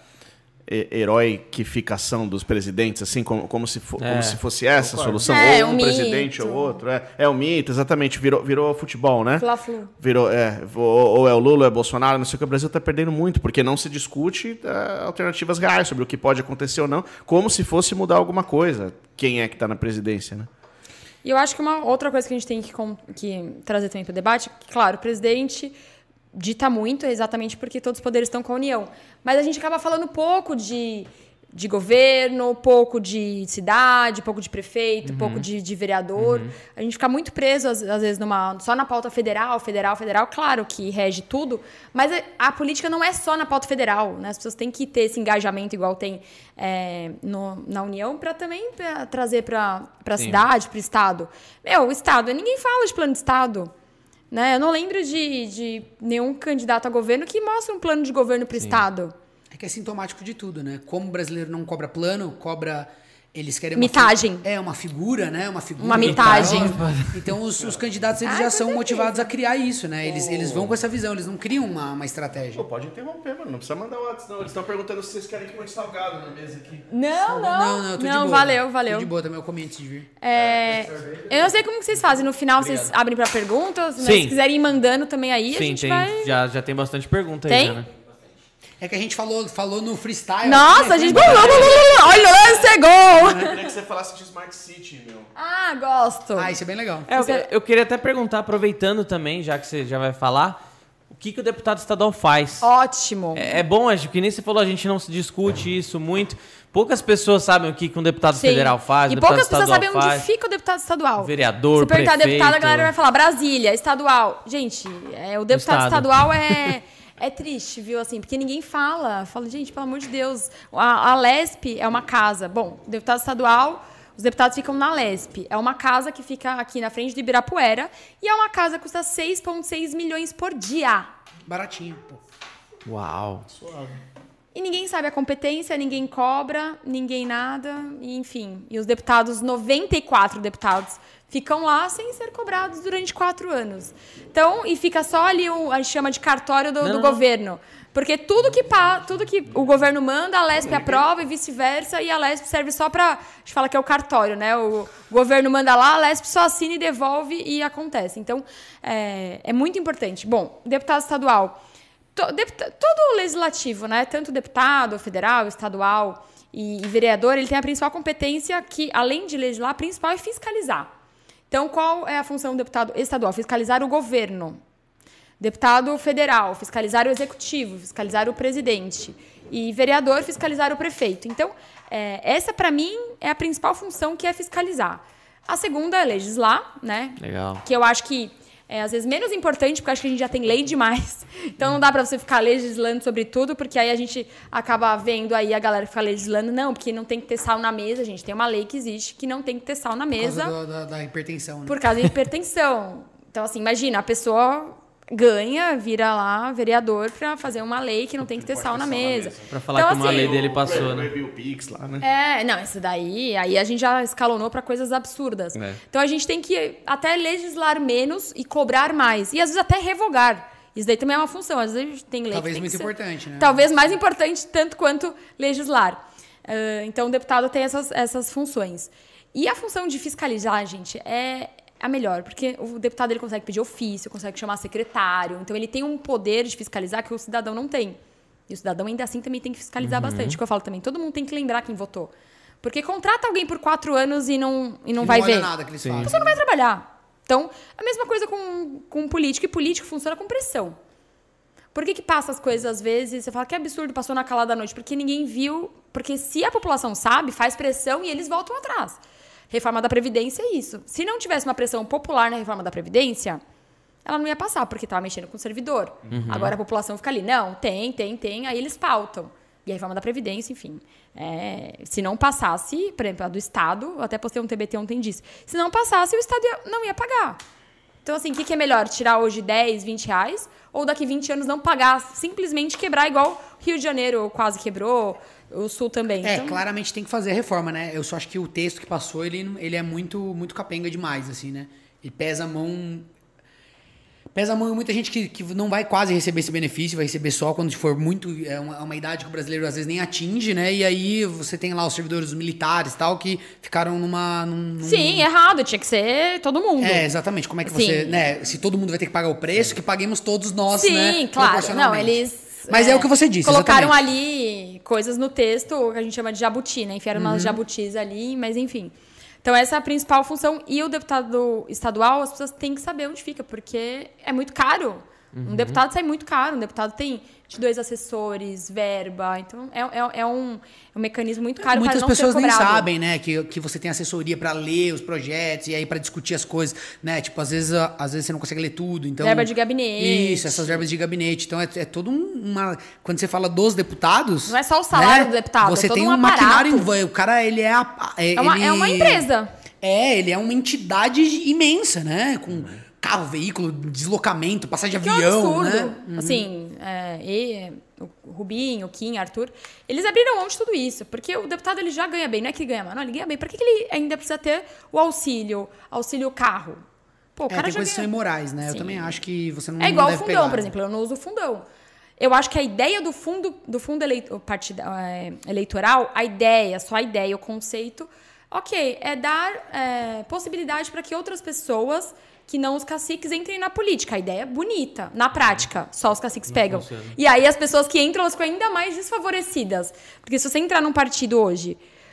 heroificação dos presidentes, assim, como se fosse essa a solução, ou um presidente ou outro. É o mito, exatamente, virou futebol, né? Fla-flu. Ou é o Lula, ou é o Bolsonaro, não sei o que, o Brasil tá perdendo muito, porque não se discute alternativas reais sobre o que pode acontecer ou não, como se fosse mudar alguma coisa, quem é que tá na presidência, né? E eu acho que uma outra coisa que a gente tem que trazer também para o debate, que, claro, o presidente dita muito, exatamente porque todos os poderes estão com a União. Mas a gente acaba falando pouco de de governo, pouco de cidade, pouco de prefeito, pouco de vereador. A gente fica muito preso, às vezes, só na pauta federal, claro que rege tudo, mas a política não é só na pauta federal, né? As pessoas têm que ter esse engajamento igual tem na União para também trazer para a cidade, para o Estado. O Estado, ninguém fala de plano de Estado. Né? Eu não lembro de nenhum candidato a governo que mostra um plano de governo para o Estado. É que é sintomático de tudo, né? Como o brasileiro não cobra plano, eles querem mitagem. Uma figura, né? Uma mitagem. Então, os candidatos eles já são motivados a criar isso, né? Eles vão com essa visão, eles não criam uma estratégia. Pode interromper, mano. Não precisa mandar o WhatsApp, não. Eles estão perguntando se vocês querem que mande salgado na mesa aqui. Não, tô de boa. Valeu. Tô de boa também, eu comi antes de vir. Eu não sei como que vocês fazem. No final, vocês abrem pra perguntas. Mas se quiserem ir mandando também aí, a gente vai... Já tem bastante pergunta aí, Tem? né? É que a gente falou no freestyle. Nossa, a gente... Olha o lance, gol! Eu queria que você falasse de Smart City, meu. Ah, gosto. Isso é bem legal. Eu queria até perguntar, aproveitando também, já que você já vai falar, o que o deputado estadual faz? Ótimo. É bom, acho que nem você falou, a gente não se discute isso muito. Poucas pessoas sabem o que um deputado federal faz, e deputado poucas pessoas estadual sabem faz. onde fica o deputado estadual. Vereador, Se perguntar prefeito. deputado, a galera vai falar Brasília, estadual. Gente, o deputado estadual é triste, viu? Assim, porque ninguém fala. Fala, gente, pelo amor de Deus. A Lesp é uma casa. Bom, o deputado estadual, os deputados ficam na Lesp. É uma casa que fica aqui na frente do Ibirapuera. E é uma casa que custa 6,6 milhões por dia. Baratinho, pô. Uau. Suave. E ninguém sabe a competência, ninguém cobra, ninguém nada, e enfim. E os deputados, 94 deputados, ficam lá sem ser cobrados durante 4 anos. Então, e fica só ali, a gente chama de cartório do governo. Porque tudo que o governo manda, a Lesp aprova e vice-versa, e a Lesp serve só para... A gente fala que é o cartório, né? O governo manda lá, a Lesp só assina e devolve e acontece. Então, é muito importante. Bom, deputado estadual... Todo legislativo, né? Tanto deputado, federal, estadual e vereador, ele tem a principal competência que, além de legislar, a principal é fiscalizar. Então, qual é a função do deputado estadual? Fiscalizar o governo. Deputado federal, fiscalizar o executivo, fiscalizar o presidente. E vereador, fiscalizar o prefeito. Então, essa, para mim, é a principal função, que é fiscalizar. A segunda é legislar, né? Legal. Que eu acho que às vezes menos importante, porque eu acho que a gente já tem lei demais. Então não dá pra você ficar legislando sobre tudo, porque aí a gente acaba vendo aí a galera ficar legislando. Não, porque não tem que ter sal na mesa, gente. Tem uma lei que existe que não tem que ter sal na mesa. Por causa da hipertensão, né? Por causa da hipertensão. Então, assim, imagina, a pessoa ganha, vira lá vereador pra fazer uma lei que não tem que ter sal na mesa. Pra falar então, que uma assim, lei dele passou, né? O Pix lá, né? Não, isso daí, aí a gente já escalonou pra coisas absurdas. Então a gente tem que até legislar menos e cobrar mais. E às vezes até revogar. Isso daí também é uma função. Às vezes a gente tem lei Talvez que tem muito que importante, né? Talvez mais importante tanto quanto legislar. Então o deputado tem essas funções. E a função de fiscalizar, gente, é a melhor, porque o deputado ele consegue pedir ofício, consegue chamar secretário, então ele tem um poder de fiscalizar que o cidadão não tem. E o cidadão ainda assim também tem que fiscalizar bastante, que eu falo também, todo mundo tem que lembrar quem votou. Porque contrata alguém por 4 anos e não vai ver. Nada que eles fazem. Você não vai trabalhar. Então, a mesma coisa com político, e político funciona com pressão. Por que passa as coisas às vezes, você fala que absurdo, passou na calada da noite, porque ninguém viu, porque se a população sabe, faz pressão e eles voltam atrás. Reforma da Previdência é isso. Se não tivesse uma pressão popular na reforma da Previdência, ela não ia passar, porque estava mexendo com o servidor. Agora a população fica ali, não, tem, aí eles pautam. E a reforma da Previdência, enfim. Se não passasse, por exemplo, a do Estado, eu até postei um TBT ontem disso, se não passasse, o Estado não ia pagar. Então, assim, o que é melhor? Tirar hoje 10, 20 reais? Ou daqui 20 anos não pagar, simplesmente quebrar igual Rio de Janeiro quase quebrou, o Sul também. Então, claramente tem que fazer a reforma, né? Eu só acho que o texto que passou, ele é muito, muito capenga demais, assim, né? Ele pesa a mão... Pesa a mão em muita gente que não vai quase receber esse benefício, vai receber só quando for muito... É uma idade que o brasileiro às vezes nem atinge, né? E aí você tem lá os servidores militares e tal, que ficaram Sim, errado. Tinha que ser todo mundo. Exatamente. Como é que você... né? Se todo mundo vai ter que pagar o preço, que paguemos todos nós, né? Sim, claro. Não, eles... Mas é o que você disse, colocaram exatamente. Ali coisas no texto que a gente chama de jabuti, né? Enfiaram umas jabutis ali, mas enfim. Então, essa é a principal função. E o deputado estadual, as pessoas têm que saber onde fica, porque é muito caro Um deputado sai muito caro, um deputado tem 22 assessores, verba, então é um mecanismo muito caro para Muitas não pessoas ser nem cobrado. sabem, né, que você tem assessoria para ler os projetos e aí para discutir as coisas, né? Tipo, às vezes você não consegue ler tudo, então... Verba de gabinete. Isso, essas verbas de gabinete. Então, é todo uma... Quando você fala dos deputados... Não é só o salário do deputado, você é todo tem um um maquinário... aparato. O cara, ele é... É uma empresa. Ele é uma entidade imensa, né? Com carro, veículo, deslocamento, passagem de Que é um avião, absurdo. né? Assim, o Rubinho, o Kim, Arthur, eles abriram mão de tudo isso. Porque o deputado ele já ganha bem. Não é que ele ganha mal, não, ele ganha bem. Por que ele ainda precisa ter o auxílio carro? Pô, o cara Tem já coisas que são ganha. imorais, né? Sim. Eu também acho que você não É igual o deve fundão, pegar, por né? exemplo. Eu não uso o fundão. Eu acho que a ideia do fundo eleitoral, só a ideia, o conceito, ok, é dar possibilidade para que outras pessoas que não os caciques entrem na política. A ideia é bonita. Na prática, só os caciques pegam. funciona. E aí as pessoas que entram, elas ficam ainda mais desfavorecidas. Porque se você entrar num partido hoje,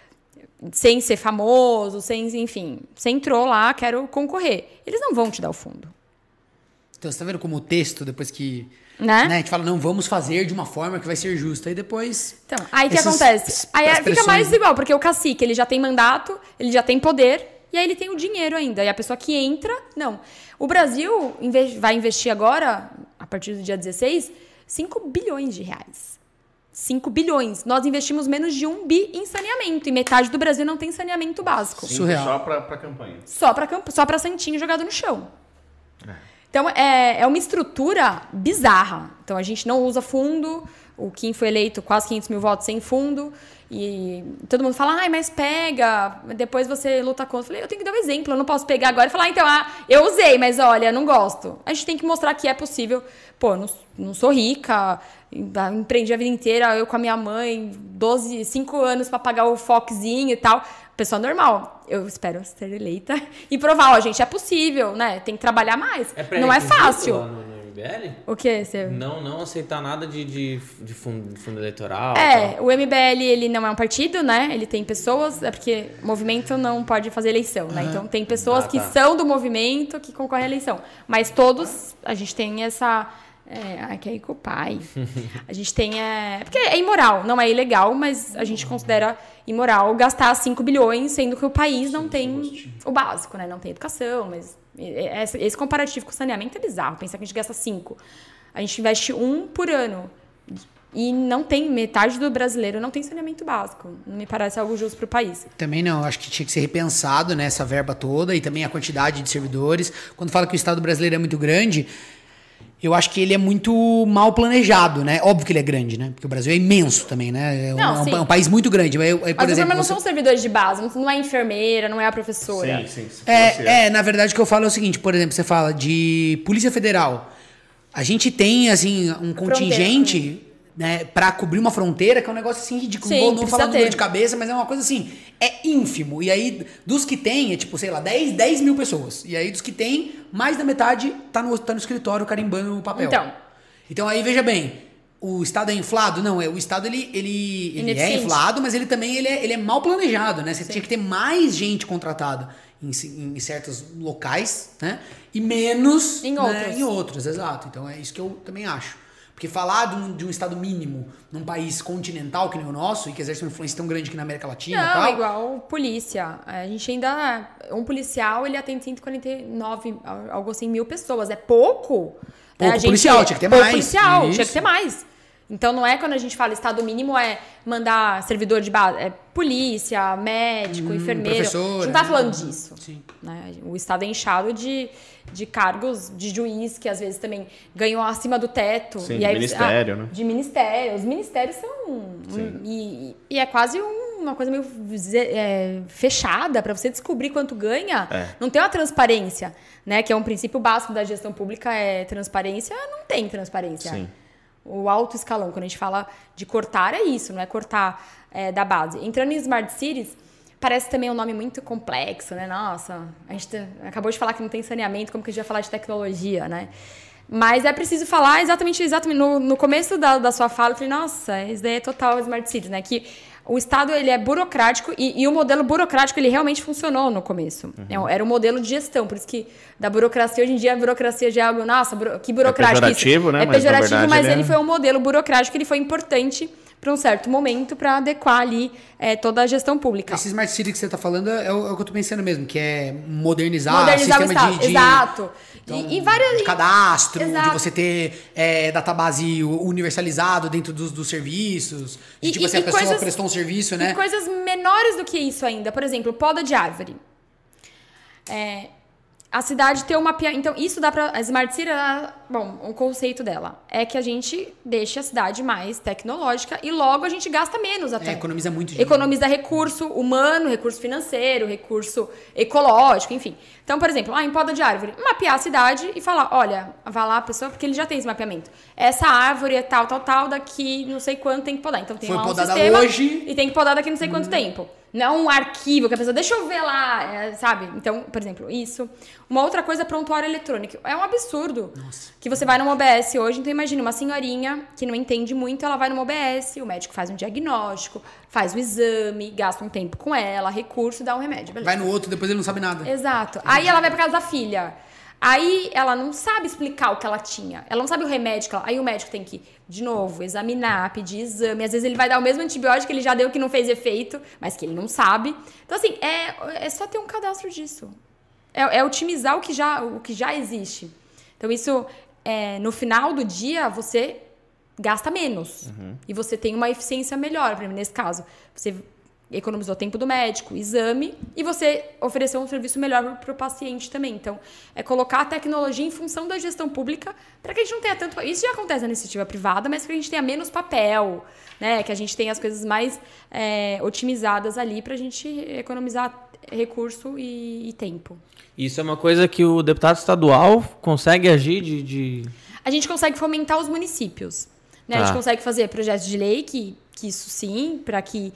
sem ser famoso, enfim, você entrou lá, quero concorrer. Eles não vão te dar o fundo. Então, você tá vendo como o texto, depois que... Né? A gente fala, não, vamos fazer de uma forma que vai ser justa. Aí depois... Então, aí o que essas acontece? Aí fica pressões, mais né? desigual, porque o cacique, ele já tem mandato, ele já tem poder, e aí ele tem o dinheiro ainda. E a pessoa que entra, não. O Brasil vai investir agora, a partir do dia 16, 5 bilhões de reais. 5 bilhões. Nós investimos menos de 1 bi em saneamento, e metade do Brasil não tem saneamento básico. Surreal. Só pra campanha. Só pra santinho jogado no chão. Então, é uma estrutura bizarra. Então, a gente não usa fundo. O Kim foi eleito quase 500 mil votos sem fundo. E todo mundo fala, mas pega, depois você luta contra. Eu falei, eu tenho que dar um exemplo, eu não posso pegar agora e falar, então, eu usei, mas olha, não gosto. A gente tem que mostrar que é possível. Pô, não sou rica, empreendi a vida inteira, eu com a minha mãe, 5 anos pra pagar o Foxzinho e tal. Pessoa normal. Eu espero ser eleita e provar, gente, é possível, né? Tem que trabalhar mais. Não é fácil. Lá no MBL? O quê? Você... Não aceitar nada de fundo eleitoral. O MBL, ele não é um partido, né? Ele tem pessoas, porque movimento não pode fazer eleição, né? Então, tem pessoas que são do movimento que concorrem à eleição. Mas todos, a gente tem essa... quer ir com o pai. A gente tem... Porque é imoral, não é ilegal, mas a gente considera imoral gastar 5 bilhões, sendo que o país não tem o básico, né? Não tem educação, mas esse comparativo com o saneamento é bizarro. Pensar que a gente gasta 5. A gente investe 1 por ano. E não tem, metade do brasileiro não tem saneamento básico. Não me parece algo justo para o país. Também não, acho que tinha que ser repensado nessa verba toda e também a quantidade de servidores. Quando fala que o Estado brasileiro é muito grande, eu acho que ele é muito mal planejado, né? Óbvio que ele é grande, né? Porque o Brasil é imenso também, né? É um país muito grande. Mas, por Mas o exemplo, problema não são os servidores de base, não é a enfermeira, não é a professora. Sim. na verdade, o que eu falo é o seguinte, por exemplo, você fala de Polícia Federal. A gente tem, assim, um contingente, né, pra cobrir uma fronteira, que é um negócio, assim, ridículo. Sim, Não vou precisa falar número ter. de cabeça, mas é uma coisa, assim, é ínfimo. E aí, dos que tem, é tipo, sei lá, 10 mil pessoas. E aí, dos que tem, mais da metade tá no escritório carimbando o papel. Então, aí, veja bem, o Estado é inflado? Não, o Estado, ele é inflado, mas ele também ele é mal planejado, né? Você tinha que ter mais gente contratada em certos locais, né? E menos Em outros. Em outros, exato. Então, é isso que eu também acho. Porque falar de um Estado mínimo num país continental que nem o nosso, e que exerce uma influência tão grande aqui na América Latina e Não, tal... é igual polícia. A gente ainda... Um policial, ele atende 149, algo assim, mil pessoas. É pouco. Pouco policial, tinha que ter mais. Policial, Isso. tinha que ter mais. Então, não é quando a gente fala Estado mínimo, é mandar servidor de base. É polícia, médico, enfermeiro. professor, A gente não tá né? falando disso. Sim. Né? O Estado é inchado de cargos de juiz, que às vezes também ganham acima do teto. Sim, e aí, ministério, né? De ministério. Os ministérios são... E é quase uma coisa meio fechada para você descobrir quanto ganha. Não tem uma transparência, né? Que é um princípio básico da gestão pública, é transparência. Não tem transparência. Sim. O alto escalão, quando a gente fala de cortar, é isso, não é cortar da base. Entrando em Smart Cities, parece também um nome muito complexo, né? Nossa, a gente acabou de falar que não tem saneamento, como que a gente vai falar de tecnologia, né? Mas é preciso falar exatamente no começo da sua fala, eu falei, nossa, isso daí é total Smart Cities, né? Que o Estado, ele é burocrático e o modelo burocrático, ele realmente funcionou no começo. Era um modelo de gestão, por isso que da burocracia, hoje em dia, a burocracia já é algo, nossa, que burocrático é pejorativo, isso. Né? É pejorativo, mas ele é... foi um modelo burocrático, ele foi importante para um certo momento para adequar ali toda a gestão pública. Esse Smart City que você está falando é o que eu estou pensando mesmo, que é modernizar o sistema Estado. Exato. Então, e várias... de cadastro, Exato. de você ter database universalizado dentro dos serviços, de tipo assim, a pessoa prestou um serviço, né? E coisas menores do que isso ainda. Por exemplo, poda de árvore. A cidade ter uma mapeamento. Então, isso dá para a Smart City, bom, o conceito dela é que a gente deixe a cidade mais tecnológica e logo a gente gasta menos até. Economiza muito dinheiro. Economiza recurso humano, recurso financeiro, recurso ecológico, enfim. Então, por exemplo, em poda de árvore, mapear a cidade e falar, olha, vai lá a pessoa, porque ele já tem esse mapeamento. Essa árvore é tal, daqui não sei quanto tem que podar. Então tem lá um sistema hoje e tem que podar daqui não sei quanto tempo. Não um arquivo que a pessoa, deixa eu ver lá, sabe? Então, por exemplo, isso. Uma outra coisa é prontuário eletrônico. É um absurdo. Nossa. Que você vai numa OBS hoje, então imagina uma senhorinha que não entende muito, ela vai numa OBS, o médico faz um diagnóstico, faz o exame, gasta um tempo com ela, recurso, dá um remédio, beleza. Vai no outro, depois ele não sabe nada. Exato. Aí ela vai pra casa da filha. Aí ela não sabe explicar o que ela tinha. Ela não sabe o remédio que ela... Aí o médico tem que, de novo, examinar, pedir exame. Às vezes ele vai dar o mesmo antibiótico que ele já deu que não fez efeito, mas que ele não sabe. Então, assim, é só ter um cadastro disso. É otimizar o que já existe. Então, isso, no final do dia, você gasta menos. E você tem uma eficiência melhor. Por exemplo, nesse caso, você economizou tempo do médico, exame, e você ofereceu um serviço melhor para o paciente também. Então, é colocar a tecnologia em função da gestão pública para que a gente não tenha tanto... Isso já acontece na iniciativa privada, mas para que a gente tenha menos papel, né? Que a gente tenha as coisas mais otimizadas ali para a gente economizar recurso e tempo. Isso é uma coisa que o deputado estadual consegue agir A gente consegue fomentar os municípios. Né? Tá. A gente consegue fazer projetos de lei que isso sim, para que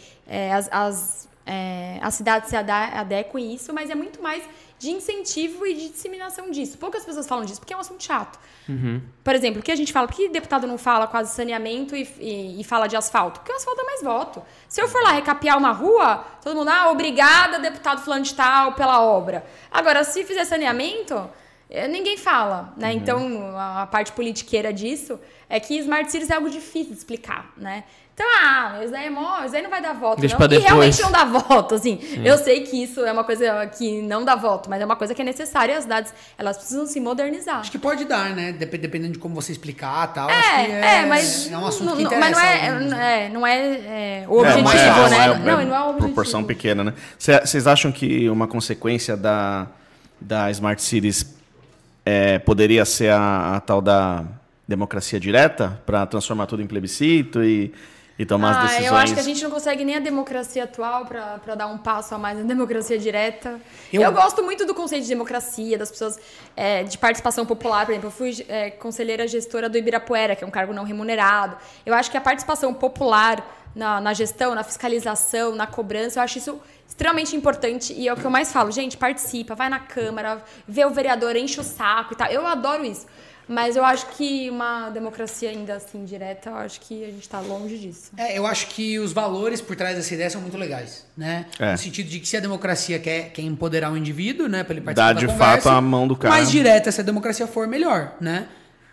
as cidades se adequem isso, mas é muito mais de incentivo e de disseminação disso. Poucas pessoas falam disso, porque é um assunto chato. Por exemplo, o que a gente fala? Por que deputado não fala quase saneamento e fala de asfalto? Porque o asfalto é mais voto. Se eu for lá recapear uma rua, todo mundo, obrigada, deputado fulano de tal, pela obra. Agora, se fizer saneamento... ninguém fala, né? Então, a parte politiqueira disso é que Smart Cities é algo difícil de explicar, né? Então, isso daí não vai dar voto, Deixa não. pra E depois. realmente não dá voto, assim. Eu sei que isso é uma coisa que não dá voto, mas é uma coisa que é necessária. As cidades, elas precisam se modernizar. Acho que pode dar, né? Dependendo de como você explicar e tal. Mas é um assunto que mas interessa. não é o objetivo, né? Não é o objetivo. Proporção pequena, né? Vocês acham que uma consequência da Smart Cities poderia ser a tal da democracia direta para transformar tudo em plebiscito e tomar as decisões? Eu acho que a gente não consegue nem a democracia atual para dar um passo a mais na democracia direta. Eu gosto muito do conceito de democracia, das pessoas de participação popular. Por exemplo, eu fui conselheira gestora do Ibirapuera, que é um cargo não remunerado. Eu acho que a participação popular na gestão, na fiscalização, na cobrança, eu acho isso extremamente importante e é o que eu mais falo. Gente, participa, vai na Câmara, vê o vereador, enche o saco e tal. Eu adoro isso. Mas eu acho que uma democracia ainda assim direta, eu acho que a gente está longe disso. Eu acho que os valores por trás dessa ideia são muito legais, né? No sentido de que se a democracia quer empoderar o indivíduo, né, para ele participar da conversa, dá de fato a mão do cara. Mais direta se a democracia for, melhor, né?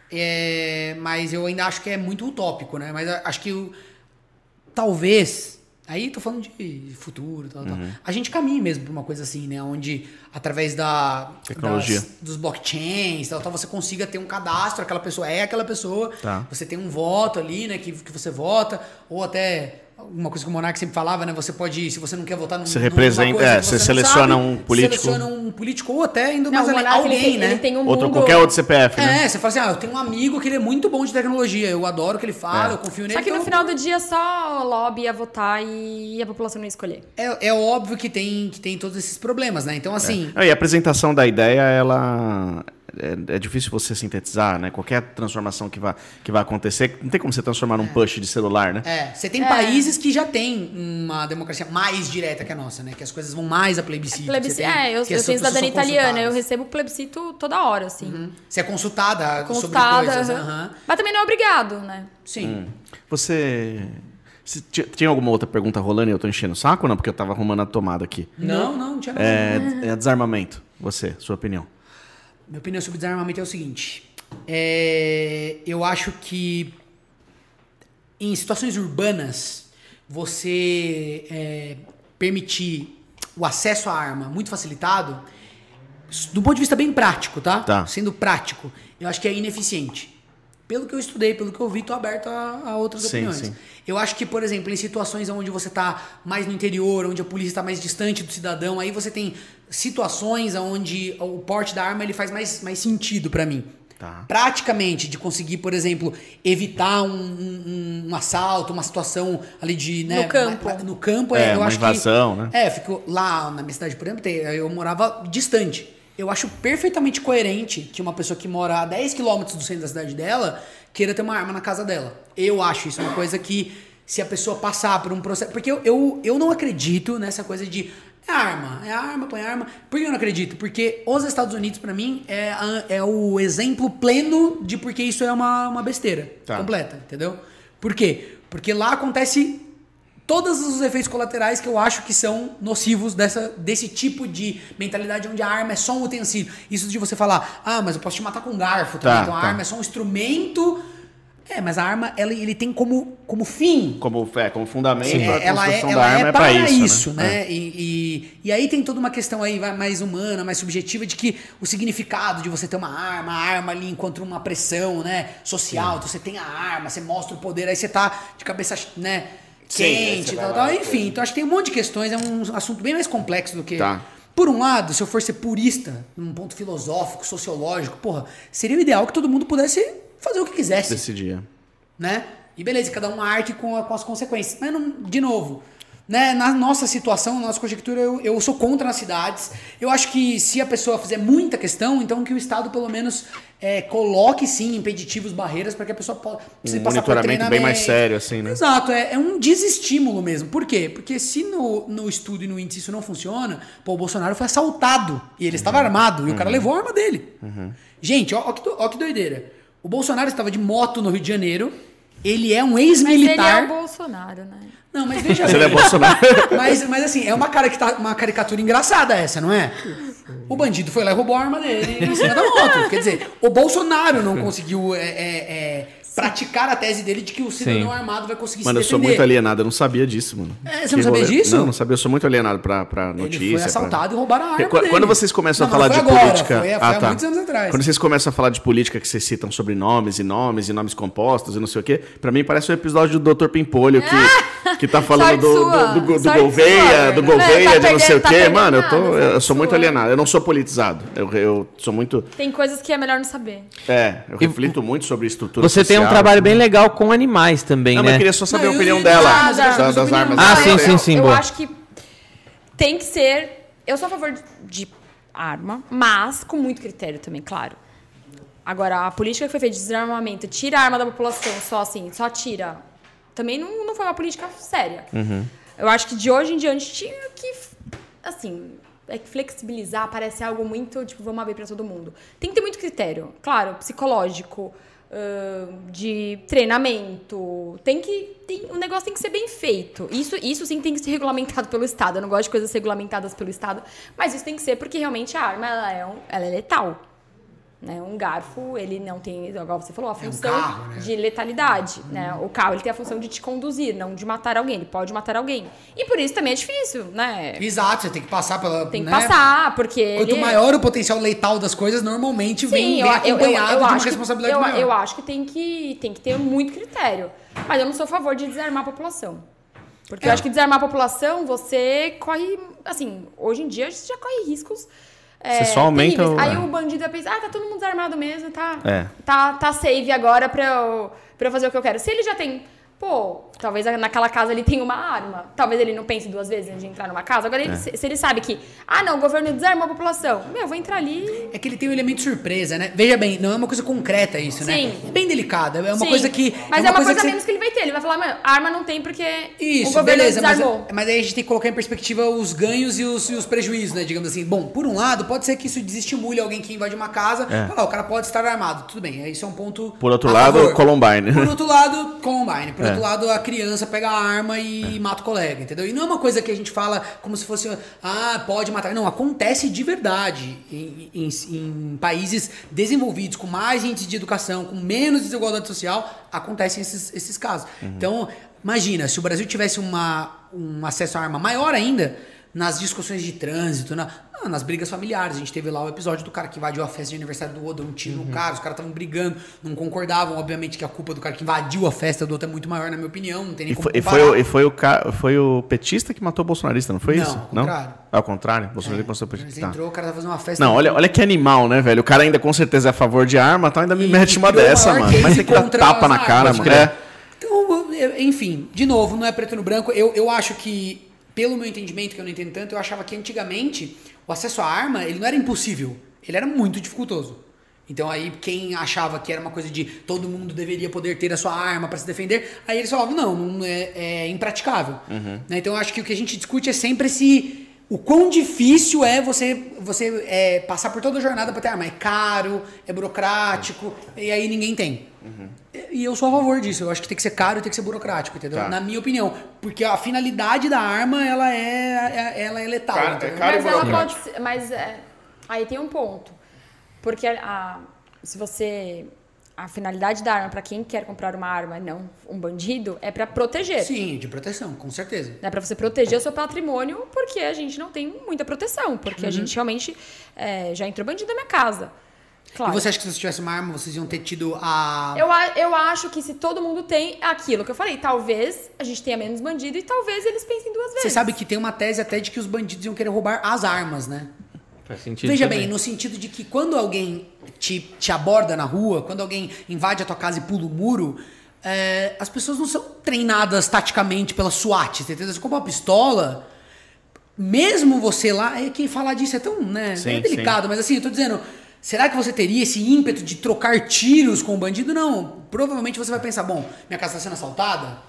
Mas eu ainda acho que é muito utópico, né? Mas acho que talvez... Aí tô falando de futuro, tal. A gente caminha mesmo para uma coisa assim, né? Onde, através tecnologia, dos blockchains, tal, você consiga ter um cadastro, aquela pessoa é aquela pessoa, você tem um voto ali, né? Que você vota, ou até... Uma coisa que o Monark sempre falava, né? Você pode, se você não quer votar num... Você representa, você seleciona um político. Seleciona um político ou até indo mais além, alguém, né? Ele tem um ou qualquer outro CPF, né? Você fala assim, eu tenho um amigo que ele é muito bom de tecnologia, eu adoro o que ele fala, eu confio nele. Só que no final do dia só o lobby ia votar e a população não ia escolher. É óbvio que tem todos esses problemas, né? Então, assim... E a apresentação da ideia, ela é difícil você sintetizar, né? Qualquer transformação que vai acontecer, não tem como você transformar num push de celular, né? Você tem países que já tem uma democracia mais direta que a nossa, né? Que as coisas vão mais a plebiscito. Eu tenho cidadania italiana, eu recebo plebiscito toda hora, assim. Você é consultada sobre coisas. Mas também não é obrigado, né? Sim. Você tinha alguma outra pergunta rolando e eu tô enchendo o saco ou não? Porque eu tava arrumando a tomada aqui. Não tinha nada. É desarmamento. Sua opinião. Minha opinião sobre desarmamento é o seguinte. Eu acho que em situações urbanas, você permitir o acesso à arma muito facilitado, do ponto de vista bem prático, tá? Sendo prático, eu acho que é ineficiente. Pelo que eu estudei, pelo que eu vi, tô aberto a outras opiniões. Sim. Eu acho que, por exemplo, em situações onde você tá mais no interior, onde a polícia está mais distante do cidadão, aí você tem situações onde o porte da arma ele faz mais sentido para mim. Praticamente, de conseguir, por exemplo, evitar um assalto, uma situação ali de... Né, no campo, eu acho invasão, que... né? Fico lá na minha cidade, por exemplo, eu morava distante. Eu acho perfeitamente coerente que uma pessoa que mora a 10 km do centro da cidade dela queira ter uma arma na casa dela. Eu acho isso uma coisa que, se a pessoa passar por um processo... Porque eu não acredito nessa coisa de... É arma, põe arma. Por que eu não acredito? Porque os Estados Unidos, pra mim, é o exemplo pleno de porque isso é uma besteira completa, entendeu? Por quê? Porque lá acontece... todos os efeitos colaterais que eu acho que são nocivos desse tipo de mentalidade onde a arma é só um utensílio. Isso de você falar, mas eu posso te matar com um garfo também. Então a arma é só um instrumento. Mas a arma, ele tem como fim. Como fundamento, a ela construção da arma é para isso, né? E aí tem toda uma questão aí mais humana, mais subjetiva, de que o significado de você ter a arma ali encontra uma pressão, né, social. Então você tem a arma, você mostra o poder, aí você tá de cabeça, né, quente e tal. Enfim, então acho que tem um monte de questões, é um assunto bem mais complexo do que... Por um lado, se eu for ser purista, num ponto filosófico, sociológico, seria o ideal que todo mundo pudesse fazer o que quisesse. Decidir. Né? E beleza, cada um arque com as consequências. Mas, de novo, né, na nossa situação, na nossa conjectura, eu sou contra as cidades. Eu acho que se a pessoa fizer muita questão, então que o Estado, pelo menos, coloque, sim, impeditivos, barreiras, para que a pessoa possa passar por monitoramento bem mais sério, assim, né? Exato, é um desestímulo mesmo. Por quê? Porque se no estudo e no índice isso não funciona, o Bolsonaro foi assaltado e ele estava armado e o cara levou a arma dele. Gente, ó que doideira. O Bolsonaro estava de moto no Rio de Janeiro, ele é um ex-militar... Mas ele é o Bolsonaro, né? Não, mas veja bem. Ele é Bolsonaro. Mas assim, é uma caricatura engraçada essa, não é? O bandido foi lá e roubou a arma dele em cima da moto. Quer dizer, o Bolsonaro não conseguiu praticar a tese dele de que o cidadão armado vai conseguir se defender. Mano, eu sou muito alienado, eu não sabia disso, mano. Você não sabia disso? Não sabia, eu sou muito alienado pra notícia. Ele foi assaltado e roubaram a arma dele. Quando vocês começam a falar de agora, política... Foi há muitos anos atrás. Quando vocês começam a falar de política, que vocês citam sobrenomes e nomes compostos e não sei o quê, pra mim parece um episódio do Dr. Pimpolho que tá falando do Gouveia, de não sei o quê. Mano, eu sou muito alienado, eu não sou politizado. Eu sou muito... Tem coisas que é melhor não saber. Eu reflito muito sobre estrutura social. Você tem um trabalho bem legal com animais também, né? Mas eu queria só saber a opinião dela das armas. Sim, eu boa. acho que tem que ser... Eu sou a favor de arma, mas com muito critério também, claro. Agora, a política que foi feita de desarmamento, tira a arma da população, só tira, também não foi uma política séria. Eu acho que de hoje em diante tinha que, assim... que flexibilizar parece algo muito, vamos abrir para todo mundo. Tem que ter muito critério, claro, psicológico, de treinamento. O negócio tem que ser bem feito. Isso sim tem que ser regulamentado pelo Estado. Eu não gosto de coisas regulamentadas pelo Estado, mas isso tem que ser porque realmente a arma ela é letal. Né? Um garfo, ele não tem, igual você falou, a função carro, né? de letalidade. Né? O carro ele tem a função de te conduzir, não de matar alguém. Ele pode matar alguém. E por isso também é difícil, né? Exato, você tem que passar pela... Tem que passar, porque... Quanto maior o potencial letal das coisas, normalmente vem acompanhado de uma responsabilidade maior. Eu acho que tem que ter muito critério. Mas eu não sou a favor de desarmar a população. Porque eu acho que desarmar a população, você corre... Assim, hoje em dia, você já corre riscos... Você só aumenta Aí o bandido vai pensar, tá todo mundo desarmado mesmo, tá safe agora pra eu fazer o que eu quero. Se ele já tem pô, talvez naquela casa ele tenha uma arma. Talvez ele não pense 2 vezes antes de entrar numa casa. Agora, se ele sabe que, o governo desarmou a população, eu vou entrar ali... É que ele tem um elemento surpresa, né? Veja bem, não é uma coisa concreta isso, né? É bem delicado, é uma coisa que... Mas é uma coisa menos que ele vai ter. Ele vai falar, mano, arma não tem porque o governo desarmou. Mas aí a gente tem que colocar em perspectiva os ganhos e os prejuízos, né? Digamos assim. Bom, por um lado, pode ser que isso desestimule alguém que invade uma casa. O cara pode estar armado. Tudo bem, isso é um ponto... Por outro lado, Columbine. Por outro lado, Columbine. Por outro lado, a criança pega a arma e mata o colega, entendeu? E não é uma coisa que a gente fala como se fosse, pode matar. Não, acontece de verdade em países desenvolvidos, com mais índice de educação, com menos desigualdade social, acontecem esses casos. Então, imagina, se o Brasil tivesse um acesso à arma maior ainda, nas discussões de trânsito, nas brigas familiares. A gente teve lá o episódio do cara que invadiu a festa de aniversário do outro, deu um tiro no cara, os caras estavam brigando, não concordavam. Obviamente que a culpa do cara que invadiu a festa do outro é muito maior, na minha opinião, não tem nem como comparar. Foi o petista que matou o bolsonarista, não foi isso? Não, ao contrário. Ao contrário? O bolsonarista matou o petista. Ele entrou, o cara tá fazendo uma festa... Não, olha que animal, né, velho? O cara ainda com certeza é a favor de arma, então ainda me mete uma dessa, mano. Mas tem que dar tapa na cara, mano. Então, enfim, de novo, não é preto no branco. Eu acho que, pelo meu entendimento, que eu não entendo tanto, eu achava que antigamente o acesso à arma, ele não era impossível, ele era muito dificultoso. Então aí quem achava que era uma coisa de todo mundo deveria poder ter a sua arma para se defender, aí eles falavam, não é impraticável. Né? Então eu acho que o que a gente discute é sempre o quão difícil é você passar por toda a jornada para ter arma. É caro, é burocrático, e aí ninguém tem. E eu sou a favor disso. Eu acho que tem que ser caro e tem que ser burocrático, entendeu? Tá. Na minha opinião. Porque a finalidade da arma, ela é letal. Mas ela pode ser... Mas aí tem um ponto. Porque se você... A finalidade da arma, para quem quer comprar uma arma, não um bandido, é para proteger. Sim, de proteção, com certeza. É para você proteger o seu patrimônio, porque a gente não tem muita proteção. Porque a gente realmente já entrou bandido na minha casa. Claro. E você acha que se você tivesse uma arma, vocês iam ter tido a... Eu acho que se todo mundo tem aquilo que eu falei, talvez a gente tenha menos bandido e talvez eles pensem 2 vezes. Você sabe que tem uma tese até de que os bandidos iam querer roubar as armas, né? Faz sentido. Veja também. bem, no sentido de que quando alguém te aborda na rua, quando alguém invade a tua casa e pula o muro, as pessoas não são treinadas taticamente pela SWAT, entendeu? Você compra uma pistola, mesmo você lá... Quem falar disso é tão, né? Sim, é delicado, mas assim, eu tô dizendo... Será que você teria esse ímpeto de trocar tiros com o bandido? Não. Provavelmente você vai pensar, bom, minha casa está sendo assaltada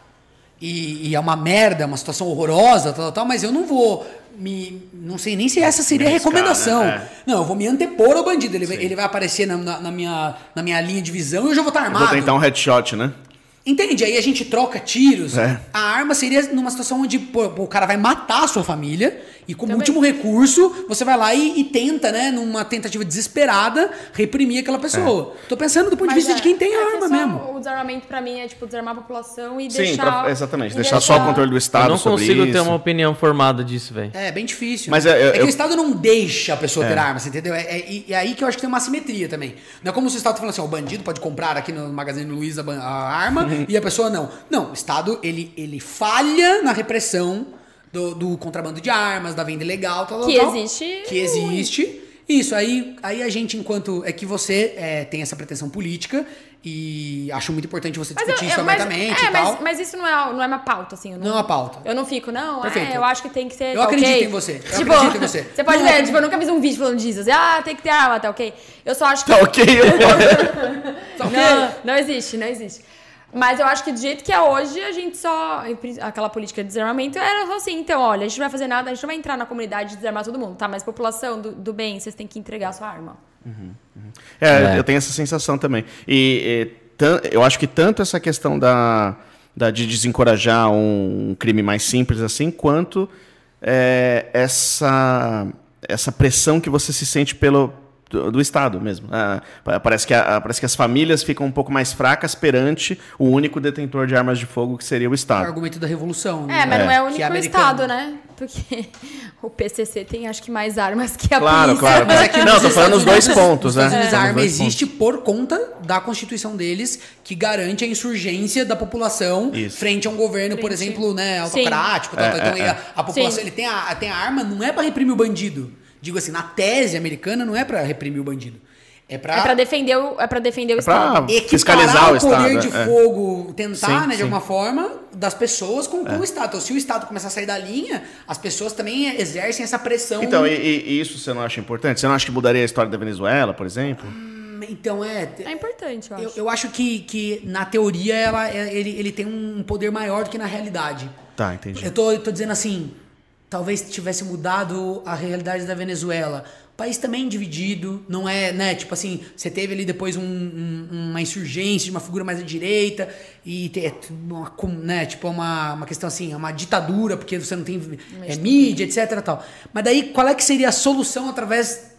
e é uma merda, uma situação horrorosa, tal, mas eu não vou não sei nem se essa seria a recomendação. Né? Não, eu vou me antepor ao bandido. Ele vai aparecer na minha linha de visão e eu já vou estar armado. Eu vou tentar um headshot, né? Entende? Aí a gente troca tiros. A arma seria numa situação onde o cara vai matar a sua família e como último recurso, você vai lá e tenta, né, numa tentativa desesperada, reprimir aquela pessoa. Tô pensando do ponto de vista de quem tem a arma mesmo. O desarmamento pra mim é tipo desarmar a população e deixar... Exatamente. Deixar só o controle do Estado sobre isso. Eu não consigo ter uma opinião formada disso, velho. É bem difícil. Mas que o Estado não deixa a pessoa ter arma, você entendeu? É aí que eu acho que tem uma assimetria também. Não é como se o Estado tá falando assim, o bandido pode comprar aqui no Magazine Luiza a arma e a pessoa não. Não, o Estado, ele falha na repressão do contrabando de armas, da venda ilegal, tal. Que existe. Isso, aí a gente, enquanto... É que você tem essa pretensão política e acho muito importante você discutir isso abertamente e tal. Mas isso não é uma pauta, assim. Não é uma pauta. Eu não fico, Perfeito. Eu acho que tem que ser... Eu acredito em você. Tipo, acredito em você. Você pode ver, eu nunca fiz um vídeo falando disso. Assim, tem que ter arma, tá ok? Eu só acho que... Tá ok, Não existe. Mas eu acho que do jeito que é hoje, a gente só... Aquela política de desarmamento era só assim. Então, olha, a gente não vai fazer nada, a gente não vai entrar na comunidade e desarmar todo mundo, tá? Mas população do bem, vocês têm que entregar a sua arma. Eu tenho essa sensação também. E eu acho que tanto essa questão de desencorajar um crime mais simples assim, quanto essa pressão que você se sente do Estado mesmo. Parece que as famílias ficam um pouco mais fracas perante o único detentor de armas de fogo, que seria o Estado. É o argumento da Revolução. Né? Mas não é o único Estado, né? Porque o PCC tem, acho que, mais armas que a polícia. Claro. Mas é que não, tô falando os dois pontos, né? A arma existe por conta da Constituição deles, que garante a insurgência da população frente a um governo, por exemplo, né, autocrático. Então, a população ele tem a arma, não é para reprimir o bandido. Digo assim, na tese americana não é para reprimir o bandido. É pra defender o Estado. Pra fiscalizar o Estado. poder de fogo, tentar, Sim, né, de sim. alguma forma, das pessoas com o Estado. Então, se o Estado começar a sair da linha, as pessoas também exercem essa pressão. Então, e isso você não acha importante? Você não acha que mudaria a história da Venezuela, por exemplo? Então, É importante, eu acho. eu acho que na teoria ele tem um poder maior do que na realidade. Tá, entendi. Eu tô dizendo assim, talvez tivesse mudado a realidade da Venezuela. O país também dividido, não é, né? Tipo assim, você teve ali depois uma insurgência de uma figura mais à direita e né, tipo uma questão assim, uma ditadura, porque você não tem mídia, etc. Tal. Mas daí, qual é que seria a solução através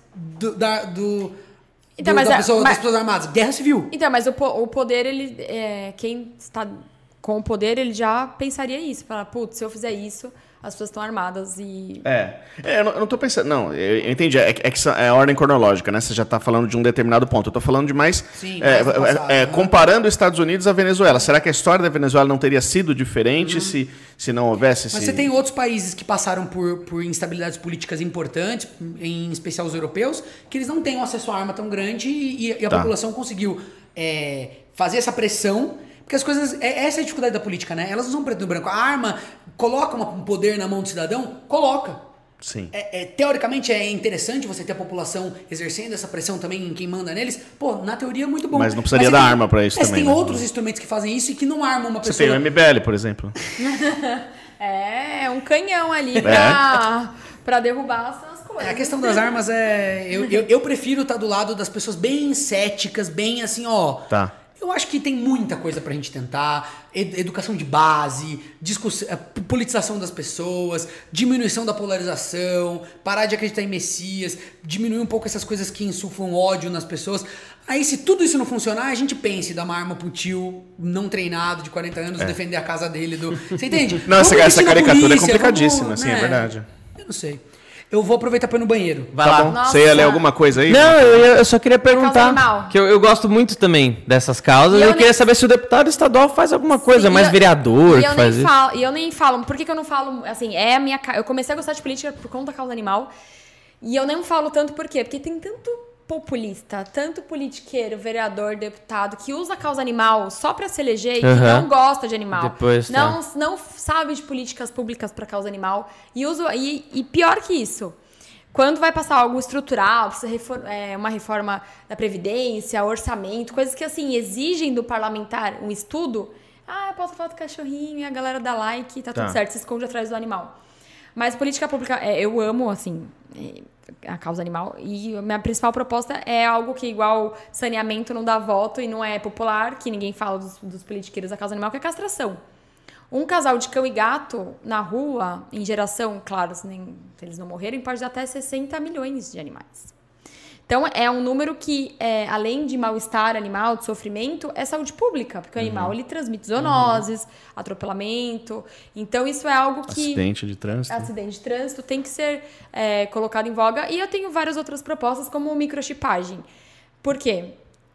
das pessoas armadas? Guerra civil. Então, mas o poder, quem está com o poder, ele já pensaria isso. Falar, putz, se eu fizer isso, as pessoas estão armadas e... eu não tô pensando... Não, eu entendi. É que é a ordem cronológica, né? Você já tá falando de um determinado ponto. Eu tô falando de mais... Sim, mais do passado, né? Comparando os Estados Unidos à Venezuela. Será que a história da Venezuela não teria sido diferente se não houvesse... Mas você tem outros países que passaram por instabilidades políticas importantes, em especial os europeus, que eles não têm um acesso à arma tão grande e a população conseguiu fazer essa pressão... Porque as coisas... Essa é a dificuldade da política, né? Elas não são preto no branco. A arma coloca um poder na mão do cidadão? Coloca. Sim. Teoricamente é interessante você ter a população exercendo essa pressão também em quem manda neles. Pô, na teoria é muito bom. Mas não precisaria dar arma pra isso também. Mas tem né? outros instrumentos que fazem isso e que não armam uma pessoa. Você tem o MBL, por exemplo. um canhão ali pra derrubar essas coisas. A questão das armas eu prefiro estar do lado das pessoas bem céticas, bem assim, ó... Tá. Eu acho que tem muita coisa pra gente tentar. Educação de base, politização das pessoas, diminuição da polarização, parar de acreditar em messias, diminuir um pouco essas coisas que insuflam ódio nas pessoas. Aí, se tudo isso não funcionar, a gente pensa em dar uma arma pro tio não treinado de 40 anos defender a casa dele. Você entende? Não, essa caricatura é complicadíssima, assim, é verdade. Eu não sei. Eu vou aproveitar pra ir no banheiro. Vai Tá lá. bom. Nossa. Você ia ler alguma coisa aí? Não, eu só queria causa perguntar, animal. que eu gosto muito também dessas causas, E eu eu queria nem- saber se o deputado estadual faz alguma coisa, Sim, mais vereador e que eu faz nem isso. falo, e eu nem falo. Por que eu não falo? Assim, eu comecei a gostar de política por conta da causa animal. E eu não falo tanto por quê? Porque tem tanto populista, tanto politiqueiro, vereador, deputado, que usa a causa animal só pra se eleger e que Aham. não gosta de animal. Depois, não sabe de políticas públicas pra causa animal. E pior que isso. Quando vai passar algo estrutural, precisa uma reforma da Previdência, orçamento, coisas que, assim, exigem do parlamentar um estudo. Eu posso falar do cachorrinho e a galera dá like e tá tudo certo, se esconde atrás do animal. Mas política pública, eu amo, assim, a causa animal. E a minha principal proposta é algo que, igual saneamento, não dá voto e não é popular, que ninguém fala dos politiqueiros da causa animal, que é castração. Um casal de cão e gato na rua, em geração, claro, se eles não morrerem, pode dar até 60 milhões de animais. Então, é um número que, além de mal-estar animal, de sofrimento, é saúde pública. Porque o animal, ele transmite zoonoses, atropelamento. Então, isso é algo que... Acidente de trânsito. Tem que ser colocado em voga. E eu tenho várias outras propostas, como microchipagem. Por quê?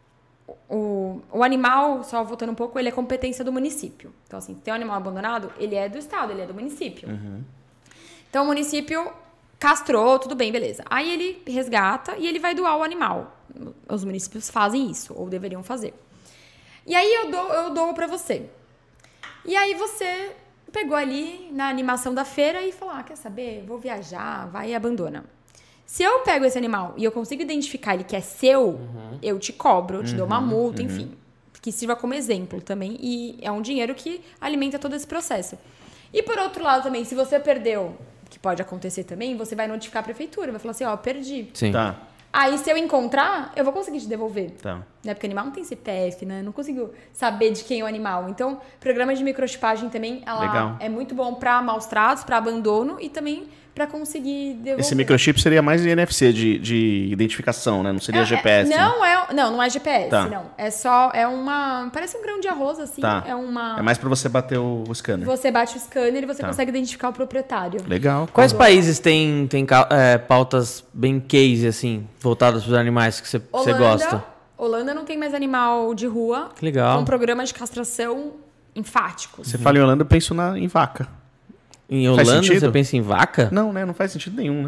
O animal, só voltando um pouco, ele é competência do município. Então, assim, tem um animal abandonado, ele é do estado, ele é do município. Então, o município castrou, tudo bem, beleza. Aí ele resgata e ele vai doar o animal. Os municípios fazem isso, ou deveriam fazer. E aí eu dou pra você. E aí você pegou ali na animação da feira e falou, quer saber? Vou viajar, vai e abandona. Se eu pego esse animal e eu consigo identificar ele que é seu, eu te cobro, eu te dou uma multa, enfim. Que sirva como exemplo também. E é um dinheiro que alimenta todo esse processo. E por outro lado também, se você perdeu, que pode acontecer também, você vai notificar a prefeitura. Vai falar assim, perdi. Sim. Tá. Aí se eu encontrar, eu vou conseguir te devolver. Tá. Né? Porque o animal não tem CPF, né? Não consigo saber de quem é o animal. Então, programa de microchipagem também, Legal. é muito bom para maus tratos, para abandono e também para conseguir devolver. Esse microchip seria mais de NFC, de identificação, né? Não seria GPS. né? Não é GPS, Tá. não. Parece um grão de arroz, assim. Tá. É mais pra você bater o scanner. Você bate o scanner e você Tá. consegue identificar o proprietário. Legal. Quais países têm pautas bem case, assim, voltadas para os animais que você gosta? Holanda não tem mais animal de rua. Que legal. Com programa de castração enfático. Você fala em Holanda, eu penso em vaca. Em Faz Holanda sentido? você pensa em vaca? Não, né? Não faz sentido nenhum, né?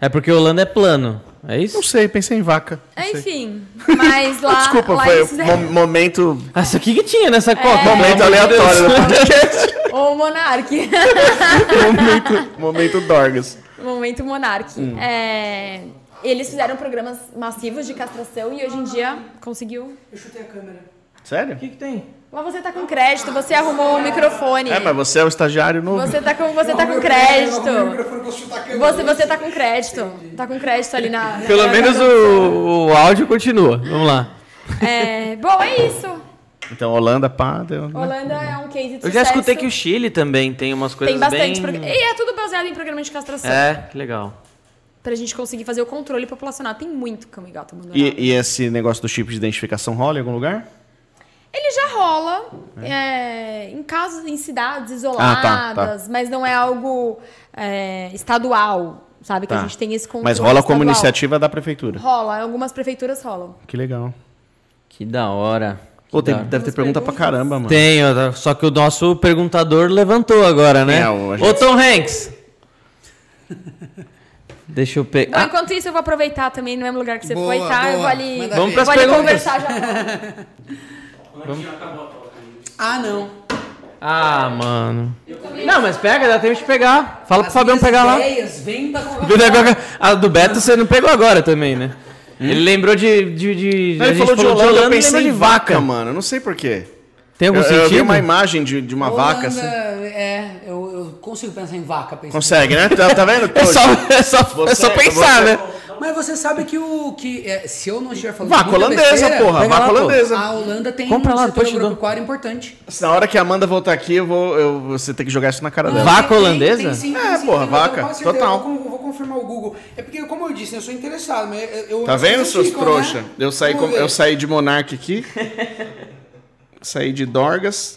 É porque a Holanda é plano, é isso? Não sei, pensei em vaca. Não sei. Enfim, mas lá... Desculpa, lá foi eles fizeram- momento, Ah, isso aqui que tinha nessa coca. momento aleatório do podcast. O Monark. momento Dorgas. Momento Monark. Eles fizeram programas massivos de castração e hoje em dia conseguiu... Eu chutei a câmera. Sério? O que tem? Mas você tá com crédito, você arrumou o microfone. Mas você é o estagiário novo. Você tá com crédito. Você tá com crédito. Tá com crédito ali na Pelo menos o áudio continua. Vamos lá. Bom, é isso. Então, Holanda, pá... Deu, né? Holanda é um case de sucesso. Eu já escutei que o Chile também tem umas coisas tem bastante bem... programa. E é tudo baseado em programa de castração. Que legal. Pra gente conseguir fazer o controle populacional. Tem muito cão e gato abandonado. E esse negócio do chip de identificação rola em algum lugar? Ele já rola em casos, em cidades isoladas, mas não é algo estadual, sabe? Que a gente tem esse controle Mas rola como estadual. iniciativa da prefeitura. Rola, algumas prefeituras rolam. Que legal. Que da hora. Pô, deve ter pergunta pra caramba, mano. Tem, só que o nosso perguntador levantou agora, né? Ô, Tom Hanks! Deixa eu pegar. Bom, enquanto isso, eu vou aproveitar também no mesmo lugar que você Boa, foi, tá? boa. Eu vou ali, Manda Vamos ver. pras vou ali perguntas. conversar já. Ah, não. Ah, mano. Não, mas pega, dá tempo de pegar. Fala pro Fabião pegar lá. Ideias vêm da conversa. A do Beto você não pegou agora também, né? Ele lembrou de Não, a ele gente falou de Holanda, eu e lembrou pensei em de vaca, mano. Eu não sei porquê. Tem algum Eu vi sentido? uma imagem de uma vaca assim. Eu consigo pensar em vaca. pensando. Consegue, né? Tá vendo? É só pensar, né? Mas você sabe que se eu não estiver falando Vaca muita holandesa, besteira, porra. pega Vaca lá, pô. holandesa. a Holanda tem Compra lá, um depois setor te dou. agropecuário importante. Na hora que a Amanda voltar aqui, você tem que jogar isso na cara dela. Vaca holandesa? Tem sim, porra, eu vaca, tenho quase certeza. total. Eu vou confirmar o Google. É porque, como eu disse, eu sou interessado, mas eu Tá vendo, seus ficam, trouxa? né? Eu Vamos ver. saí de Monark aqui. Saí de Dorgas.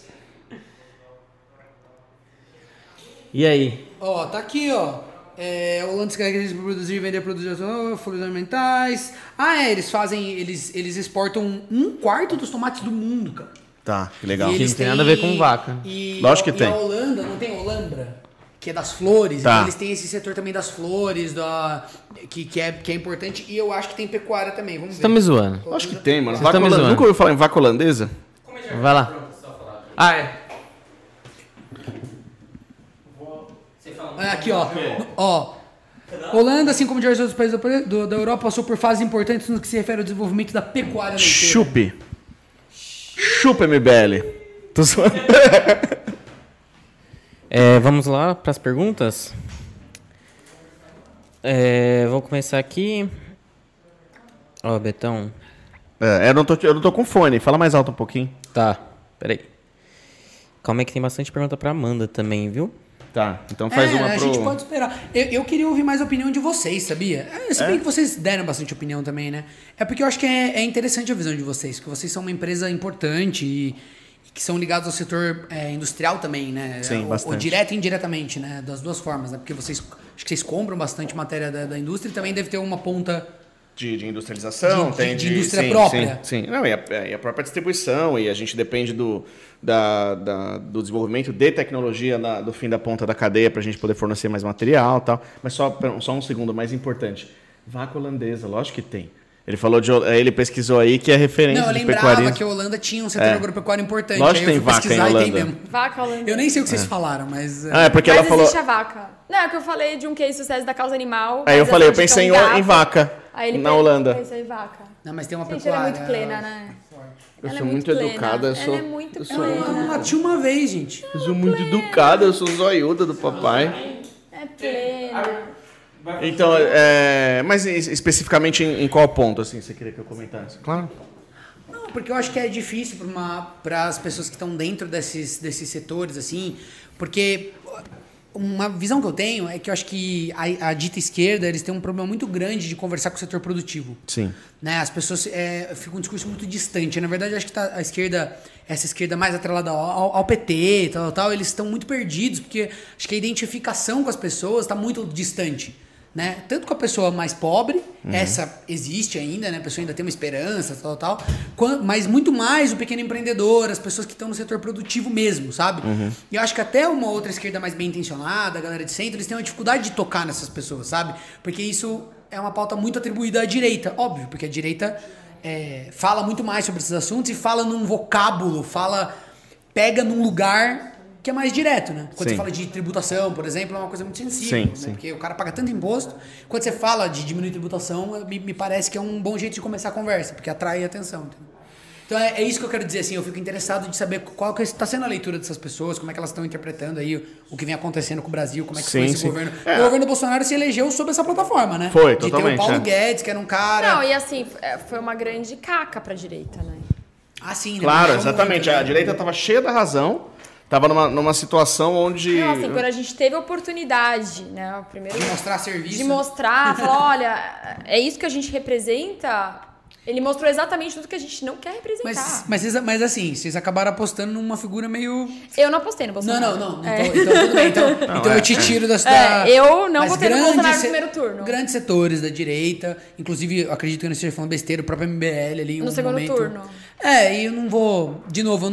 E aí? Ó, tá aqui, ó. A Holanda se caracteriza por produzir e vender produtos folhas ornamentais. Eles exportam 1/4 dos tomates do mundo, cara. Tá, que legal. E eles Não tem nada a ver com vaca. Lógico que tem. E a Holanda, não tem Holambra? Que é das flores. Tá. Então eles têm esse setor também das flores, que é importante. E eu acho que tem pecuária também. Vamos Você ver. tá me zoando. Acho que tem, mano. Vocês tão me zoando. Nunca ouviu falar em vaca holandesa? Vai lá. Aqui, ó. Holanda, assim como diversos outros países da Europa, passou por fases importantes no que se refere ao desenvolvimento da pecuária leiteira. Chupa, MBL. Tô zoando. Vamos lá para as perguntas? Vou começar aqui. Ó, Betão. Eu não tô com fone. Fala mais alto um pouquinho. Tá, peraí. Calma aí que tem bastante pergunta pra Amanda também, viu? Tá, então faz uma A pro... gente pode esperar. Eu queria ouvir mais a opinião de vocês, sabia? Se bem que vocês deram bastante opinião também, né? É porque eu acho que é interessante a visão de vocês, que vocês são uma empresa importante e que são ligados ao setor industrial também, né? Sim, bastante. Ou direto e indiretamente, né? Das duas formas, né? Porque acho que vocês compram bastante matéria da indústria e também deve ter uma ponta... De industrialização, de indústria própria. Sim. Não, e a própria distribuição, e a gente depende do desenvolvimento de tecnologia do fim da ponta da cadeia para a gente poder fornecer mais material e tal. Mas só um segundo, mais importante. Vaca holandesa, lógico que tem. Ele falou ele pesquisou aí que é referência Não, eu de lembrava pecuarismo. que a Holanda tinha um setor agropecuário importante. Lógico aí que eu tem fui vaca em pesquisar e tem Holanda. mesmo. Vaca holandesa. Eu nem sei o que vocês falaram, mas... É porque Mas ela falou... existe a vaca. Não, é que eu falei de um case de sucesso da causa animal. Aí eu mas falei, eu essa de pensei cão e em vaca Aí ele na Holanda. pensou em vaca. Não, mas tem uma Gente, ela pecuária... é muito plena, né? Eu Ela sou é muito plena. educada, Ela é muito Eu plena. bati uma vez, gente. Eu sou muito educada, eu sou zoiuda do papai. É plena. Então, mas especificamente em qual ponto, assim, você queria que eu comentasse? Claro. Não, porque eu acho que é difícil para as pessoas que estão dentro desses setores, assim, porque uma visão que eu tenho é que eu acho que a dita esquerda, eles têm um problema muito grande de conversar com o setor produtivo. Sim. Né? As pessoas ficam um discurso muito distante. Na verdade, eu acho que a esquerda, essa esquerda mais atrelada ao PT, tal, eles estão muito perdidos, porque acho que a identificação com as pessoas está muito distante. né? Tanto com a pessoa mais pobre, essa existe ainda, né? A pessoa ainda tem uma esperança, tal, mas muito mais o pequeno empreendedor, as pessoas que estão no setor produtivo mesmo, sabe? E eu acho que até uma outra esquerda mais bem intencionada, a galera de centro, eles têm uma dificuldade de tocar nessas pessoas, sabe? Porque isso é uma pauta muito atribuída à direita, óbvio, porque a direita fala muito mais sobre esses assuntos e fala num vocábulo, pega num lugar que é mais direto, né? Quando você fala de tributação, por exemplo, é uma coisa muito sensível, né? Porque o cara paga tanto imposto. Quando você fala de diminuir tributação, me parece que é um bom jeito de começar a conversa, porque atrai a atenção. Entendeu? Então é isso que eu quero dizer, assim, eu fico interessado de saber qual que está sendo a leitura dessas pessoas, como é que elas estão interpretando aí o que vem acontecendo com o Brasil, como é que foi esse governo. O governo Bolsonaro se elegeu sob essa plataforma, né? Foi, de totalmente. De ter o Paulo Guedes, que era um cara... Não, e assim, foi uma grande caca pra direita, né? Ah, sim. Né? Claro, exatamente. A direita estava cheia da razão. Tava numa situação onde... Não, assim, quando a gente teve a oportunidade, né? O primeiro... De mostrar serviço. De mostrar, falar, olha, é isso que a gente representa. Ele mostrou exatamente tudo que a gente não quer representar. Mas assim, vocês acabaram apostando numa figura meio... Eu não apostei no Bolsonaro. Não. Então tudo bem. Então eu te tiro da... Eu não votei no Bolsonaro no primeiro turno. Grandes setores da direita, inclusive, eu acredito que eu não esteja falando besteira, o próprio MBL ali... No segundo turno. E eu não vou... De novo,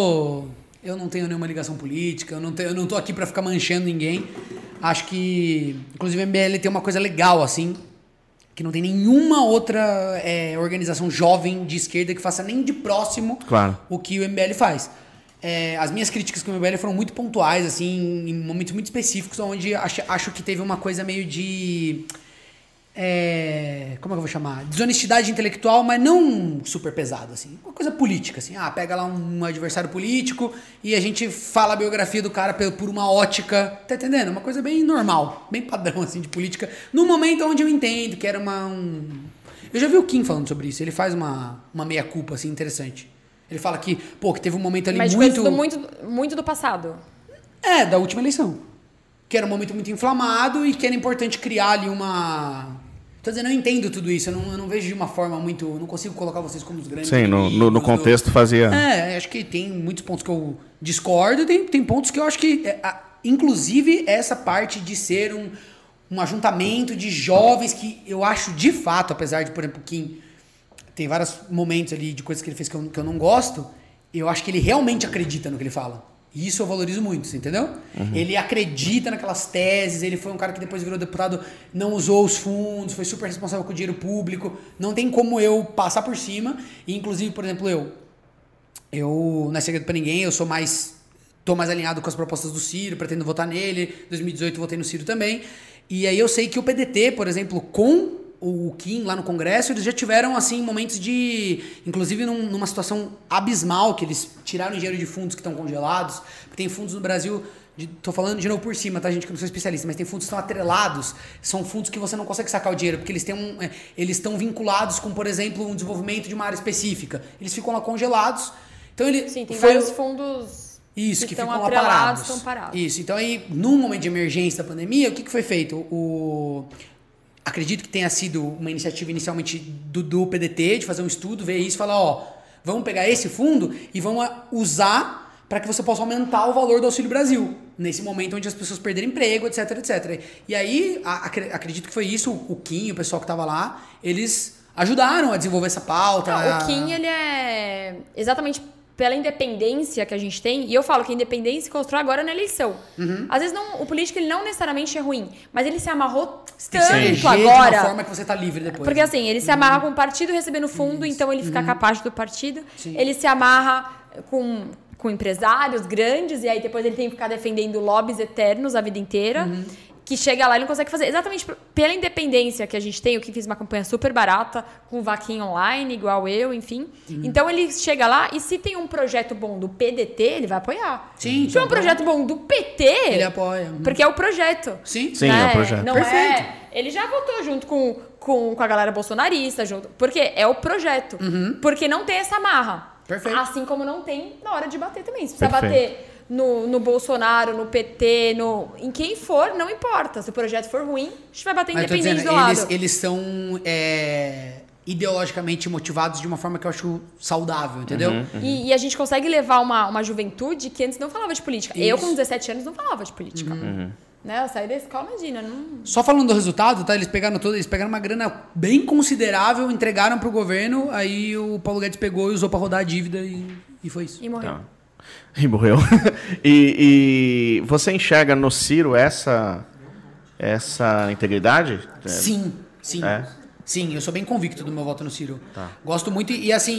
eu não tenho nenhuma ligação política, eu não tô aqui pra ficar manchando ninguém. Acho que, inclusive, o MBL tem uma coisa legal, assim, que não tem nenhuma outra organização jovem de esquerda que faça nem de próximo o que o MBL faz. As minhas críticas com o MBL foram muito pontuais, assim, em momentos muito específicos, onde acho que teve uma coisa meio de... como é que eu vou chamar? Desonestidade intelectual, mas não super pesado, assim. Uma coisa política, assim. Pega lá um adversário político e a gente fala a biografia do cara por uma ótica, tá entendendo? Uma coisa bem normal, bem padrão, assim, de política. No momento onde eu entendo que era Eu já vi o Kim falando sobre isso. Ele faz uma meia-culpa, assim, interessante. Ele fala que teve um momento ali mas muito do passado. Da última eleição. Que era um momento muito inflamado e que era importante criar ali uma... Tô dizendo, eu entendo tudo isso, eu não vejo de uma forma muito... Não consigo colocar vocês como os grandes... Sim, no contexto fazia... acho que tem muitos pontos que eu discordo e tem pontos que eu acho que... inclusive, essa parte de ser um ajuntamento de jovens que eu acho, de fato, apesar de, por exemplo, Kim... Tem vários momentos ali de coisas que ele fez que eu não gosto, eu acho que ele realmente acredita no que ele fala. E isso eu valorizo muito, você entendeu? Ele acredita naquelas teses, ele foi um cara que depois virou deputado, não usou os fundos, foi super responsável com o dinheiro público. Não tem como eu passar por cima. E, inclusive, por exemplo, eu não é segredo pra ninguém, tô mais alinhado com as propostas do Ciro, pretendo votar nele. 2018 votei no Ciro também. E aí eu sei que o PDT, por exemplo, com o Kim lá no Congresso, eles já tiveram, assim, momentos de... Inclusive numa situação abismal, que eles tiraram dinheiro de fundos que estão congelados. Porque tem fundos no Brasil... Tô falando de novo por cima, tá, gente? Que eu não sou especialista. Mas tem fundos que estão atrelados. São fundos que você não consegue sacar o dinheiro. Porque eles estão vinculados com, por exemplo, um desenvolvimento de uma área específica. Eles ficam lá congelados. Então Sim, tem vários fundos... Isso, que ficam lá parados. Estão parados. Isso. Então aí, num momento de emergência da pandemia, o que foi feito? Acredito que tenha sido uma iniciativa inicialmente do PDT, de fazer um estudo, ver isso e falar, vamos pegar esse fundo e vamos usar para que você possa aumentar o valor do Auxílio Brasil, nesse momento onde as pessoas perderam emprego, etc, etc. E aí, acredito que foi isso, o Kim, o pessoal que estava lá, eles ajudaram a desenvolver essa pauta. O Kim, ele é exatamente pela independência que a gente tem, e eu falo que a independência se constrói agora na eleição. Às vezes o político ele não necessariamente é ruim, mas ele se amarrou tanto agora. De uma forma que você tá livre depois. Porque assim, ele se amarra com o partido recebendo fundo, então ele fica capaz do partido. Sim. Ele se amarra com empresários grandes, e aí depois ele tem que ficar defendendo lobbies eternos a vida inteira. Que chega lá e não consegue fazer. Exatamente pela independência que a gente tem, o que fiz uma campanha super barata, com vaquinha online, igual eu, enfim. Então ele chega lá e se tem um projeto bom do PDT, ele vai apoiar. Sim, se tem um projeto bom do PT, ele apoia. Porque é o projeto. Sim, é o projeto. Não Perfeito. Ele já votou junto com a galera bolsonarista, porque é o projeto. Porque não tem essa marra. Perfeito. Assim como não tem na hora de bater também. Se precisa bater no Bolsonaro, no PT, em quem for, não importa. Se o projeto for ruim, a gente vai bater independente do lado. Eles são ideologicamente motivados de uma forma que eu acho saudável, entendeu? E a gente consegue levar uma juventude que antes não falava de política. Isso. Eu, com 17 anos, não falava de política. Né? Eu saí da escola, imagina. Não... Só falando do resultado, tá? Eles pegaram uma grana bem considerável, entregaram pro governo, aí o Paulo Guedes pegou e usou pra rodar a dívida e foi isso. E morreu. Tá. E morreu. E você enxerga no Ciro essa integridade? Sim. É? Sim, eu sou bem convicto do meu voto no Ciro. Tá. Gosto muito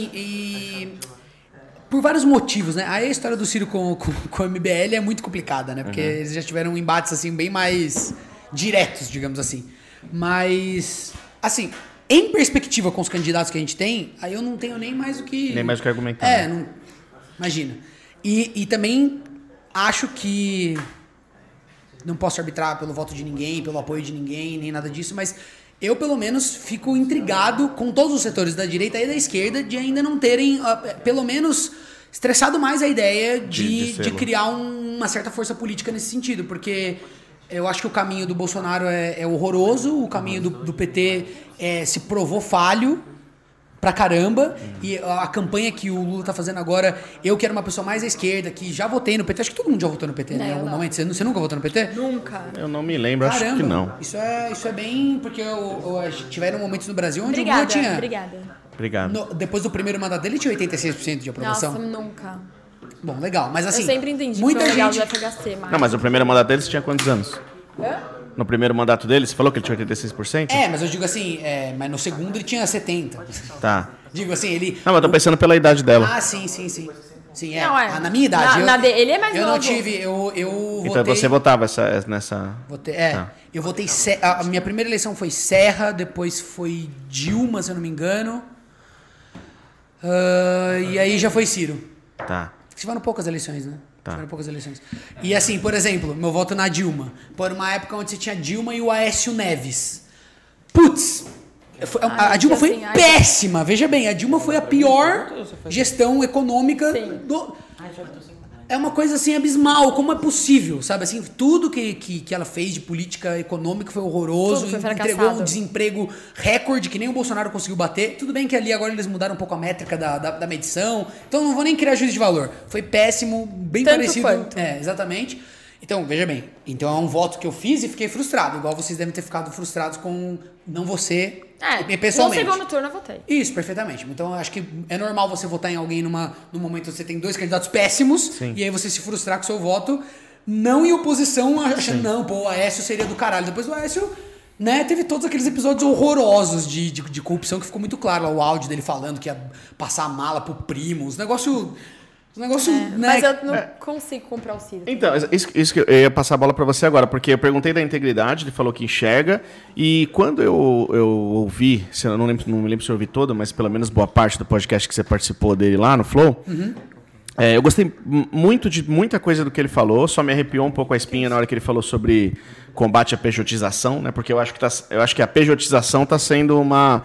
por vários motivos, né? Aí a história do Ciro com o MBL é muito complicada, né? Porque eles já tiveram embates, assim, bem mais diretos, digamos assim. Mas, assim, em perspectiva com os candidatos que a gente tem, aí eu não tenho nem mais o que... Nem mais o que argumentar. Não, imagina. E também acho que... Não posso arbitrar pelo voto de ninguém, pelo apoio de ninguém, nem nada disso, mas... Eu, pelo menos, fico intrigado com todos os setores da direita e da esquerda de ainda não terem, pelo menos, estressado mais a ideia de criar uma certa força política nesse sentido. Porque eu acho que o caminho do Bolsonaro é horroroso, o caminho do PT se provou falho pra caramba. E a campanha que o Lula tá fazendo agora, eu que era uma pessoa mais à esquerda, que já votei no PT, acho que todo mundo já votou no PT, né? Em algum momento. Você nunca votou no PT? Nunca. Eu não me lembro, Caramba, acho que não. Isso é bem... Porque tiveram momentos no Brasil onde o Lula tinha... Obrigado. Depois do primeiro mandato dele, tinha 86% de aprovação. Nossa, nunca. Bom, legal. Mas assim... Eu sempre entendi muita que foi legal gente... do FHC, mas... Não, mas o primeiro mandato dele, você tinha quantos anos? Hã? No primeiro mandato dele, você falou que ele tinha 86%? Mas eu digo assim... mas no segundo ele tinha 70%. Tá. Digo assim, ele... Não, mas eu tô pensando pela idade dela. Ah, sim. Sim, Não, na minha idade. Ele é mais eu novo. Eu não tive... Eu Então votei... você votava nessa... Votei, Tá. Eu votei... A minha primeira eleição foi Serra, depois foi Dilma, se eu não me engano. E aí já foi Ciro. Tá. Tiveram poucas eleições, né? Tá. Tiveram poucas eleições. E assim, por exemplo, meu voto na Dilma. Por uma época onde você tinha Dilma e o Aécio Neves. Putz! A Dilma foi assim, péssima. Veja bem, a Dilma foi a pior gestão econômica do... É uma coisa assim abismal, como é possível, sabe? Assim, tudo que ela fez de política econômica foi horroroso, Tudo foi entregou um desemprego recorde que nem o Bolsonaro conseguiu bater. Tudo bem que ali agora eles mudaram um pouco a métrica da medição, então não vou nem criar juízo de valor. Foi péssimo, bem Tanto parecido. quanto. Exatamente. Então, veja bem, então é um voto que eu fiz e fiquei frustrado, igual vocês devem ter ficado frustrados com não você pessoalmente. No segundo turno eu votei. Isso, perfeitamente. Então, eu acho que é normal você votar em alguém num momento onde você tem dois candidatos péssimos. Sim. E aí você se frustrar com o seu voto, não em oposição, achando, não, pô, o Aécio seria do caralho. Depois o Aécio, né, teve todos aqueles episódios horrorosos de corrupção que ficou muito claro lá, o áudio dele falando que ia passar a mala pro primo, os negócios... né? Mas eu não consigo comprar o Ciro. Então, isso que eu ia passar a bola para você agora, porque eu perguntei da integridade, ele falou que enxerga, e quando eu ouvi, eu não me lembro se eu ouvi todo, mas pelo menos boa parte do podcast que você participou dele lá no Flow, eu gostei muito de muita coisa do que ele falou, só me arrepiou um pouco a espinha na hora que ele falou sobre combate à pejotização, né? Porque eu acho que a pejotização está sendo uma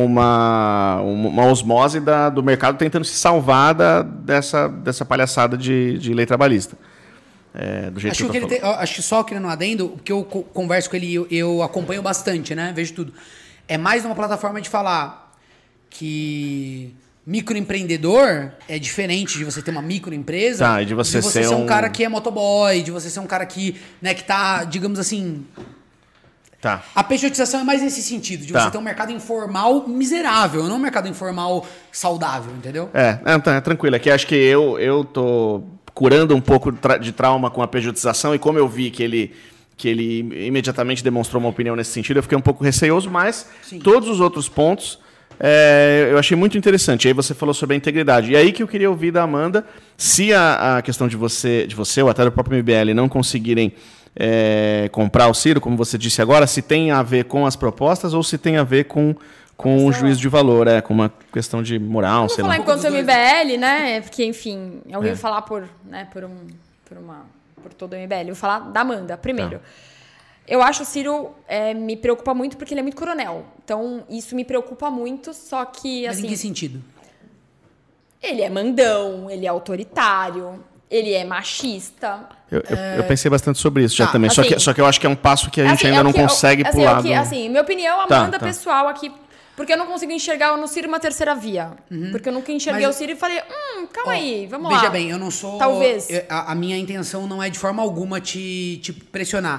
osmose do mercado tentando se salvar dessa palhaçada de lei trabalhista. Do jeito Acho que só querendo um adendo, porque eu converso com ele, eu acompanho bastante, né? Vejo tudo. É mais uma plataforma de falar que microempreendedor é diferente de você ter uma microempresa, tá, e de você ser um cara que é motoboy, de você ser um cara que tá, digamos assim... Tá. A pejotização é mais nesse sentido, de você ter um mercado informal miserável, não um mercado informal saudável, entendeu? Tranquilo. É que acho que eu tô curando um pouco de trauma com a pejotização, e como eu vi que ele imediatamente demonstrou uma opinião nesse sentido, eu fiquei um pouco receoso, mas todos os outros pontos eu achei muito interessante. Aí você falou sobre a integridade. E aí que eu queria ouvir da Amanda, se a questão de você ou até do próprio MBL não conseguirem comprar o Ciro, como você disse agora, se tem a ver com as propostas ou se tem a ver com o juízo de valor, com uma questão de moral, sei lá. Vou falar enquanto MBL, né? Porque, enfim, é horrível falar por todo o MBL. Vou falar da Amanda, primeiro. Tá. Eu acho o Ciro me preocupa muito porque ele é muito coronel. Então, isso me preocupa muito, só que, Mas assim... em que sentido? Ele é mandão, ele é autoritário, ele é machista. Eu pensei bastante sobre isso já também. Assim, só que eu acho que é um passo que a gente ainda não consegue pular. Minha opinião, Amanda, pessoal aqui... Porque eu não consigo enxergar no Ciro uma terceira via. Porque eu nunca enxerguei o Ciro e falei, calma aí, vamos lá. Veja bem, eu não sou... Talvez. A minha intenção não é de forma alguma te pressionar.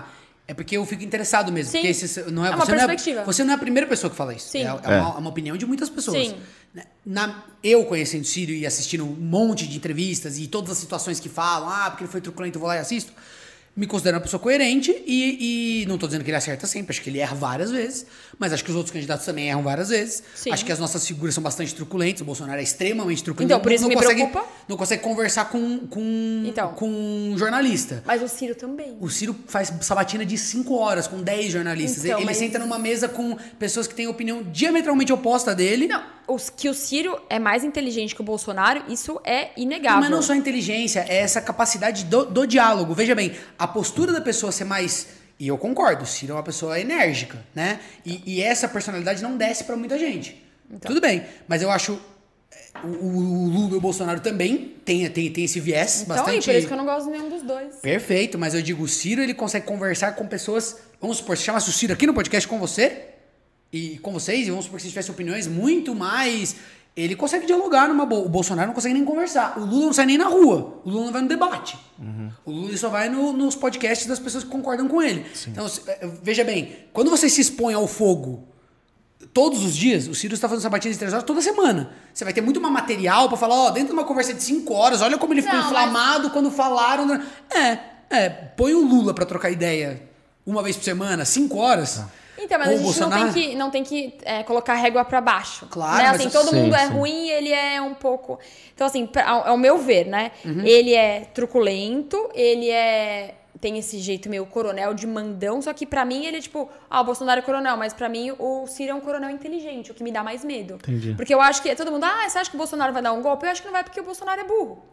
É porque eu fico interessado mesmo. Sim. Porque esse não É uma perspectiva. Você não é a primeira pessoa que fala isso. Sim. É uma opinião de muitas pessoas. Sim. Eu conhecendo o Ciro e assistindo um monte de entrevistas e todas as situações que falam, porque ele foi truculento, eu vou lá e assisto. Me considero uma pessoa coerente e não tô dizendo que ele acerta sempre, acho que ele erra várias vezes, mas acho que os outros candidatos também erram várias vezes. Sim. Acho que as nossas figuras são bastante truculentas, o Bolsonaro é extremamente truculento. Então, por isso me preocupa. Não consegue conversar com um jornalista. Mas o Ciro também. O Ciro faz sabatina de 5 horas com 10 jornalistas. Então, ele senta numa mesa com pessoas que têm opinião diametralmente oposta dele. Não, que o Ciro é mais inteligente que o Bolsonaro, isso é inegável. Mas não só a inteligência, é essa capacidade do diálogo. Veja bem, a postura da pessoa ser mais... E eu concordo, o Ciro é uma pessoa enérgica, né? E essa personalidade não desce pra muita gente. Então. Tudo bem, mas eu acho... O Lula e o Bolsonaro também tem esse viés então, bastante... Então, por isso que eu não gosto de nenhum dos dois. Perfeito, mas eu digo, o Ciro, ele consegue conversar com pessoas... Vamos supor, se chamasse o Ciro aqui no podcast com você... E com vocês, e vamos supor que vocês tivessem opiniões muito mais... Ele consegue dialogar numa boa. O Bolsonaro não consegue nem conversar. O Lula não sai nem na rua. O Lula não vai no debate. O Lula só vai nos podcasts das pessoas que concordam com ele. Sim. Então, veja bem, quando você se expõe ao fogo todos os dias, o Ciro está fazendo sabatina de 3 horas toda semana. Você vai ter muito mais material para falar, dentro de uma conversa de 5 horas, olha como ele ficou inflamado quando falaram... põe o Lula para trocar ideia uma vez por semana, 5 horas... Então, mas a gente não tem que colocar a régua pra baixo. Claro, né? Assim, todo mundo é ruim e ele é um pouco... Então, assim, ao meu ver, né? Ele é truculento, ele tem esse jeito meio coronel de mandão, só que pra mim ele é tipo... o Bolsonaro é coronel, mas pra mim o Ciro é um coronel inteligente, o que me dá mais medo. Entendi. Porque eu acho que todo mundo... você acha que o Bolsonaro vai dar um golpe? Eu acho que não vai, porque o Bolsonaro é burro.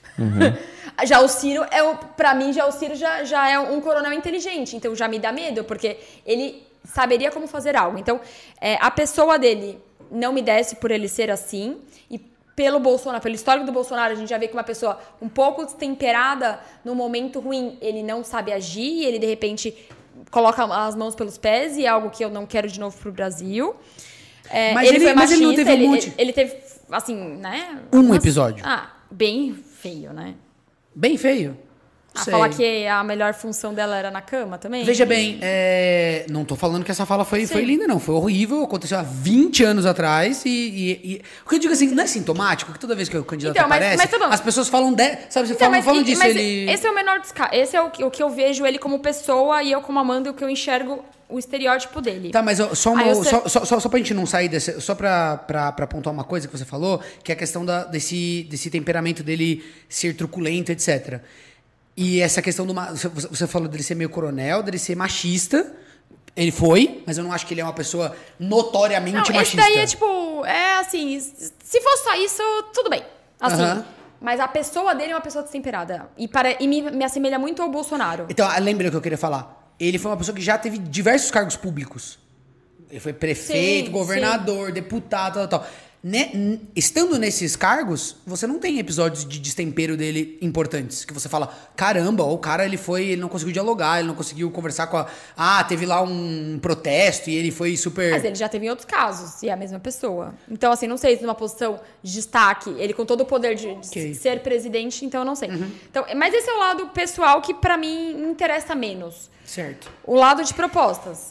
Já o Ciro pra mim, o Ciro já é um coronel inteligente, então já me dá medo, porque ele saberia como fazer algo. Então, a pessoa dele não me desce por ele ser assim, e pelo Bolsonaro, pelo histórico do Bolsonaro, a gente já vê que uma pessoa um pouco destemperada, no momento ruim, ele não sabe agir, ele de repente coloca as mãos pelos pés, e é algo que eu não quero de novo pro Brasil. Mas ele foi machista, ele não teve um monte. Ele teve, assim, né? Episódio. Bem feio, né? Bem feio? Falar que a melhor função dela era na cama também? Veja bem, não tô falando que essa fala foi linda, não. Foi horrível, aconteceu há 20 anos atrás e o que eu digo assim, não é sintomático, que toda vez que o candidato aparece, as pessoas falam falam disso. Esse é o menor dos casos. Esse é o que eu vejo ele como pessoa e eu como Amanda, o que eu enxergo o estereótipo dele. Tá, mas só pra gente não sair desse... Só pra pontuar uma coisa que você falou, que é a questão desse temperamento dele ser truculento, etc. E essa questão você falou dele ser meio coronel, dele ser machista. Ele foi, mas eu não acho que ele é uma pessoa notoriamente machista. Esse daí é tipo... assim... Se fosse só isso, tudo bem. Assim... Mas a pessoa dele é uma pessoa destemperada. E me assemelha muito ao Bolsonaro. Então, lembra o que eu queria falar? Ele foi uma pessoa que já teve diversos cargos públicos. Ele foi prefeito, governador, deputado, tal. Estando nesses cargos, você não tem episódios de destempero dele importantes. Que você fala, caramba, o cara ele não conseguiu dialogar, ele não conseguiu conversar com teve lá um protesto e ele foi super... Mas ele já teve em outros casos, e é a mesma pessoa. Então, assim, não sei se numa posição de destaque, ele com todo o poder de ser presidente, então eu não sei. Então, mas esse é o lado pessoal que pra mim interessa menos. Certo. O lado de propostas.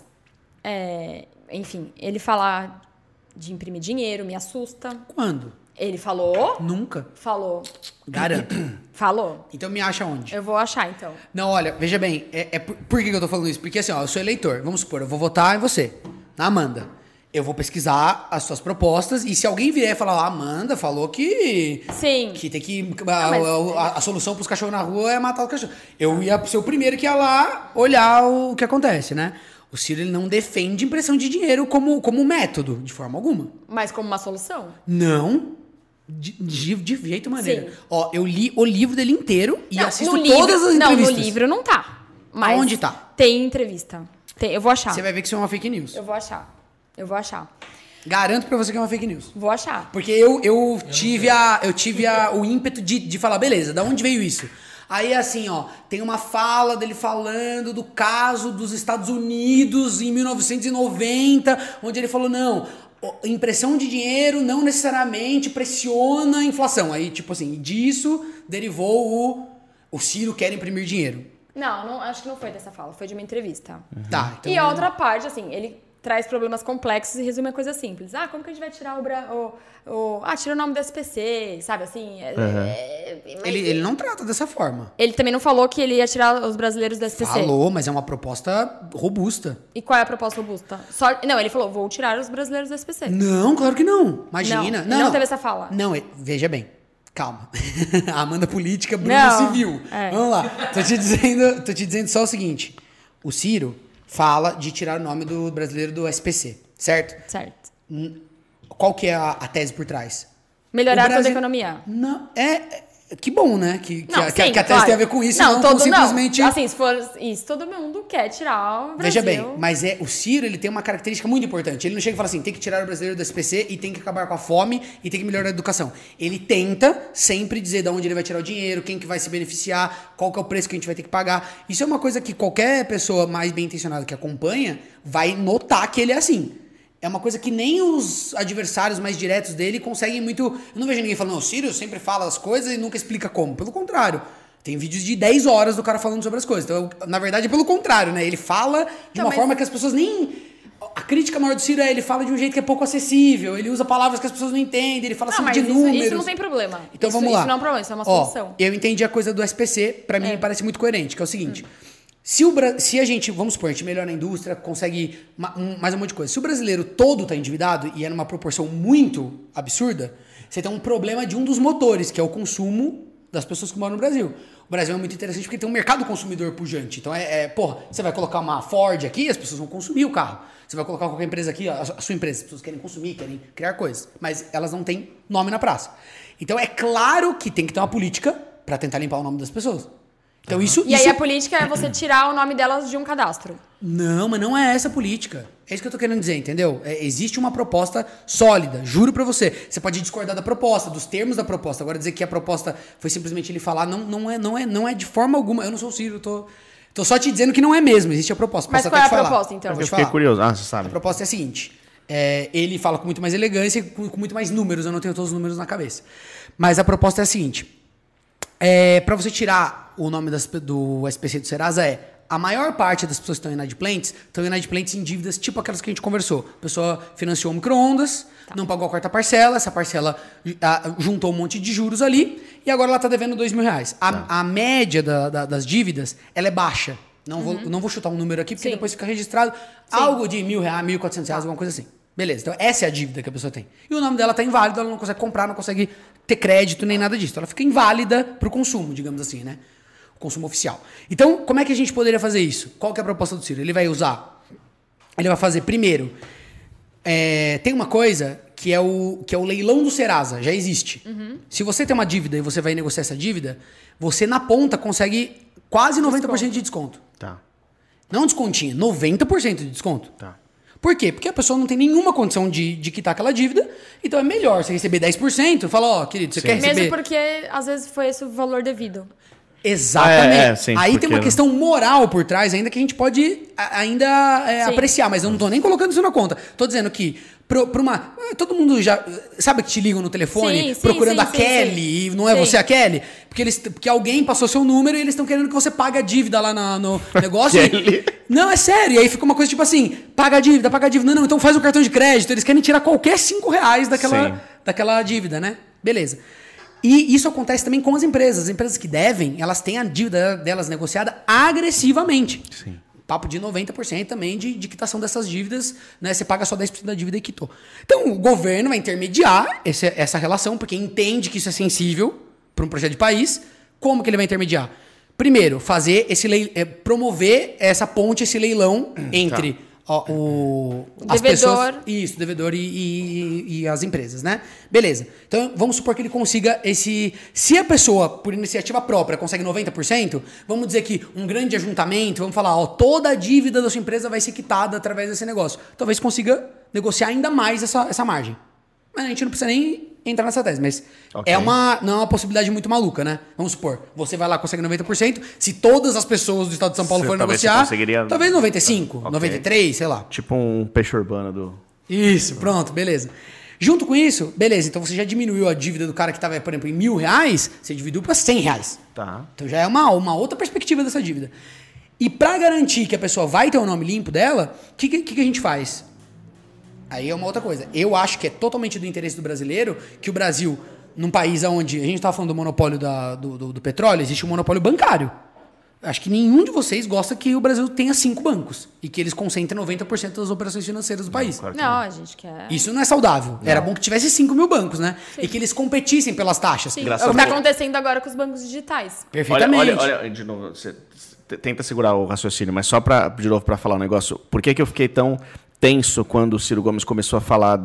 Enfim, ele falar de imprimir dinheiro me assusta. Quando? Ele falou. Nunca. Falou. Garanto. Falou. Então me acha onde? Eu vou achar, então. Não, olha, veja bem, por que eu tô falando isso? Porque assim, eu sou eleitor, vamos supor, eu vou votar em você, na Amanda. Eu vou pesquisar as suas propostas e se alguém vier e falar, a Amanda falou que... Sim. Que tem que... A solução pros cachorros na rua é matar o cachorro. Eu ia ser o primeiro que ia lá olhar o que acontece, né? O Ciro ele não defende impressão de dinheiro como método, de forma alguma. Mas como uma solução? Não. De jeito maneira. Sim. Ó, eu li o livro dele inteiro e assisto todas as entrevistas. Não, no livro não tá. Mas aonde tá? Tem entrevista. Eu vou achar. Você vai ver que isso é uma fake news. Eu vou achar. Garanto pra você que é uma fake news. Vou achar. Porque eu tive o ímpeto de falar, beleza, da onde veio isso? Aí, assim, ó, tem uma fala dele falando do caso dos Estados Unidos em 1990, onde ele falou, não, impressão de dinheiro não necessariamente pressiona a inflação. Aí, tipo assim, disso derivou o Ciro quer imprimir dinheiro. Não, acho que não foi dessa fala, foi de uma entrevista. Tá, então... E a outra parte, assim, ele traz problemas complexos e resume uma coisa simples. Como que a gente vai tirar tira o nome do SPC, sabe, assim? Ele não trata dessa forma. Ele também não falou que ele ia tirar os brasileiros do SPC. Falou, mas é uma proposta robusta. E qual é a proposta robusta? Não, ele falou, vou tirar os brasileiros do SPC. Não, claro que não. Imagina. Não teve essa fala. Não, veja bem. Calma. A Amanda política, Bruno Não, civil. Vamos lá. Tô te dizendo só o seguinte. O Ciro fala de tirar o nome do brasileiro do SPC, certo? Certo. Qual que é a tese por trás? Melhorar toda a economia. Não, que bom, né? Que a tese claro. tem a ver com isso, não simplesmente... Não. Assim, se for isso, todo mundo quer tirar o Brasil. Veja bem, mas o Ciro, ele tem uma característica muito importante. Ele não chega e fala assim, tem que tirar o brasileiro do SPC e tem que acabar com a fome e tem que melhorar a educação. Ele tenta sempre dizer de onde ele vai tirar o dinheiro, quem que vai se beneficiar, qual que é o preço que a gente vai ter que pagar. Isso é uma coisa que qualquer pessoa mais bem intencionada que acompanha vai notar que ele é assim. É uma coisa que nem os adversários mais diretos dele conseguem muito... Eu não vejo ninguém falando, o Ciro sempre fala as coisas e nunca explica como. Pelo contrário. Tem vídeos de 10 horas do cara falando sobre as coisas. Então, na verdade, é pelo contrário, né? Ele fala de uma forma que as pessoas nem... A crítica maior do Ciro ele fala de um jeito que é pouco acessível. Ele usa palavras que as pessoas não entendem. Ele fala sempre de números. Isso não tem problema. Então, vamos lá. Isso não é um problema, isso é uma solução. Eu entendi a coisa do SPC. Pra mim, me parece muito coerente. Que é o seguinte... Se a gente, vamos supor, a gente melhora a indústria, consegue mais um monte de coisa. Se o brasileiro todo está endividado e é numa proporção muito absurda, você tem um problema de um dos motores, que é o consumo das pessoas que moram no Brasil. O Brasil é muito interessante porque tem um mercado consumidor pujante. Então, você vai colocar uma Ford aqui, as pessoas vão consumir o carro. Você vai colocar qualquer empresa aqui, a sua empresa, as pessoas querem consumir, querem criar coisas. Mas elas não têm nome na praça. Então, é claro que tem que ter uma política para tentar limpar o nome das pessoas. Então, aí a política é você tirar o nome delas de um cadastro. Não, mas não é essa a política. É isso que eu tô querendo dizer, entendeu? Existe uma proposta sólida, juro pra você. Você pode discordar da proposta, dos termos da proposta. Agora dizer que a proposta foi simplesmente ele falar, não é de forma alguma. Eu não sou o Ciro, tô só te dizendo que não é mesmo. Existe a proposta. Mas qual é a proposta, então? Eu fiquei curioso. Você sabe. A proposta é a seguinte. Ele fala com muito mais elegância e com muito mais números. Eu não tenho todos os números na cabeça. Mas a proposta é a seguinte. Para você tirar o nome do SPC do Serasa a maior parte das pessoas que estão inadimplentes em dívidas tipo aquelas que a gente conversou. A pessoa financiou um micro-ondas, não pagou a quarta parcela, essa parcela juntou um monte de juros ali e agora ela está devendo R$2.000. A média das dívidas ela é baixa. Não vou chutar um número aqui porque depois fica registrado algo de R$1.000, R$1.400, alguma coisa assim. Beleza, então essa é a dívida que a pessoa tem. E o nome dela está inválido, ela não consegue comprar, não consegue ter crédito nem nada disso. Então ela fica inválida para o consumo, digamos assim, né? O consumo oficial. Então, como é que a gente poderia fazer isso? Qual que é a proposta do Ciro? Ele vai fazer primeiro, tem uma coisa que é o leilão do Serasa, já existe. Se você tem uma dívida e você vai negociar essa dívida, você na ponta consegue quase 90% de desconto. Tá. Não um descontinho, 90% de desconto. Tá. Por quê? Porque a pessoa não tem nenhuma condição de quitar aquela dívida, então é melhor você receber 10%, fala, querido, você quer receber... Mesmo porque, às vezes, foi esse o valor devido. Exatamente. Sim, aí tem uma questão moral por trás ainda que a gente pode ainda apreciar, mas eu não tô nem colocando isso na conta. Tô dizendo que todo mundo já... Sabe que te ligam no telefone procurando a Kelly e não é você a Kelly? Porque alguém passou seu número e eles estão querendo que você pague a dívida lá no negócio. Não, é sério. E aí fica uma coisa tipo assim, paga a dívida. Não, então faz o cartão de crédito. Eles querem tirar qualquer R$5 daquela dívida, né? Beleza. E isso acontece também com as empresas. As empresas que devem, elas têm a dívida delas negociada agressivamente. Sim. Papo de 90% também de quitação dessas dívidas, né? Você paga só 10% da dívida e quitou. Então, o governo vai intermediar essa relação, porque entende que isso é sensível para um projeto de país. Como que ele vai intermediar? Primeiro, fazer promover essa ponte, esse leilão entre as pessoas, isso, devedor e as empresas, né? Beleza. Então, vamos supor que ele consiga se a pessoa, por iniciativa própria, consegue 90%, vamos dizer que um grande ajuntamento, vamos falar, toda a dívida da sua empresa vai ser quitada através desse negócio. Talvez consiga negociar ainda mais essa margem. Mas a gente não precisa nem entrar nessa tese, mas não é uma possibilidade muito maluca, né? Vamos supor, você vai lá, consegue 90%, se todas as pessoas do estado de São Paulo forem negociar, talvez 95%, 93%, sei lá. Tipo um peixe urbano do... Isso, pronto, beleza. Junto com isso, beleza, então você já diminuiu a dívida do cara que estava, por exemplo, em R$1.000, você dividiu para R$100. Tá. Então já é uma outra perspectiva dessa dívida. E para garantir que a pessoa vai ter o nome limpo dela, o que a gente faz? Aí é uma outra coisa. Eu acho que é totalmente do interesse do brasileiro que o Brasil, num país onde a gente estava falando do monopólio do petróleo, existe um monopólio bancário. Acho que nenhum de vocês gosta que o Brasil tenha 5 bancos e que eles concentrem 90% das operações financeiras do país. Claro que Não, a gente quer... Isso não é saudável. Era bom que tivesse 5.000 bancos, né? Sim. E que eles competissem pelas taxas. Sim, é o que está acontecendo agora com os bancos digitais. Perfeitamente. Olha, de novo, você tenta segurar o raciocínio, mas só de novo para falar um negócio. Por que eu fiquei tão tenso quando o Ciro Gomes começou a falar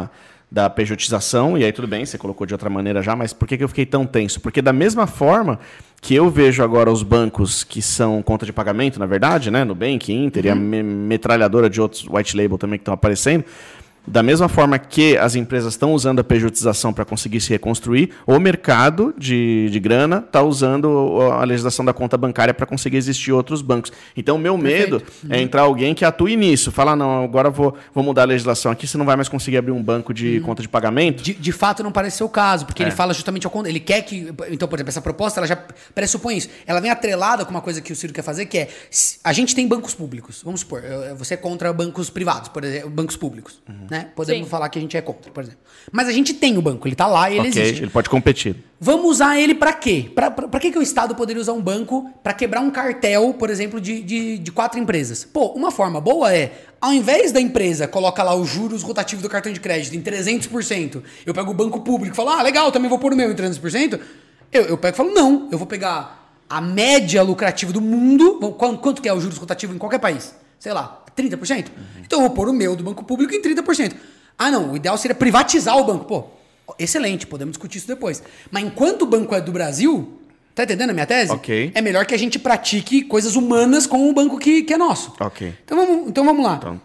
da pejotização? E aí tudo bem, você colocou de outra maneira já, mas por que eu fiquei tão tenso? Porque da mesma forma que eu vejo agora os bancos que são conta de pagamento, na verdade, né, Nubank, Inter e a metralhadora de outros white label também que estão aparecendo, da mesma forma que as empresas estão usando a pejotização para conseguir se reconstruir, o mercado de grana está usando a legislação da conta bancária para conseguir existir outros bancos. Então, o meu medo é entrar alguém que atue nisso. Falar, não, agora vou mudar a legislação aqui, você não vai mais conseguir abrir um banco de conta de pagamento. De fato, não parece ser o caso, porque ele fala justamente ao contrário. Ele quer que... Então, por exemplo, essa proposta, ela já pressupõe isso. Ela vem atrelada com uma coisa que o Ciro quer fazer, que é... A gente tem bancos públicos. Vamos supor, você é contra bancos privados, por exemplo, bancos públicos, né? Podemos falar que a gente é contra, por exemplo. Mas a gente tem o banco, ele está lá e ele existe. Ele pode competir. Vamos usar ele para quê? Para que o Estado poderia usar um banco para quebrar um cartel, por exemplo, de 4 empresas? Pô, uma forma boa é, ao invés da empresa colocar lá os juros rotativos do cartão de crédito em 300%, eu pego o banco público e falo, legal, também vou pôr o meu em 300%, eu pego e falo, não, eu vou pegar a média lucrativa do mundo, quanto que é o juros rotativo em qualquer país? Sei lá, 30%? Então eu vou pôr o meu do banco público em 30%. Ah, não, o ideal seria privatizar o banco. Pô, excelente, podemos discutir isso depois. Mas enquanto o banco é do Brasil, tá entendendo a minha tese? Ok. É melhor que a gente pratique coisas humanas com o banco que é nosso. Ok. Então vamos lá. Então.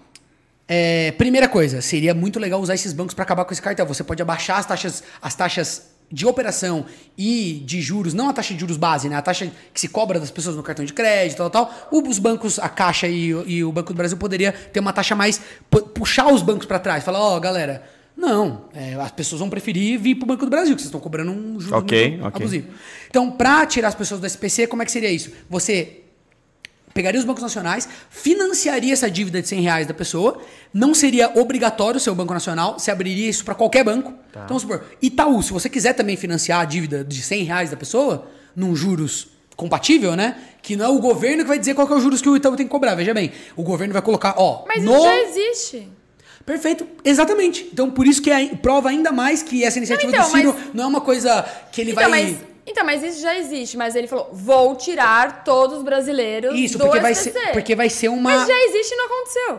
Primeira coisa, seria muito legal usar esses bancos para acabar com esse cartel. Você pode abaixar as taxas de operação e de juros, não a taxa de juros base, né? A taxa que se cobra das pessoas no cartão de crédito, tal. Os bancos, a Caixa e o Banco do Brasil poderia ter uma taxa mais... Puxar os bancos para trás. Falar, galera, não, as pessoas vão preferir vir pro Banco do Brasil, que vocês estão cobrando um juros muito abusivo. Então, para tirar as pessoas do SPC, como é que seria isso? Você pegaria os bancos nacionais, financiaria essa dívida de R$100 da pessoa, não seria obrigatório ser o Banco Nacional, você abriria isso para qualquer banco. Tá. Então, vamos supor, Itaú, se você quiser também financiar a dívida de R$100 da pessoa, num juros compatível, né? Que não é o governo que vai dizer qual que é o juros que o Itaú tem que cobrar. Veja bem, o governo vai colocar, Mas isso já existe. Perfeito, exatamente. Então, por isso que prova ainda mais que essa iniciativa do Ciro não é uma coisa que ele vai... Mas isso já existe, mas ele falou, vou tirar todos os brasileiros do SPC. Porque vai ser uma... Mas já existe e não aconteceu.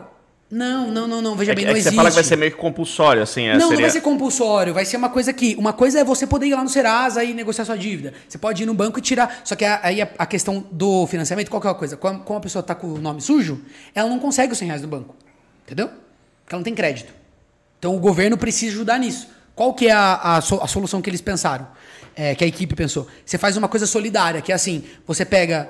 Não, veja bem, não existe. Você fala que vai ser meio que compulsório, assim. Não vai ser compulsório, vai ser uma coisa que... Uma coisa é você poder ir lá no Serasa e negociar sua dívida. Você pode ir no banco e tirar... Só que aí a questão do financiamento, qual que é a coisa? Como a pessoa tá com o nome sujo, ela não consegue os R$100 do banco. Entendeu? Porque ela não tem crédito. Então o governo precisa ajudar nisso. Qual que é a solução que eles pensaram? Que a equipe pensou? Você faz uma coisa solidária, que é assim, você pega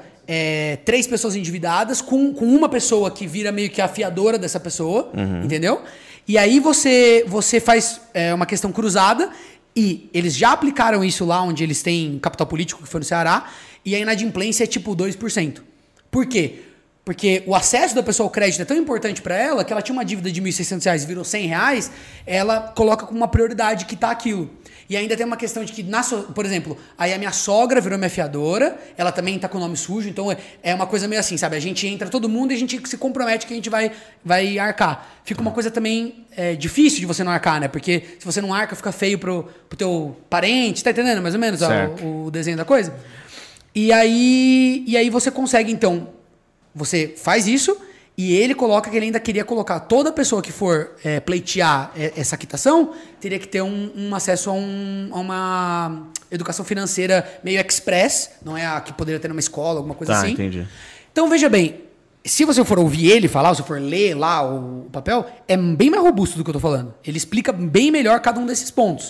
3 pessoas endividadas com uma pessoa que vira meio que a fiadora dessa pessoa, entendeu? E aí você faz uma questão cruzada e eles já aplicaram isso lá onde eles têm capital político, que foi no Ceará, e a inadimplência é tipo 2%. Por quê? Porque o acesso da pessoa ao crédito é tão importante para ela que ela tinha uma dívida de R$1.600 e virou R$100, ela coloca como uma prioridade que tá aquilo. E ainda tem uma questão de que, por exemplo, aí a minha sogra virou minha fiadora, ela também tá com o nome sujo, então é uma coisa meio assim, sabe? A gente entra todo mundo e a gente se compromete que a gente vai arcar. Fica uma coisa também difícil de você não arcar, né? Porque se você não arca, fica feio pro teu parente, tá entendendo mais ou menos o desenho da coisa? E aí você consegue, então, você faz isso... E ele coloca que ele ainda queria colocar toda pessoa que for pleitear essa quitação, teria que ter um acesso a uma educação financeira meio express, não é a que poderia ter numa escola, alguma coisa assim. Entendi. Então, veja bem, se você for ouvir ele falar, ou se for ler lá o papel, é bem mais robusto do que eu tô falando. Ele explica bem melhor cada um desses pontos.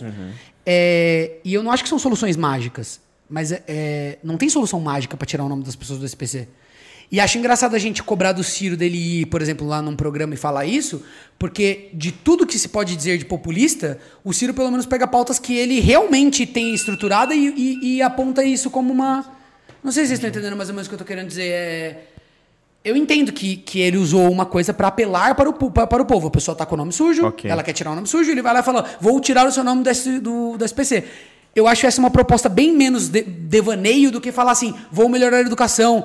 E eu não acho que são soluções mágicas, mas não tem solução mágica para tirar o nome das pessoas do SPC. E acho engraçado a gente cobrar do Ciro dele ir, por exemplo, lá num programa e falar isso, porque de tudo que se pode dizer de populista, o Ciro pelo menos pega pautas que ele realmente tem estruturada e aponta isso como uma... Não sei se vocês estão entendendo mais ou menos o que eu tô querendo dizer. Eu entendo que ele usou uma coisa pra apelar para o povo. A pessoa tá com o nome sujo, ela quer tirar o nome sujo, ele vai lá e fala, vou tirar o seu nome do SPC. Eu acho essa uma proposta bem menos devaneio do que falar assim, vou melhorar a educação,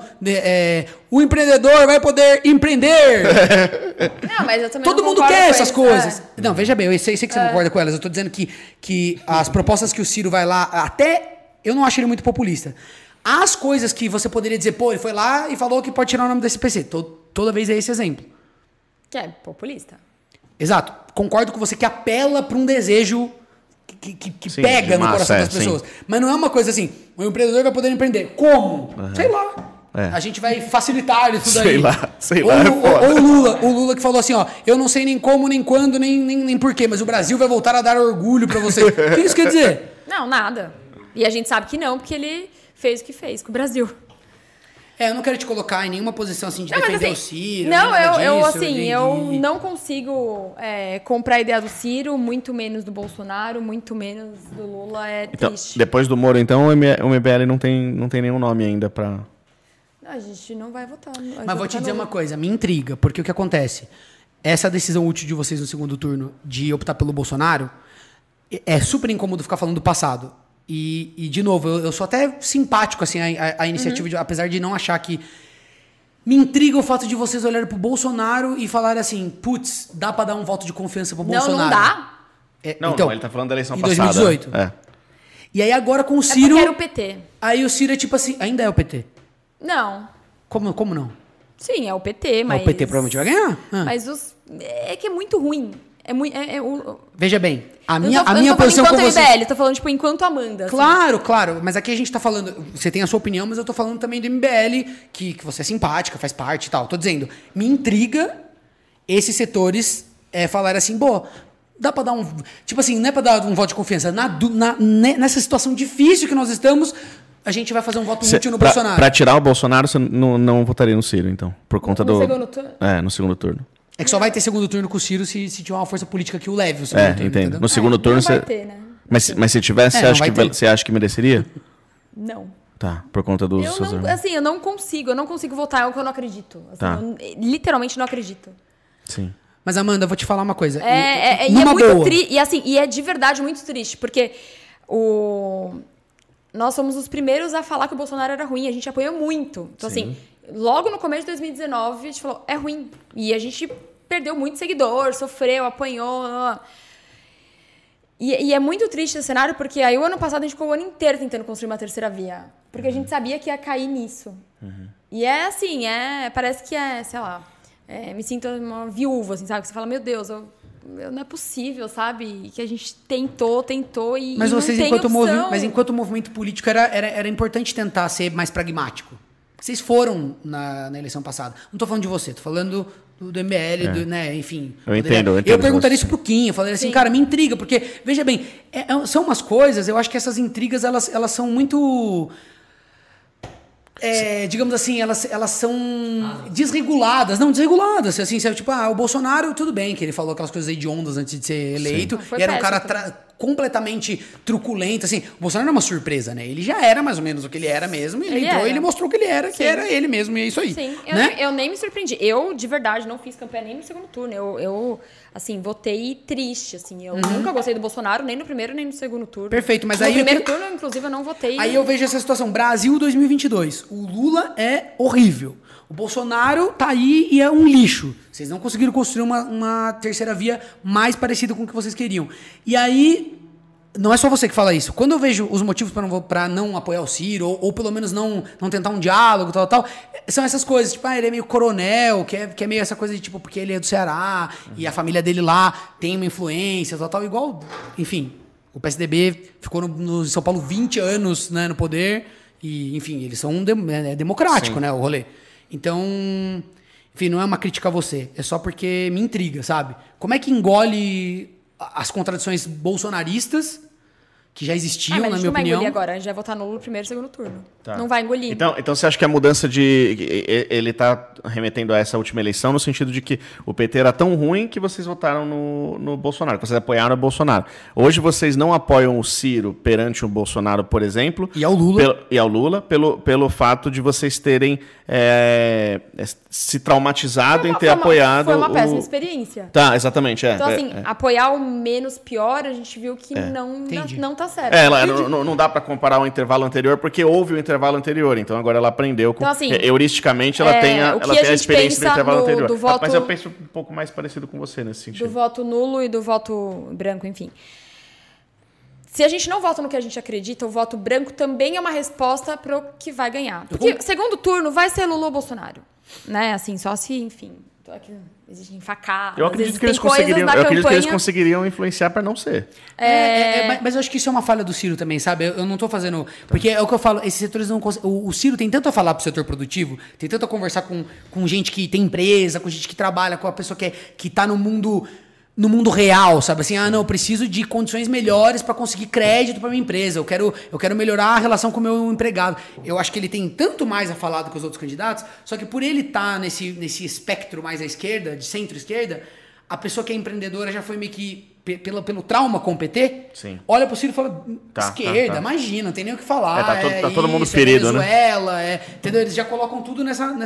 o empreendedor vai poder empreender. Não, mas eu também Todo não mundo concordo quer com essas isso. coisas. Não, veja bem, eu sei que você não concorda com elas. Eu tô dizendo que as propostas que o Ciro vai lá, até eu não acho ele muito populista. As coisas que você poderia dizer, pô, ele foi lá e falou que pode tirar o nome do SPC. Toda vez é esse exemplo. Que é populista. Exato. Concordo com você que apela para um desejo que Sim, pega no massa, coração das pessoas. Sim. Mas não é uma coisa assim, o empreendedor vai poder empreender. Como? Sei lá. A gente vai facilitar isso daí. Sei lá. Ou o Lula que falou assim, ó, eu não sei nem como, nem quando, nem porquê, mas o Brasil vai voltar a dar orgulho para você. O que isso quer dizer? Não, nada. E a gente sabe que não, porque ele fez o que fez com o Brasil. Eu não quero te colocar em nenhuma posição assim de defender o Ciro. Não, eu não consigo comprar a ideia do Ciro, muito menos do Bolsonaro, muito menos do Lula. Então, triste. depois do Moro, então, o MBL não tem nenhum nome ainda pra... A gente não vai votar. Mas vou te dizer uma coisa, me intriga, porque o que acontece? Essa decisão útil de vocês no segundo turno de optar pelo Bolsonaro é super incômodo ficar falando do passado. E de novo, eu sou até simpático assim, a iniciativa, apesar de não achar que... Me intriga o fato de vocês olharem pro Bolsonaro e falarem assim, putz, dá pra dar um voto de confiança pro Bolsonaro. Não dá. Não, ele tá falando da eleição em passada. 2018. E aí agora com o Ciro... porque era o PT. Aí o Ciro é tipo assim, ainda é o PT? Não. Como não? Sim, é o PT, mas... O PT provavelmente vai ganhar. Mas é que é muito ruim. Veja bem, a eu minha posição com você... MBL, tô falando, tipo, enquanto Amanda. Claro, mas aqui a gente tá falando... Você tem a sua opinião, mas eu tô falando também do MBL, que você é simpática, faz parte e tal. Tô dizendo, me intriga esses setores falarem assim, dá pra dar um... Tipo assim, não é pra dar um voto de confiança. Nessa situação difícil que nós estamos, a gente vai fazer um voto útil no Bolsonaro. Pra tirar o Bolsonaro, você não votaria no Ciro, então? Por conta do... No segundo turno? No segundo turno. É que só vai ter segundo turno com o Ciro se tiver uma força política que o leve o segundo turno. Entendo. Entendeu? No segundo turno não você... vai ter, né? Mas se tivesse, você acha que mereceria? Não. Tá, por conta dos seus... Eu não consigo votar, é o que eu não acredito. Assim, Tá. eu literalmente não acredito. Sim. Mas, Amanda, eu vou te falar uma coisa. E é muito triste. E assim, e é de verdade muito triste, porque nós somos os primeiros a falar que o Bolsonaro era ruim, a gente apoiou muito. Então, assim, logo no começo de 2019, a gente falou, é ruim. E a gente perdeu muito seguidor, sofreu, apanhou. E é muito triste esse cenário, porque aí o ano passado a gente ficou o ano inteiro tentando construir uma terceira via. Porque a gente sabia que ia cair nisso. E é assim, parece que sei lá, me sinto uma viúva, assim, sabe? Que você fala, meu Deus, não é possível, sabe? Que a gente tentou e mas não vocês, tem opção. Mas enquanto movimento político, era importante tentar ser mais pragmático. Vocês foram na eleição passada. Não tô falando de você, tô falando do MBL, né? Enfim. Eu entendo. Eu perguntaria isso pro Kim, eu falei assim, Sim. cara, me intriga, porque, veja bem, são umas coisas, eu acho que essas intrigas, elas são muito... digamos assim, elas são desreguladas. Não, desreguladas. Assim, tipo, o Bolsonaro, tudo bem, que ele falou aquelas coisas hediondas antes de ser eleito. E era um cara completamente truculento. Assim, o Bolsonaro não é uma surpresa, né? Ele já era mais ou menos o que ele era mesmo. E ele entrou e ele mostrou que ele era, que era ele mesmo. E é isso aí. Sim, né? eu nem me surpreendi. Eu, de verdade, não fiz campanha nem no segundo turno. Eu assim, votei triste, assim. Eu nunca gostei do Bolsonaro, nem no primeiro, nem no segundo turno. Perfeito, mas no aí... primeiro turno, inclusive, eu não votei. Aí eu vejo essa situação. Brasil 2022. O Lula é horrível. O Bolsonaro tá aí e é um lixo. Vocês não conseguiram construir uma terceira via mais parecida com o que vocês queriam. E aí... Não é só você que fala isso. Quando eu vejo os motivos para não apoiar o Ciro, ou pelo menos não tentar um diálogo, tal, são essas coisas. Tipo, ele é meio coronel, que é meio essa coisa de, tipo, porque ele é do Ceará, e a família dele lá tem uma influência, tal, igual... Enfim, o PSDB ficou no São Paulo 20 anos, né, no poder, e, enfim, eles são democrático, né, o rolê. Então, enfim, não é uma crítica a você, é só porque me intriga, sabe? Como é que engole... as contradições bolsonaristas que já existiam, Mas a na gente minha não vai opinião. engolir agora, a gente vai votar nulo no primeiro e segundo turno. Tá. Não vai engolir. Então você acha que a mudança ele tá remetendo a essa última eleição no sentido de que o PT era tão ruim que vocês votaram no Bolsonaro, que vocês apoiaram o Bolsonaro. Hoje vocês não apoiam o Ciro perante o Bolsonaro, por exemplo. E ao Lula. E ao Lula, pelo fato de vocês terem se traumatizado em ter apoiado... Foi uma péssima experiência. Tá, exatamente. Então, assim, apoiar o menos pior, a gente viu que Entendi. não tá certo. Não dá pra comparar o intervalo anterior, porque houve o intervalo anterior. Então agora ela aprendeu. Então, assim, heuristicamente, ela tem a experiência do intervalo anterior. do voto, mas eu penso um pouco mais parecido com você nesse sentido. Do voto nulo e do voto branco, enfim. Se a gente não vota no que a gente acredita, o voto branco também é uma resposta para o que vai ganhar. Porque segundo turno vai ser Lula ou Bolsonaro. Né? Assim, só se, enfim... Aqui existem facadas. Eu acredito que eles conseguiriam influenciar para não ser. Mas eu acho que isso é uma falha do Ciro também, sabe? Eu não tô fazendo... Porque é o que eu falo, esses setores não conseguem... O Ciro tem tanto a falar pro setor produtivo, tem tanto a conversar com gente que tem empresa, com gente que trabalha, com a pessoa que tá no mundo real, sabe? Assim, eu preciso de condições melhores para conseguir crédito para minha empresa. Eu quero melhorar a relação com o meu empregado. Eu acho que ele tem tanto mais a falar do que os outros candidatos, só que por ele estar nesse espectro mais à esquerda, de centro-esquerda, a pessoa que é empreendedora já foi meio que pelo trauma com o PT, sim, olha pro Ciro e fala, esquerda, imagina, não tem nem o que falar. Tá todo mundo ferido, Venezuela, né? Entendeu? Eles já colocam tudo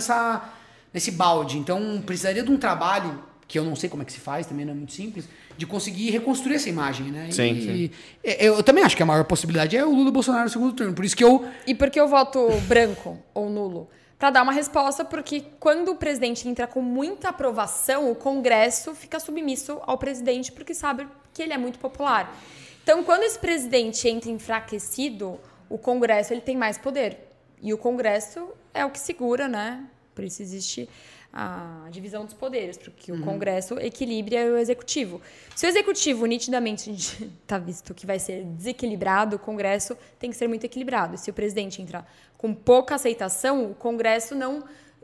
nesse balde. Então, precisaria de um trabalho, que eu não sei como é que se faz, também não é muito simples, de conseguir reconstruir essa imagem, né? Sim. Eu também acho que a maior possibilidade é o Lula e o Bolsonaro no segundo turno. Por isso que E por que eu voto branco ou nulo? Para dar uma resposta, porque quando o presidente entra com muita aprovação, o Congresso fica submisso ao presidente, porque sabe que ele é muito popular. Então, quando esse presidente entra enfraquecido, o Congresso ele tem mais poder. E o Congresso é o que segura, né? Por isso existe a divisão dos poderes, porque o Congresso equilibra o Executivo. Se o Executivo, nitidamente, a gente está visto que vai ser desequilibrado, o Congresso tem que ser muito equilibrado. Se o presidente entrar com pouca aceitação, o Congresso não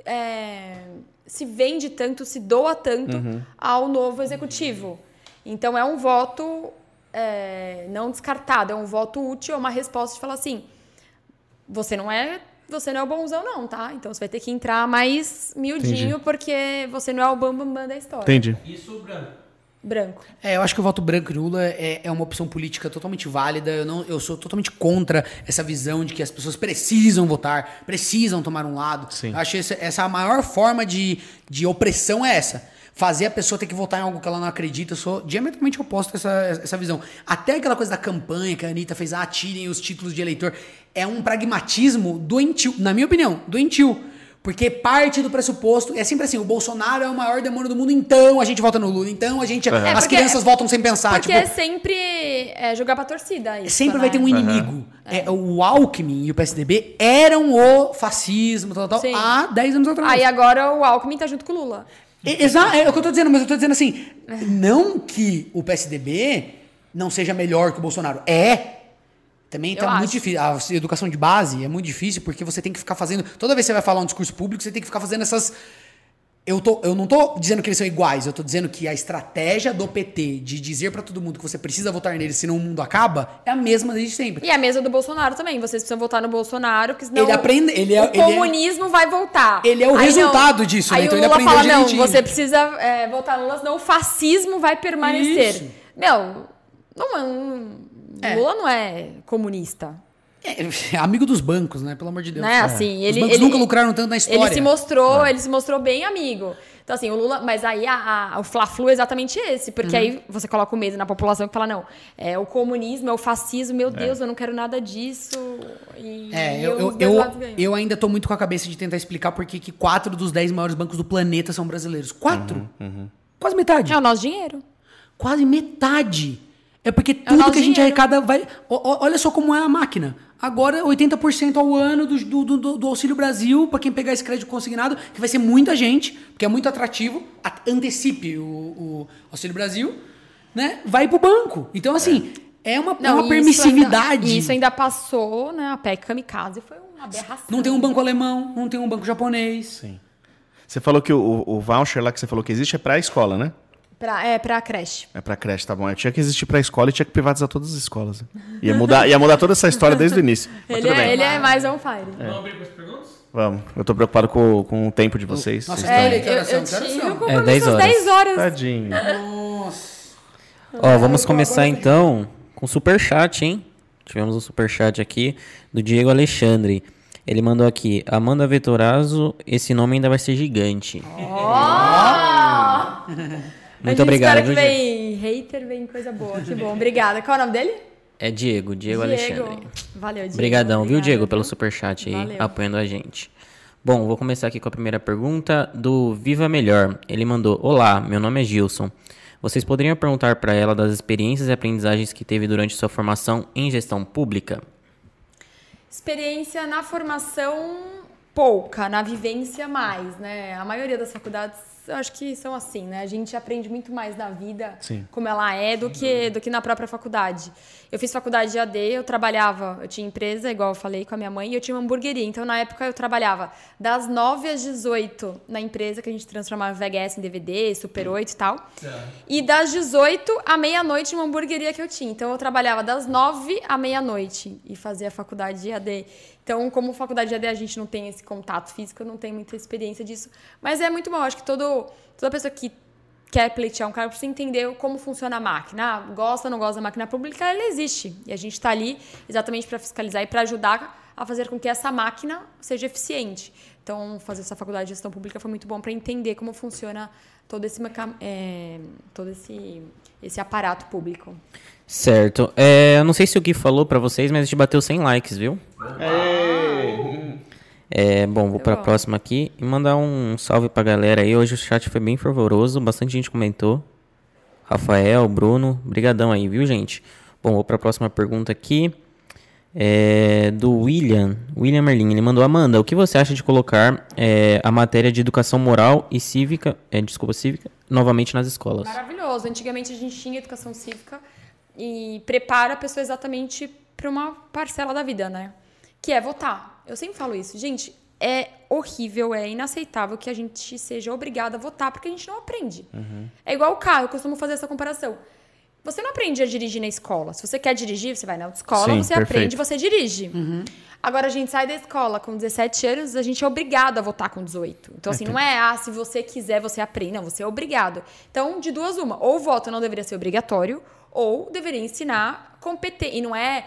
se vende tanto, se doa tanto ao novo Executivo. Então, é um voto não descartado, é um voto útil, é uma resposta de falar assim, você não é o bonzão não, tá? Então você vai ter que entrar mais miudinho, porque você não é o bambambam da história. Entendi. Isso, branco. Branco. Eu acho que o voto branco de Lula é uma opção política totalmente válida. Eu sou totalmente contra essa visão de que as pessoas precisam votar, precisam tomar um lado. Sim. Eu acho que essa a maior forma de opressão é essa. Fazer a pessoa ter que votar em algo que ela não acredita. Eu sou diametralmente oposto a essa visão. Até aquela coisa da campanha que a Anitta fez, tirem os títulos de eleitor. É um pragmatismo doentio, na minha opinião, doentio. Porque parte do pressuposto é sempre assim, o Bolsonaro é o maior demônio do mundo, então a gente vota no Lula, então a gente... as crianças votam sem pensar. Porque é sempre jogar pra torcida. Isso, sempre vai ter um inimigo. O Alckmin e o PSDB eram o fascismo, há 10 anos atrás. Aí agora o Alckmin tá junto com o Lula. Exato, é o que eu tô dizendo, mas eu tô dizendo assim, não que o PSDB não seja melhor que o Bolsonaro. Também tá muito difícil. A educação de base é muito difícil porque você tem que ficar fazendo... Toda vez que você vai falar um discurso público, você tem que ficar fazendo essas... Eu não tô dizendo que eles são iguais, eu tô dizendo que a estratégia do PT de dizer pra todo mundo que você precisa votar neles senão o mundo acaba é a mesma desde sempre. E a mesa do Bolsonaro também. Vocês precisam votar no Bolsonaro, porque senão o comunismo vai voltar. Ele é o resultado disso, né? Então ele aprendeu direitinho. Não, você precisa votar no Lula, senão o fascismo vai permanecer. Isso. Lula não é comunista. Amigo dos bancos, né? Pelo amor de Deus. Né? Assim, os bancos nunca lucraram tanto na história. Ele se mostrou bem amigo. Então, assim, o Lula... Mas aí o Fla-Flu é exatamente esse. Porque aí você coloca o medo na população que fala, não, o comunismo, é o fascismo, meu Deus, eu não quero nada disso. Eu ainda tô muito com a cabeça de tentar explicar por que 4 dos 10 maiores bancos do planeta são brasileiros. 4? Quase metade. É o nosso dinheiro. Quase metade. É porque tudo que a gente arrecada vai... Olha só como é a máquina. Agora, 80% ao ano do Auxílio Brasil, para quem pegar esse crédito consignado, que vai ser muita gente, porque é muito atrativo, antecipe o Auxílio Brasil, né? Vai pro banco. Então, assim, é uma permissividade. Isso ainda passou, né? A PEC Kamikaze foi uma aberração. Não tem um banco alemão, não tem um banco japonês. Sim. Você falou que o voucher lá que você falou que existe é para a escola, né? Pra creche. É pra creche, tá bom. Eu tinha que existir pra escola e tinha que privatizar todas as escolas. Ia mudar toda essa história desde o início. Mas tudo bem. Ele é mais on fire. Vamos abrir com as perguntas? Vamos. Eu tô preocupado com o tempo de vocês. Nossa, Vocês olha estão- que oração. Eu Que oração? tive um 10 horas. 10 horas. Tadinho. Nossa. Ó, vamos começar então com o superchat, hein? Tivemos um superchat aqui do Diego Alexandre. Ele mandou aqui, Amanda Vettorazzo, esse nome ainda vai ser gigante. Muito obrigado, Espero viu, que Diego? vem hater, vem coisa boa. Que bom. Obrigada. Qual é o nome dele? É Diego Alexandre. Valeu, Diego. Obrigadão, viu, Obrigada, Diego, pelo superchat aí, Valeu. apoiando a gente. Bom, vou começar aqui com a primeira pergunta do Viva Melhor. Ele mandou, olá, meu nome é Gilson. Vocês poderiam perguntar para ela das experiências e aprendizagens que teve durante sua formação em gestão pública? Experiência na formação, pouca. Na vivência, mais, né? A maioria das faculdades, eu acho que são assim, né? A gente aprende muito mais na vida, Sim. como ela é, do que na própria faculdade. Eu fiz faculdade de AD, eu tinha empresa, igual eu falei com a minha mãe, e eu tinha uma hamburgueria. Então, na época, eu trabalhava das 9 às 18 na empresa, que a gente transformava VHS em DVD, Super 8 e tal. E das 18 à meia-noite, uma hamburgueria que eu tinha. Então, eu trabalhava das 9 à meia-noite e fazia a faculdade de AD. Então, como faculdade de AD, a gente não tem esse contato físico, eu não tenho muita experiência disso. Mas é muito bom, acho que toda pessoa que quer pleitear um cargo precisa entender como funciona a máquina. Ah, gosta ou não gosta da máquina pública, ela existe. E a gente está ali exatamente para fiscalizar e para ajudar a fazer com que essa máquina seja eficiente. Então, fazer essa faculdade de gestão pública foi muito bom para entender como funciona todo esse aparato público. Certo. Eu não sei se o Gui falou pra vocês, mas a gente bateu 100 likes, viu? Bom, vou pra próxima aqui e mandar um salve pra galera aí. Hoje o chat foi bem fervoroso, bastante gente comentou. Rafael, Bruno, brigadão aí, viu, gente? Bom, vou pra próxima pergunta aqui. Do William Merlin. Ele mandou, Amanda, o que você acha de colocar a matéria de educação moral e cívica, cívica, novamente nas escolas? Maravilhoso. Antigamente a gente tinha educação cívica e prepara a pessoa exatamente para uma parcela da vida, né? Que é votar. Eu sempre falo isso. Gente, é horrível, é inaceitável que a gente seja obrigada a votar porque a gente não aprende. É igual o carro, eu costumo fazer essa comparação. Você não aprende a dirigir na escola. Se você quer dirigir, você vai na autoescola, Sim, você perfeito. aprende, você dirige. Agora, a gente sai da escola com 17 anos, a gente é obrigado a votar com 18. Então, assim, não é, se você quiser, você aprende. Não, você é obrigado. Então, de duas, uma. Ou o voto não deveria ser obrigatório, ou deveria ensinar competência. E não é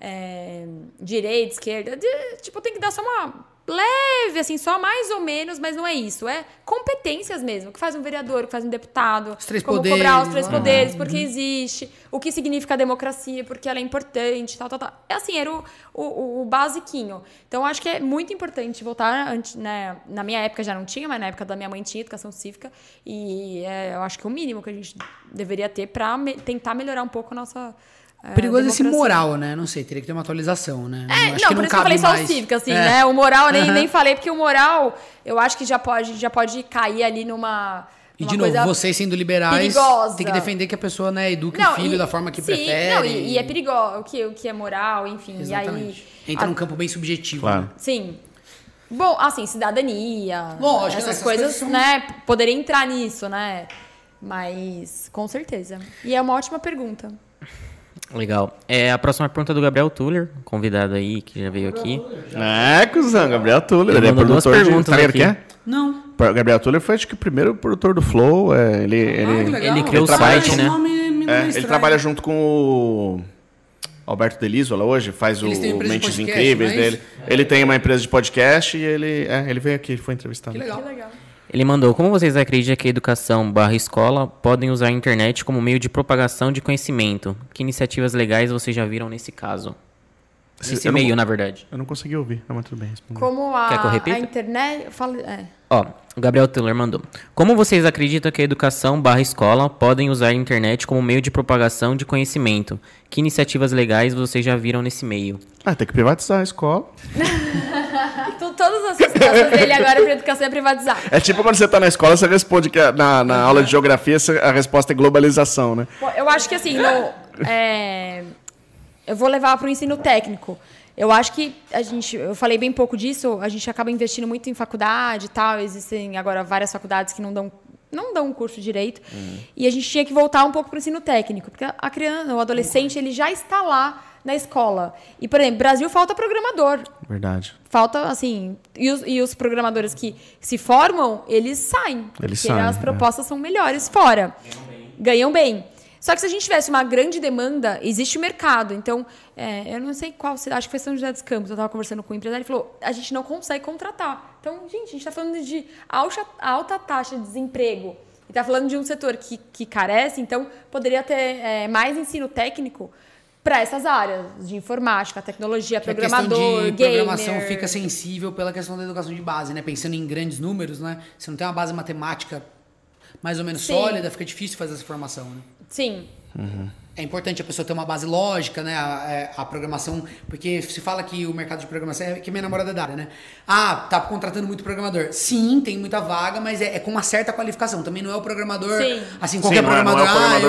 direita, esquerda. Tem que dar só uma leve, assim, só mais ou menos, mas não é isso. É competências mesmo. O que faz um vereador, o que faz um deputado. Os três como poderes, cobrar os três né? poderes, porque existe. O que significa a democracia, porque ela é importante, tal. É assim, era o basiquinho. Então, acho que é muito importante voltar antes, né? Na minha época já não tinha, mas na época da minha mãe tinha educação cívica. E eu acho que é o mínimo que a gente deveria ter para tentar melhorar um pouco a nossa Perigoso esse democracia. moral, né? Não sei, teria que ter uma atualização, né? Por Acho isso que eu falei só o cívica, assim, né? O moral eu nem falei, porque o moral, eu acho que já pode cair ali numa E de novo, vocês sendo liberais, perigosa. tem que defender que a pessoa, né, eduque o filho da forma que prefere. Não, e é perigoso, o que é moral, enfim. Exatamente. E aí, Entra num campo bem subjetivo. Claro. Né? Sim. Bom, assim, cidadania, Lógico, essas coisas coisas, são- né? Poderia entrar nisso, né? Mas, com certeza. E é uma ótima pergunta. Legal. A próxima pergunta é do Gabriel Tuller, convidado aí, que já veio aqui. Cuzão, Gabriel Tuller. Ele Ele é mandou duas produtor perguntas tá ligado aqui. que é? Não. O Gabriel Tuller foi, acho que, o primeiro produtor do Flow. Ele criou o trabalha site, junto- né? Ele trabalha junto com o Alberto Delisola hoje, faz o Eles têm uma empresa de Mentes podcast, Incríveis não é dele. isso? Ele tem uma empresa de podcast e ele veio aqui, foi entrevistado. Que legal. Que legal. Ele mandou, como vocês acreditam que a educação/escola podem usar a internet como meio de propagação de conhecimento? Que iniciativas legais vocês já viram nesse caso? Nesse Eu não- meio, na verdade. Eu não consegui ouvir, mas tudo bem. Respondi. Como Quer que eu a repita? internet... Ó, o Gabriel Tuller mandou. Como vocês acreditam que a educação/escola podem usar a internet como meio de propagação de conhecimento? Que iniciativas legais vocês já viram nesse meio? Tem que privatizar a escola. Todas as respostas dele agora para educação é privatizar. É tipo quando você tá na escola, você responde que na aula de geografia a resposta é globalização, né? Bom, eu acho que assim, eu vou levar para o ensino técnico. Eu acho que eu falei bem pouco disso, a gente acaba investindo muito em faculdade e tal. Existem agora várias faculdades que não dão não dão um curso direito. E a gente tinha que voltar um pouco para o ensino técnico, porque a criança, o adolescente, ele já está lá na escola. E, por exemplo, no Brasil falta programador. Verdade. Falta, assim... E os programadores que se formam, eles saem. Eles porque saem, as propostas são melhores fora. Ganham bem. Só que se a gente tivesse uma grande demanda, existe o mercado. Então, eu não sei qual cidade, acho que foi São José dos Campos. Eu estava conversando com o empresário e falou, a gente não consegue contratar. Então, gente, a gente está falando de alta taxa de desemprego. E está falando de um setor que carece, então poderia ter mais ensino técnico para essas áreas de informática, tecnologia, programador, a questão de gamer. programação fica sensível pela questão da educação de base, né? Pensando em grandes números, né? Se não tem uma base matemática mais ou menos sólida, fica difícil fazer essa formação, né? Sim. É importante a pessoa ter uma base lógica, né? A programação, porque se fala que o mercado de programação é que minha namorada é da área, né? Ah, tá contratando muito programador. Sim, tem muita vaga, mas é com uma certa qualificação. Também não é o programador, assim, qualquer programador,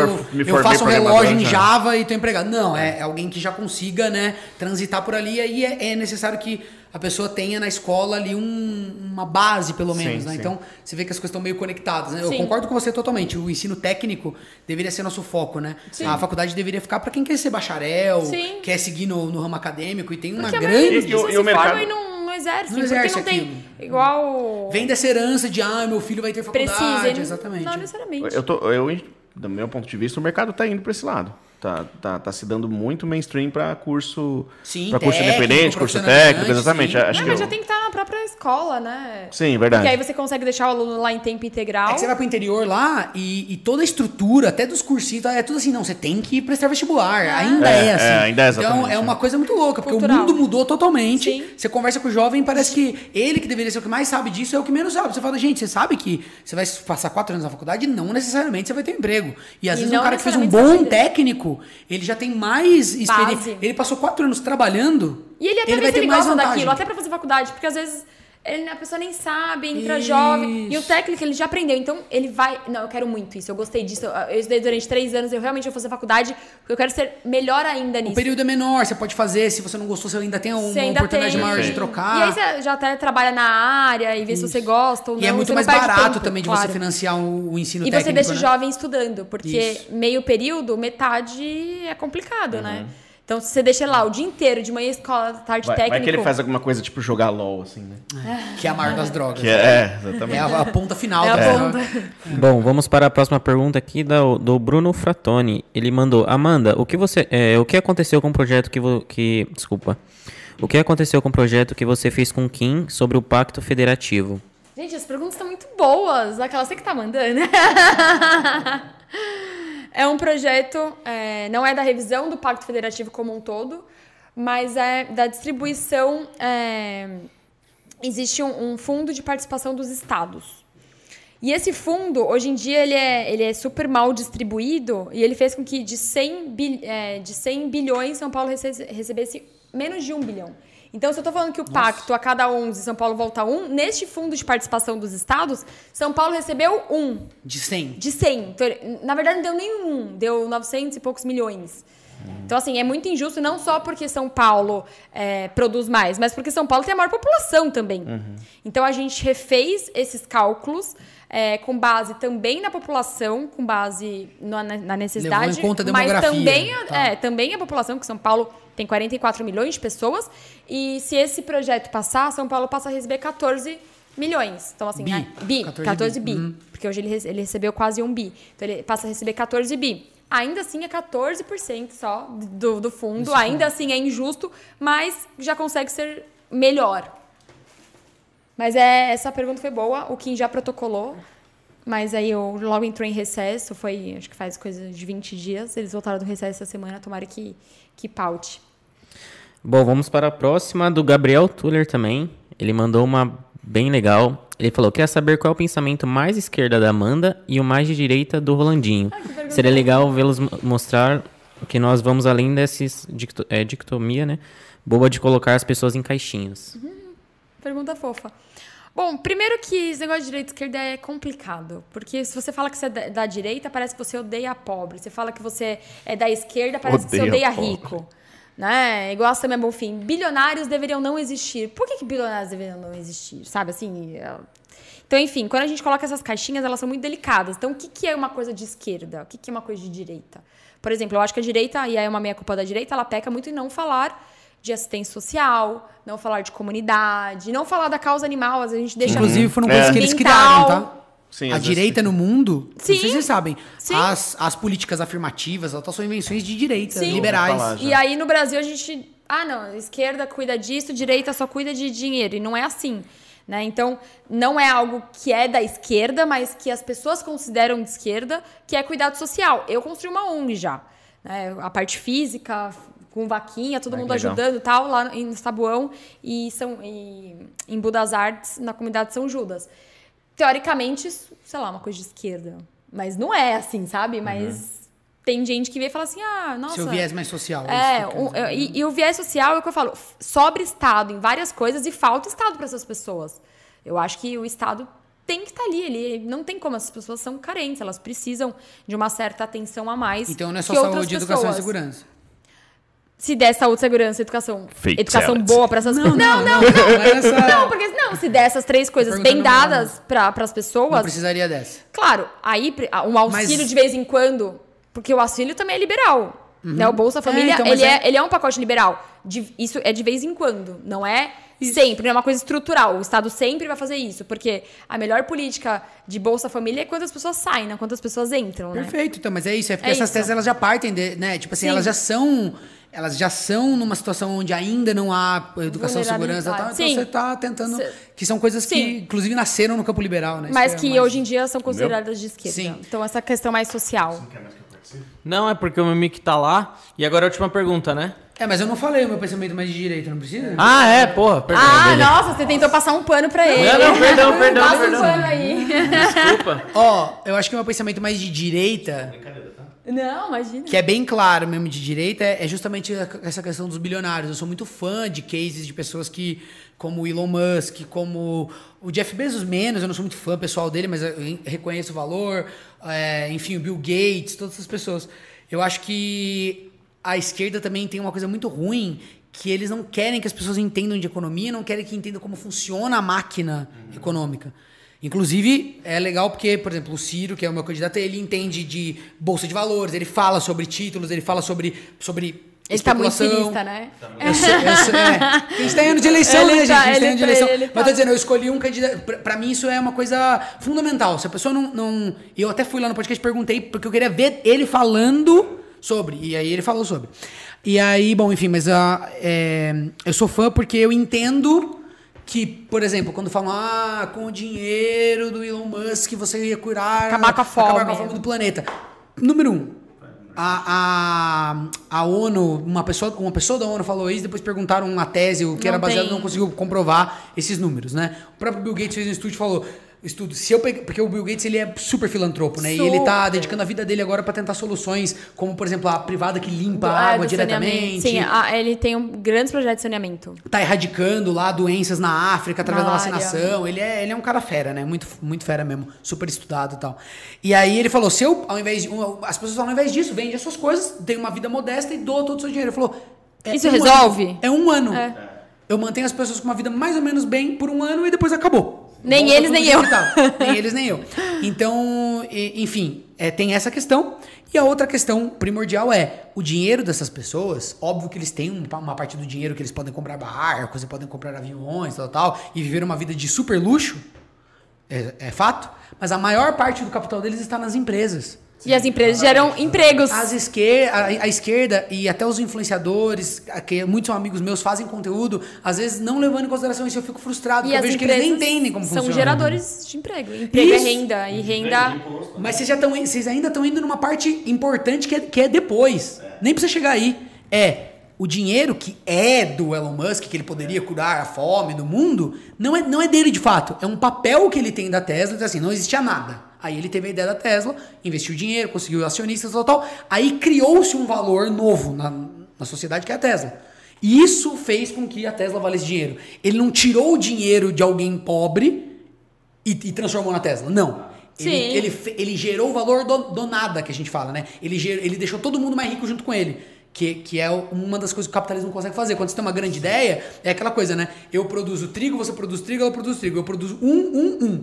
eu faço um relógio em Java e tô empregado. Não, é alguém que já consiga, né, transitar por ali, e aí é necessário que a pessoa tenha na escola ali uma base, pelo menos, né? Então, você vê que as coisas estão meio conectadas, né? Eu concordo com você totalmente. O ensino técnico deveria ser nosso foco, né? Sim. A faculdade deveria ficar para quem quer ser bacharel, quer seguir no ramo acadêmico e tem uma grande... E o mercado e não exerce. Não exerce porque não tem igual... Vem dessa herança de, meu filho vai ter faculdade. Precisa, exatamente. Não necessariamente. Do meu ponto de vista, o mercado tá indo para esse lado. Tá se dando muito mainstream para curso, curso independente, curso técnico, exatamente. Acho mas já tem que estar na própria escola, né? Sim, verdade. Porque aí você consegue deixar o aluno lá em tempo integral. É que você vai pro interior lá e toda a estrutura, até dos cursinhos, é tudo assim, não, você tem que prestar vestibular. Ainda é assim. Ainda é exatamente. Então é uma coisa muito louca, porque cultural. o mundo mudou totalmente. Sim. Você conversa com o jovem, parece que ele que deveria ser o que mais sabe disso é o que menos sabe. Você fala, gente, você sabe que você vai passar 4 anos na faculdade? Não necessariamente você vai ter um emprego. E às vezes um cara que fez um bom técnico, ele já tem mais experiência. Ele passou 4 anos trabalhando. E ele até vai ter mais gosta vantagem daquilo, até pra fazer faculdade, porque às vezes a pessoa nem sabe, entra jovem. E o técnico, ele já aprendeu. Então, ele vai... Não, eu quero muito isso. Eu gostei disso. Eu estudei durante 3 anos. Eu realmente vou fazer faculdade porque eu quero ser melhor ainda nisso. O período é menor. Você pode fazer. Se você não gostou, você ainda tem uma oportunidade maior de trocar. E aí você já até trabalha na área e vê se você gosta ou não. E é muito mais barato também de você financiar o ensino técnico. E você deixa o jovem estudando. Porque meio período, metade é complicado, né? Então, se você deixa lá o dia inteiro, de manhã escola, tarde técnico... Vai que ele faz alguma coisa tipo jogar LOL, assim, né? Que é a maior das drogas. Que exatamente. É a ponta final. Bom, vamos para a próxima pergunta aqui do Bruno Fratoni. Ele mandou, Amanda, o que aconteceu com o projeto o que aconteceu com o projeto que você fez com o Kim sobre o Pacto Federativo? Gente, as perguntas estão muito boas. Aquela você que tá mandando. É um projeto, não é da revisão do Pacto Federativo como um todo, mas é da distribuição. Existe um fundo de participação dos estados. E esse fundo, hoje em dia, ele é super mal distribuído e ele fez com que de 100 bilhões São Paulo recebesse menos de 1 bilhão. Então, se eu estou falando que o pacto a cada 11, São Paulo volta 1, neste fundo de participação dos estados, São Paulo recebeu 1. De 100. De 100. Então, na verdade, não deu nenhum. Deu 900 e poucos milhões. Então, assim, é muito injusto, não só porque São Paulo produz mais, mas porque São Paulo tem a maior população também. Então, a gente refez esses cálculos com base também na população, com base na necessidade. Levou em conta a demografia. Mas também a população, que São Paulo tem 44 milhões de pessoas. E se esse projeto passar, São Paulo passa a receber 14 milhões. Então, assim, 14 bi. Porque hoje ele recebeu quase 1 bi. Então, ele passa a receber 14 bi. Ainda assim, é 14% só do fundo. Isso, ainda assim, é injusto, mas já consegue ser melhor. Mas essa pergunta foi boa. O Kim já protocolou. Mas aí eu logo entrou em recesso. Acho que faz coisa de 20 dias. Eles voltaram do recesso essa semana. Tomara que paute. Bom, vamos para a próxima do Gabriel Tuller também. Ele mandou uma bem legal. Ele falou, quer saber qual é o pensamento mais esquerda da Amanda e o mais de direita do Rolandinho. Seria legal vê-los mostrar que nós vamos além desses dicotomia, né? Boba de colocar as pessoas em caixinhas. Pergunta fofa. Bom, primeiro que esse negócio de direita e esquerda é complicado. Porque se você fala que você é da direita, parece que você odeia pobre. Se você fala que você é da esquerda, parece que você odeia rico. Né? Igual a Samia Bonfim. Bilionários deveriam não existir. Por que bilionários deveriam não existir? Sabe, assim... Então, enfim, quando a gente coloca essas caixinhas, elas são muito delicadas. Então, o que é uma coisa de esquerda? O que é uma coisa de direita? Por exemplo, eu acho que a direita, e aí é uma meia-culpa da direita, ela peca muito em não falar de assistência social, não falar de comunidade, não falar da causa animal. Às vezes a gente deixa... Inclusive, foram coisas que eles criaram, tá? Sim, A direita no mundo, Sim. não sei se vocês sabem, Sim. as políticas afirmativas, elas são invenções de direita, Sim. liberais. E aí no Brasil a gente... Ah, não, a esquerda cuida disso, a direita só cuida de dinheiro. E não é assim, né? Então, não é algo que é da esquerda, mas que as pessoas consideram de esquerda, que é cuidado social. Eu construí uma ONG já, né? A parte física, com vaquinha, todo mundo legal. ajudando e tal, lá em Sabuão e em Budas Artes, na comunidade São Judas. Teoricamente, sei lá, uma coisa de esquerda. Mas não é assim, sabe? Mas tem gente que vê e fala assim, ah, nossa... Seu viés mais social. E o viés social é o que eu falo, sobra Estado em várias coisas e falta Estado para essas pessoas. Eu acho que o Estado tem que estar ali, ele não tem como, essas pessoas são carentes, elas precisam de uma certa atenção a mais. Então não é só que outras saúde, educação e pessoas. segurança. Se der saúde, segurança e educação Fake boa para essas pessoas. Não, porque não, se der essas três coisas bem dadas para as pessoas. Não precisaria dessa. Claro, aí um auxílio de vez em quando, porque o auxílio também é liberal. Né? O Bolsa Família, então, ele é um pacote liberal. Isso é de vez em quando, não é sempre, não é uma coisa estrutural. O Estado sempre vai fazer isso, porque a melhor política de Bolsa Família é quando as pessoas saem, não quando as pessoas entram. Né? Perfeito, então, mas é isso, é porque É essas isso. teses elas já partem, né? Tipo assim, Sim. elas já são numa situação onde ainda não há educação, segurança e tal, então Sim. você tá tentando... Que são coisas que, Sim. inclusive, nasceram no campo liberal, né? Mas Isso que é mais- hoje em dia são consideradas de esquerda. Sim. Então, essa questão mais social. Não, é porque o meu mic tá lá. E agora a última pergunta, né? Mas eu não falei o meu pensamento mais de direita, não precisa? Ah, é, porra, perdão. Nossa, você tentou passar um pano pra ele. Não, perdão. Passa um pano aí. Desculpa. Ó, eu acho que o meu pensamento mais de direita, Não, imagina. que é bem claro mesmo de direita, é justamente essa questão dos bilionários. Eu sou muito fã de cases de pessoas que, como o Elon Musk, como o Jeff Bezos menos, eu não sou muito fã pessoal dele, mas eu reconheço o valor, enfim, o Bill Gates, todas essas pessoas. Eu acho que a esquerda também tem uma coisa muito ruim, que eles não querem que as pessoas entendam de economia, não querem que entendam como funciona a máquina econômica. Inclusive, é legal porque, por exemplo, o Ciro, que é o meu candidato, ele entende de bolsa de valores, ele fala sobre títulos, ele fala sobre Ele tá muito especulação. cirista, né? A gente tá em ano de eleição, Ele né, gente? tá- A gente tá em ano de ele- eleição. ele Mas tá- tô dizendo, eu escolhi um candidato. Pra mim, isso é uma coisa fundamental. Se a pessoa não. Eu até fui lá no podcast e perguntei, porque eu queria ver ele falando sobre. E aí ele falou sobre. E aí, bom, enfim, mas eu sou fã porque eu entendo que, por exemplo, quando falam, com o dinheiro do Elon Musk você ia curar... Acabar com a fome. Acabar com a fome do planeta. Número 1. A ONU, uma pessoa da ONU falou isso, depois perguntaram uma tese, o que Não era baseado, tem. não conseguiu comprovar esses números, né? O próprio Bill Gates fez um estudo e falou... porque o Bill Gates ele é super filantropo, né? E ele tá Super. dedicando a vida dele agora para tentar soluções, como, por exemplo, a privada que limpa a água do diretamente. saneamento. Sim, ele tem grandes projetos de saneamento. Tá erradicando lá doenças na África através da Malária. vacinação. Ele é um cara fera, né? Muito, muito fera mesmo. Super estudado e tal. E aí ele falou, se eu, ao invés de... As pessoas falam, ao invés disso, vende as suas coisas, tem uma vida modesta e doa todo o seu dinheiro. Ele falou... Isso resolve? Ano. É um ano. É. Eu mantenho as pessoas com uma vida mais ou menos bem por um ano e depois acabou. Nem Volta eles, tudo nem do jeito eu. que tava. Nem eles, nem eu. Então, enfim, tem essa questão. E a outra questão primordial é o dinheiro dessas pessoas. Óbvio que eles têm uma parte do dinheiro que eles podem comprar barcos, podem comprar aviões, tal, e viver uma vida de super luxo. É fato. Mas a maior parte do capital deles está nas empresas. E as empresas geram empregos. A esquerda e até os influenciadores, que muitos são amigos meus, fazem conteúdo, às vezes não levando em consideração isso, eu fico frustrado, porque eu vejo que eles nem entendem como são funciona. geradores de emprego. Emprego Isso. é renda. E renda... Mas vocês ainda estão indo numa parte importante que é depois. Nem precisa chegar aí. O dinheiro que é do Elon Musk, que ele poderia curar a fome do mundo, não é dele de fato. É um papel que ele tem da Tesla, então, assim, não existia nada. Aí ele teve a ideia da Tesla, investiu dinheiro, conseguiu acionistas, tal. Aí criou-se um valor novo na sociedade, que é a Tesla. E isso fez com que a Tesla valesse dinheiro. Ele não tirou o dinheiro de alguém pobre e transformou na Tesla. Não. Ele gerou o valor do nada, que a gente fala, né? Ele deixou todo mundo mais rico junto com ele. Que é uma das coisas que o capitalismo não consegue fazer. Quando você tem uma grande ideia, é aquela coisa, né? Eu produzo trigo, você produz trigo, ela produz trigo. Eu produzo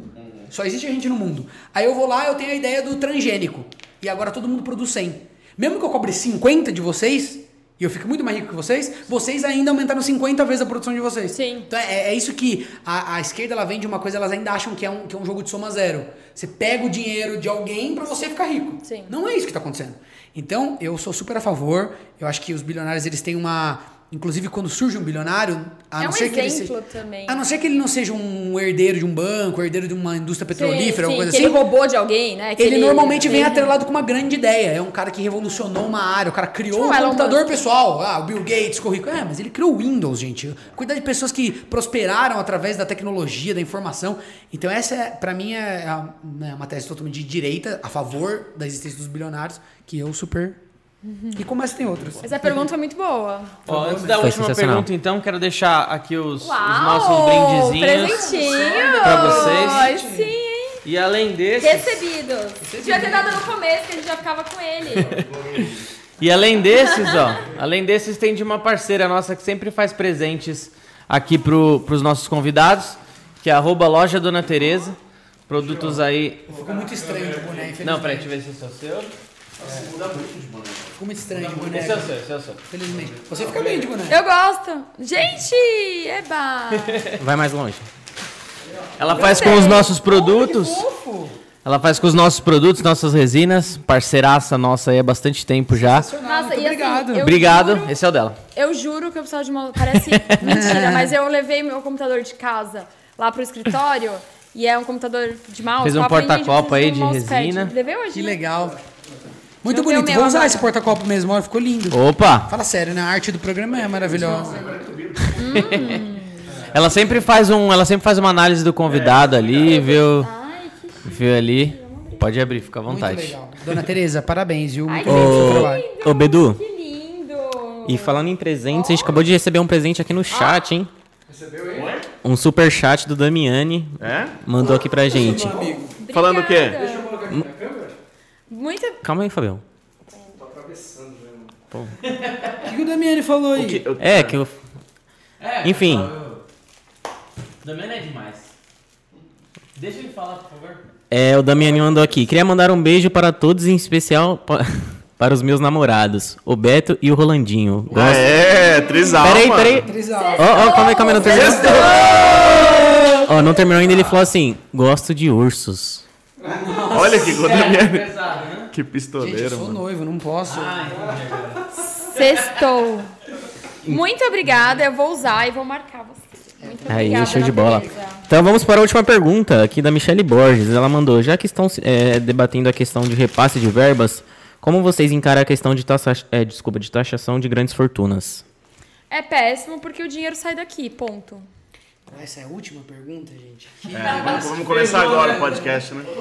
Só existe a gente no mundo. Aí eu vou lá, eu tenho a ideia do transgênico. E agora todo mundo produz 100. Mesmo que eu cobre 50 de vocês, e eu fico muito mais rico que vocês ainda aumentaram 50 vezes a produção de vocês. Sim. Então é isso que a esquerda ela vende uma coisa, elas ainda acham que é um jogo de soma zero. Você pega o dinheiro de alguém pra você ficar rico. Sim. Não é isso que tá acontecendo. Então, eu sou super a favor. Eu acho que os bilionários, eles têm uma... Inclusive, quando surge um bilionário... A não ser que ele seja, também. a não ser que ele não seja um herdeiro de um banco, herdeiro de uma indústria petrolífera, alguma coisa que assim. ele roubou de alguém, né? Ele normalmente vem atrelado com uma grande ideia. É um cara que revolucionou uma área. O cara criou um computador pessoal. O Bill Gates ficou rico. Mas ele criou o Windows, gente. Cuidar de pessoas que prosperaram através da tecnologia, da informação. Então essa, pra mim, é uma tese totalmente de direita, a favor da existência dos bilionários, que eu super... E como essa tem outras. Essa pergunta foi muito boa. Ó, antes da última pergunta, então, quero deixar aqui os nossos brindezinhos presentinho pra vocês. Ai, sim, hein? E além desses... Recebidos. Devia ter dado no começo, que a gente já ficava com ele. E além desses, tem de uma parceira nossa que sempre faz presentes aqui pros nossos convidados, que é @loja Dona Teresa. Produtos aí... Ficou muito estranho de boné, infelizmente. Não, peraí, deixa eu ver se esse é o seu. Muda muito de boné. Ficou muito estranho de boné. Esse é o seu. Felizmente. Você fica bem de boné. Eu gosto. Gente, eba! Vai mais longe. Ela faz com os nossos produtos. Que fofo. Ela faz com os nossos produtos, nossas resinas. Parceiraça nossa aí há bastante tempo já. Nossa, Muito e obrigado. assim, Obrigado. Esse é o dela. Eu juro que eu precisava de uma... Parece mentira, mas eu levei meu computador de casa lá pro escritório e é um computador de mouse. Fez um eu aprendi porta-copo aí um de mousepad. resina. Levei hoje, Que né? legal. Muito Eu vi o bonito. meu Vou usar agora. esse porta-copo mesmo. Olha, ficou lindo. Opa! Fala sério, né? A arte do programa é maravilhosa. Ela sempre faz uma análise do convidado ali, viu? Ai, que Viu ali? Pode abrir, fica à Muito vontade. legal. Dona Tereza, parabéns, viu? Ai, Muito bem pro seu trabalho. Ô, Bedu, Que lindo! e falando em presentes, a gente acabou de receber um presente aqui no chat, hein? Recebeu, hein? Um super chat do Damiani. É? Mandou aqui pra gente. Falando o quê? Obrigada. Muita... Calma aí, Fabião. O que o Damiani falou aí? É, que eu... Enfim. Damiano é demais. Deixa ele falar, por favor. O Damiani mandou aqui. Queria mandar um beijo para todos, em especial para os meus namorados, o Beto e o Rolandinho. Trisal, Peraí. Ó, calma aí, não terminou. Ó, não terminou ainda, ele falou assim, gosto de ursos. Olha que Damiani. Pesado, né? Que Gente, eu pistoleiro, sou mano. noivo, não posso. Sextou. Muito obrigada, eu vou usar e vou marcar você. Muito Aí, obrigada, show de Ana bola. Tereza. Então vamos para a última pergunta aqui da Michele Borges. Ela mandou, já que estão debatendo a questão de repasse de verbas, como vocês encaram a questão de taxação de grandes fortunas? É péssimo porque o dinheiro sai daqui, ponto. Essa é a última pergunta, gente. Vamos começar agora o podcast, né?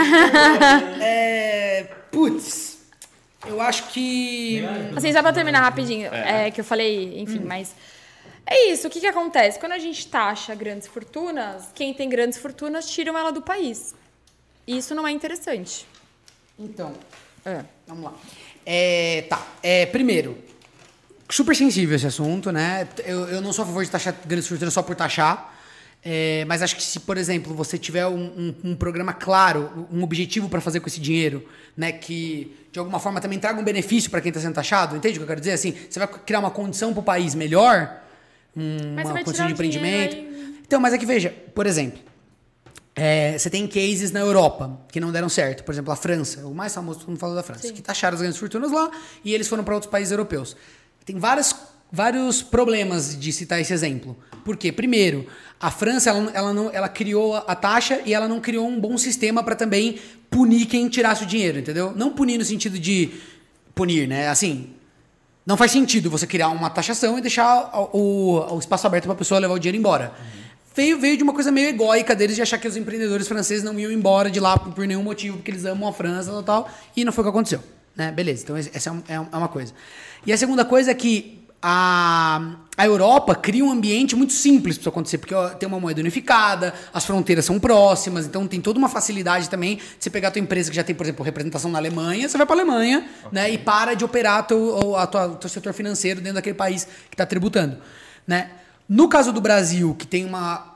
Putz, eu acho que... Assim, só pra terminar rapidinho, que eu falei, enfim, mas... É isso, o que acontece? Quando a gente taxa grandes fortunas, quem tem grandes fortunas tiram ela do país. E isso não é interessante. Então, É. vamos lá. Primeiro, super sensível esse assunto, né? Eu não sou a favor de taxar grandes fortunas só por taxar. Mas acho que se, por exemplo, você tiver um programa claro, um objetivo para fazer com esse dinheiro, né, que de alguma forma também traga um benefício para quem está sendo taxado, entende o que eu quero dizer? Assim, você vai criar uma condição para o país melhor, Mas você uma vai condição de tirar o dinheiro empreendimento. aí. Então, mas é que veja, por exemplo, você tem cases na Europa que não deram certo. Por exemplo, a França, o mais famoso, todo mundo fala da França, Sim. que taxaram as grandes fortunas lá e eles foram para outros países europeus. Tem vários problemas de citar esse exemplo. Por quê? Primeiro, a França ela criou a taxa e ela não criou um bom sistema para também punir quem tirasse o dinheiro, entendeu? Não punir no sentido de punir, né? Assim, não faz sentido você criar uma taxação e deixar o espaço aberto para a pessoa levar o dinheiro embora. Veio de uma coisa meio egóica deles de achar que os empreendedores franceses não iam embora de lá por nenhum motivo, porque eles amam a França e tal, e não foi o que aconteceu. Né? Beleza, então essa é uma coisa. E a segunda coisa é que a Europa cria um ambiente muito simples para isso acontecer, porque tem uma moeda unificada, as fronteiras são próximas, então tem toda uma facilidade também de você pegar a tua empresa que já tem, por exemplo, representação na Alemanha, você vai para a Alemanha, né, e para de operar o teu setor financeiro dentro daquele país que está tributando. Né? No caso do Brasil, que tem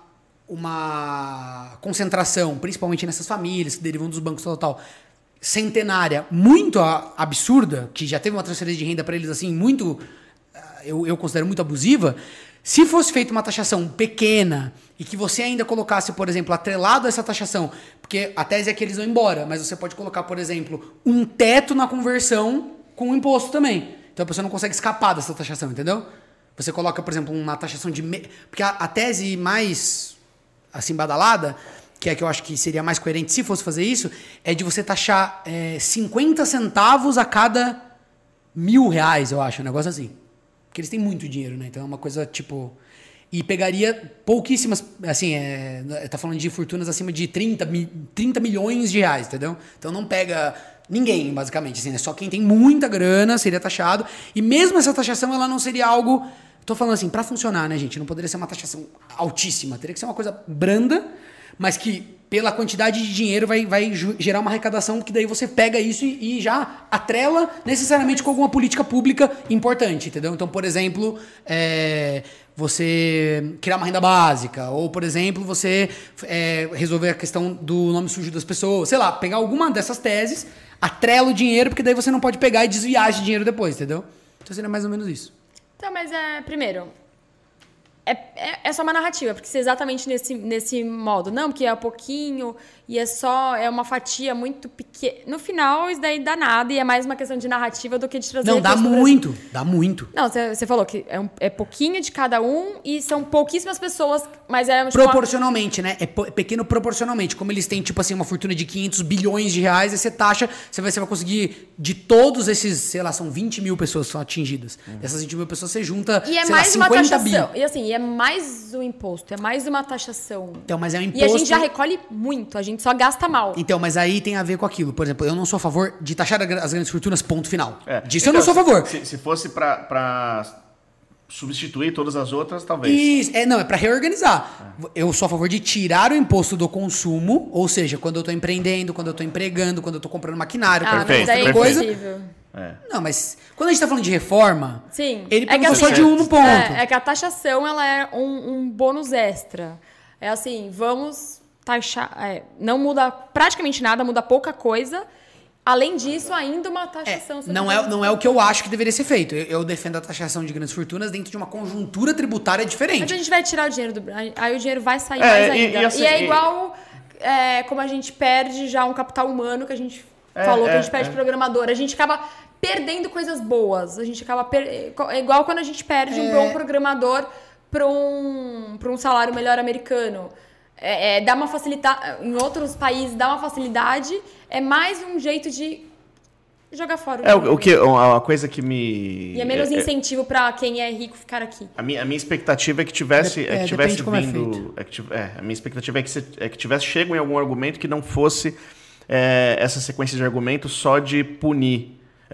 uma concentração, principalmente nessas famílias que derivam dos bancos tal, centenária, muito absurda, que já teve uma transferência de renda para eles assim, muito, eu considero muito abusiva. Se fosse feita uma taxação pequena e que você ainda colocasse, por exemplo, atrelado a essa taxação, porque a tese é que eles vão embora, mas você pode colocar, por exemplo, um teto na conversão com o imposto também. Então a pessoa não consegue escapar dessa taxação, entendeu? Você coloca, por exemplo, uma taxação de... Porque a tese mais, assim, badalada, que é que eu acho que seria mais coerente se fosse fazer isso, é de você taxar 50 centavos a cada R$1.000, eu acho, um negócio assim. Porque eles têm muito dinheiro, né? Então é uma coisa, tipo... E pegaria pouquíssimas... Assim, tá falando de fortunas acima de 30 milhões de reais, entendeu? Então não pega ninguém, basicamente. Assim, né? Só quem tem muita grana seria taxado. E mesmo essa taxação, ela não seria algo... Tô falando assim, pra funcionar, né, gente? Não poderia ser uma taxação altíssima. Teria que ser uma coisa branda, mas que pela quantidade de dinheiro vai gerar uma arrecadação, que daí você pega isso e já atrela necessariamente com alguma política pública importante, entendeu? Então, por exemplo, você criar uma renda básica, ou, por exemplo, você resolver a questão do nome sujo das pessoas, sei lá, pegar alguma dessas teses, atrela o dinheiro, porque daí você não pode pegar e desviar de dinheiro depois, entendeu? Então seria mais ou menos isso. Então, mas primeiro... É só uma narrativa, porque se exatamente nesse modo. Não, porque é pouquinho e é uma fatia muito pequena. No final, isso daí dá nada e é mais uma questão de narrativa do que de trazer... Não, dá muito. Não, você falou que é pouquinho de cada um e são pouquíssimas pessoas, mas é... Tipo, proporcionalmente, né? É pequeno proporcionalmente. Como eles têm, tipo assim, uma fortuna de 500 bilhões de reais, aí você taxa, você vai conseguir, de todos esses, sei lá, são 20 mil pessoas só atingidas. Dessas 20 mil pessoas, você junta, e é sei mais lá, 50 uma taxação. bi. E assim, é mais um imposto, é mais uma taxação. Então, mas é um imposto... E a gente já recolhe muito, a gente só gasta mal. Então, mas aí tem a ver com aquilo. Por exemplo, eu não sou a favor de taxar as grandes fortunas, ponto final. Disso então, eu não sou a favor. Se fosse pra substituir todas as outras, talvez. Isso, não, é pra reorganizar. Eu sou a favor de tirar o imposto do consumo, ou seja, quando eu tô empreendendo, quando eu tô empregando, quando eu tô comprando maquinário, quando eu tô perfeito, mas coisa. É. Não, mas quando a gente tá falando de reforma, sim, ele perguntou assim, só de um ponto. É que a taxação, ela é um bônus extra. É assim, vamos taxar... não muda praticamente nada, muda pouca coisa. Além disso, ainda uma taxação... Não é o que eu acho que deveria ser feito. Eu defendo a taxação de grandes fortunas dentro de uma conjuntura tributária diferente. Mas a gente vai tirar o dinheiro aí o dinheiro vai sair mais ainda. Assim, e é igual como a gente perde já um capital humano que a gente falou, que a gente perde programador. A gente acaba perdendo coisas boas. A gente acaba é igual quando a gente perde um bom programador para um salário melhor americano. Dá uma facilidade... Em outros países dá uma facilidade. É mais um jeito de jogar fora a coisa que me... E é menos incentivo para quem é rico ficar aqui. A minha expectativa é que tivesse vindo... a minha expectativa é que tivesse chego em algum argumento que não fosse essa sequência de argumentos só de punir.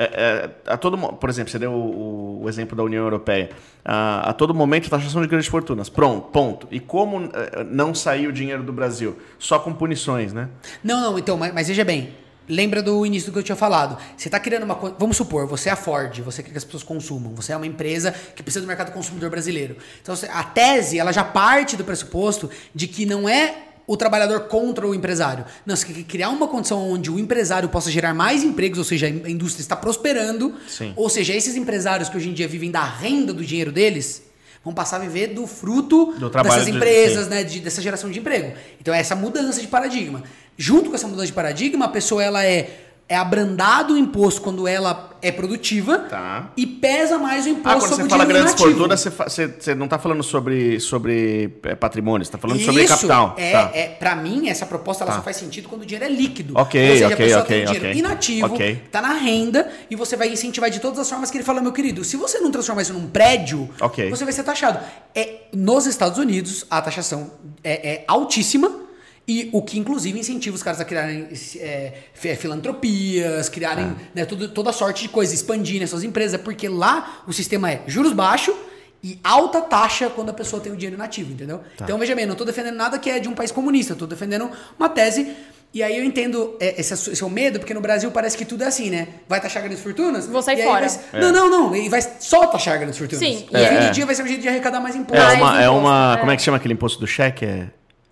Por exemplo, você deu o exemplo da União Europeia. A todo momento, taxação de grandes fortunas. Pronto, ponto. E como não sair o dinheiro do Brasil? Só com punições, né? Não, então, mas veja bem. Lembra do início do que eu tinha falado. Você está criando uma coisa... Vamos supor, você é a Ford, você quer que as pessoas consumam. Você é uma empresa que precisa do mercado consumidor brasileiro. Então, a tese, ela já parte do pressuposto de que não é o trabalhador contra o empresário. Não, você quer criar uma condição onde o empresário possa gerar mais empregos, ou seja, a indústria está prosperando. Sim. Ou seja, esses empresários que hoje em dia vivem da renda do dinheiro deles vão passar a viver do fruto dessas empresas, né, dessa geração de emprego. Então é essa mudança de paradigma. Junto com essa mudança de paradigma, a pessoa ela é abrandado o imposto quando ela é produtiva e pesa mais o imposto sobre o dinheiro nativo. Quando você fala grandes fortunas, você não está falando sobre patrimônio, você está falando sobre capital. Para mim, essa proposta ela só faz sentido quando o dinheiro é líquido. Ou seja, a pessoa tem dinheiro inativo, está na renda, e você vai incentivar de todas as formas que ele fala, meu querido, se você não transformar isso num prédio, você vai ser taxado. Nos Estados Unidos, a taxação é altíssima, e o que, inclusive, incentiva os caras a criarem filantropias, criarem toda sorte de coisas, expandirem suas empresas, porque lá o sistema é juros baixos e alta taxa quando a pessoa tem o dinheiro nativo, entendeu? Então, veja bem, não estou defendendo nada que é de um país comunista, estou defendendo uma tese. E aí eu entendo esse seu medo, porque no Brasil parece que tudo é assim, né? Vai taxar grandes fortunas? Vou sair fora. Não. E vai só taxar grandes fortunas. Sim. E fim de dia vai ser um jeito de arrecadar mais imposto. Como é que chama aquele imposto do cheque?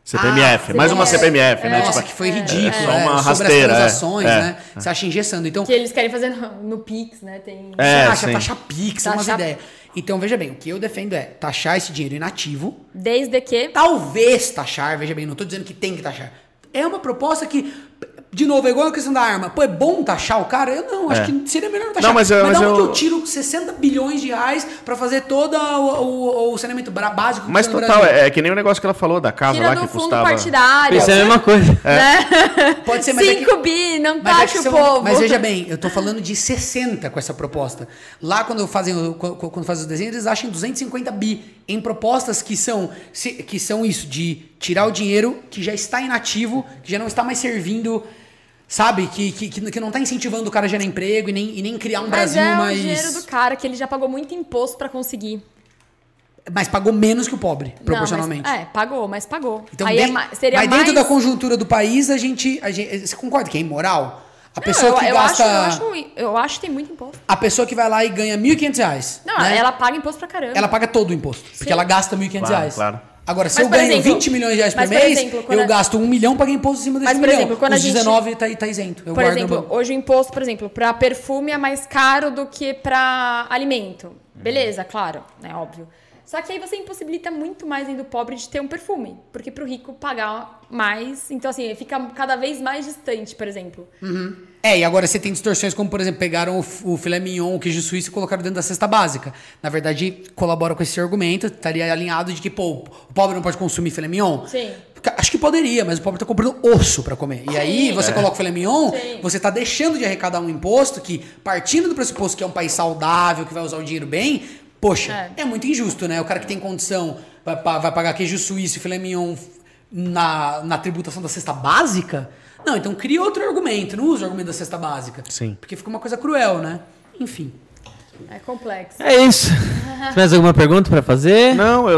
CPMF, mais uma CPMF, né? Nossa, Tipo, que foi ridículo. só uma sobre rasteira, as transações, é. né? Você acha engessando. Então, Que eles querem fazer no Pix, né? Tem... você acha sim. taxa Pix, umas ideias. Então, veja bem, o que eu defendo é taxar esse dinheiro inativo. Desde que... Talvez taxar, veja bem, não tô dizendo que tem que taxar. É uma proposta que, de novo, é igual a questão da arma. Pô, é bom taxar o cara? Eu não, acho que seria melhor não taxar. Não, mas da onde eu tiro 60 bilhões de reais pra fazer todo o saneamento básico? Mas no total, Brasil? é que nem o negócio que ela falou da casa Tira lá do que fundo custava... partidário. Isso é a mesma coisa. Né? Pode ser, mas 5 bi, não Mas, taxa o povo. mas veja bem, eu tô falando de 60 com essa proposta. Lá, quando fazem os desenhos, eles acham 250 bi em propostas que são isso, de tirar o dinheiro que já está inativo, que já não está mais servindo, sabe? Que não está incentivando o cara a gerar emprego e nem criar um Brasil é mais... o dinheiro do cara, que ele já pagou muito imposto pra conseguir. Mas pagou menos que o pobre, proporcionalmente. Não, mas pagou. Então, Aí seria mas dentro mais... da conjuntura do país, a gente... Você concorda que é imoral? A pessoa que gasta... Eu acho que tem muito imposto. A pessoa que vai lá e ganha R$1.500. Não, né? ela paga imposto pra caramba. Ela paga todo o imposto. Porque Sim. ela gasta R$1.500. Claro. Agora, se Mas, eu por ganho exemplo, 20 milhões de reais por mas, por mês, exemplo, quando eu gasto 1 milhão, paguei imposto em cima desse Mas, por milhão. exemplo, quando Os a gente- 19 tá isento. Eu Por guardo exemplo, hoje o imposto, por exemplo, pra perfume é mais caro do que pra alimento. Beleza, claro, né, óbvio. Só que aí você impossibilita muito mais ainda o pobre de ter um perfume. Porque pro rico pagar mais... Então, assim, fica cada vez mais distante, por exemplo. E agora você tem distorções como, por exemplo, pegaram o filé mignon, o queijo suíço e colocaram dentro da cesta básica. Na verdade, colabora com esse argumento, estaria alinhado de que, pô, o pobre não pode consumir filé mignon? Sim. Acho que poderia, mas o pobre tá comprando osso pra comer. E aí você coloca o filé mignon, Sim. você tá deixando de arrecadar um imposto que, partindo do pressuposto que é um país saudável, que vai usar o dinheiro bem, poxa, é muito injusto, né? O cara que tem condição vai pagar queijo suíço e filé mignon na tributação da cesta básica? Não, então cria outro argumento, não usa o argumento da cesta básica. Sim. Porque fica uma coisa cruel, né? Enfim. É complexo. É isso. Tem mais alguma pergunta pra fazer? Não,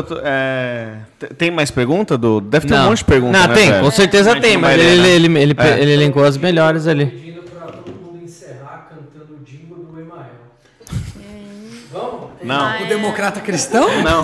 tem mais pergunta? Deve ter um monte de pergunta, Não, né, tem, velho? com certeza A gente tem, não mas vai ler, né? ele elencou as melhores ali. Pedindo pra todo mundo encerrar cantando o jingle do Emael. Vamos? Não, O democrata cristão? não.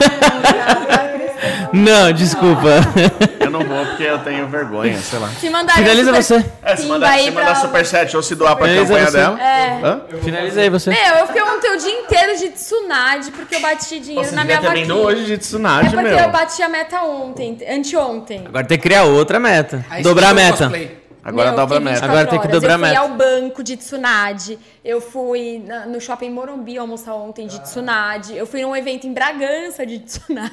Não, desculpa. Eu não vou porque eu tenho vergonha, sei lá. Se mandar Finaliza você. Se mandar superchat ou se doar pra Finaliza campanha você. dela. Hã? Finaliza aí você. Meu, eu fiquei ontem o dia inteiro de tsunade porque eu bati dinheiro Você na devia minha ter vaquinha. vindo hoje de tsunade, É porque meu. eu bati a meta anteontem. Agora tem que criar outra meta. Aí Dobrar a você fez o meta. cosplay. Agora Meu, dobra a fiquei meta. 24 Agora tem que horas. dobrar a Eu fui meta. ao banco de tsunade, eu fui no shopping Morumbi almoçar ontem de tsunade, eu fui num evento em Bragança de tsunade.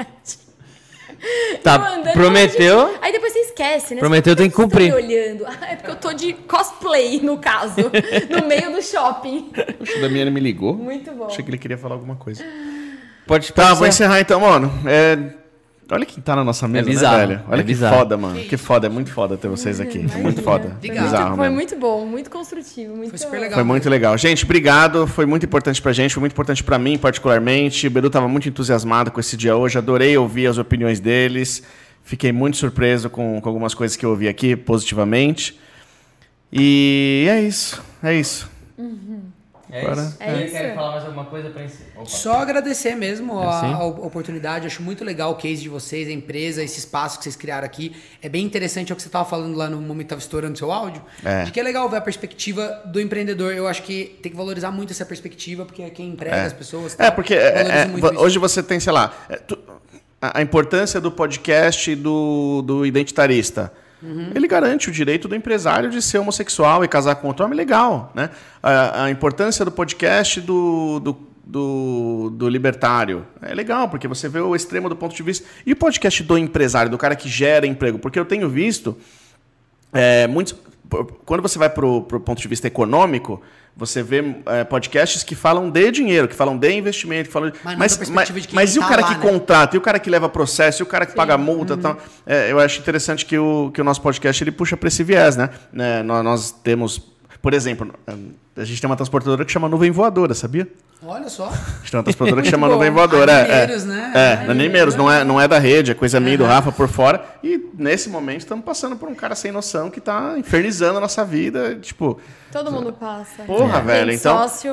Tá, Eu andando, prometeu. gente. Aí depois você esquece, né? Prometeu, tem que Por cumprir. Você tá me olhando. Ah, é porque eu tô de cosplay, no caso, no meio do shopping. O Damiano me ligou. Muito bom. Achei que ele queria falar alguma coisa. Pode Tá, vou ser. encerrar então, mano. Olha quem tá na nossa mesa, bizarro, né, velho? Olha é que bizarro. foda, mano. Que foda, é muito foda ter vocês aqui. É muito foda. Obrigado. Bizarro Foi mesmo. muito bom, muito construtivo. Muito Foi super legal. Foi muito legal. Gente, obrigado. Foi muito importante pra gente, foi muito importante pra mim, particularmente. O Bedu tava muito entusiasmado com esse dia hoje. Adorei ouvir as opiniões deles. Fiquei muito surpreso com algumas coisas que eu ouvi aqui, positivamente. E é isso. É isso. Agora- É isso. Quer falar mais alguma coisa pra encerrar? Só agradecer mesmo Assim? a oportunidade. Acho muito legal o case de vocês, a empresa, esse espaço que vocês criaram aqui. É bem interessante o que você estava falando lá no momento que estava estourando seu áudio. De que é legal ver a perspectiva do empreendedor. Eu acho que tem que valorizar muito essa perspectiva, porque é quem emprega as pessoas. Porque valoriza muito isso. hoje você tem, sei lá, a importância do podcast e do identitarista. Ele garante o direito do empresário de ser homossexual e casar com outro homem, legal, né? A importância do podcast do libertário é legal, porque você vê o extremo do ponto de vista. E o podcast do empresário, do cara que gera emprego? Porque eu tenho visto muitos. Quando você vai para o ponto de vista econômico, você vê podcasts que falam de dinheiro, que falam de investimento, que falam mas e o cara que contrata, e o cara que leva processo, e o cara que paga multa, tal. Eu acho interessante que o nosso podcast ele puxa para esse viés, né? Nós temos, por exemplo, a gente tem uma transportadora que chama Nuvem Voadora, sabia? Olha só. A gente tem uma transportadora que chama Nuvem Voadora. Mineiros, né? Não é nem Mineiros, não é da rede, é coisa minha e do Rafa por fora. E nesse momento estamos passando por um cara sem noção que está infernizando a nossa vida. Tipo, Todo mundo passa. Porra, velho, Tem então- sócio.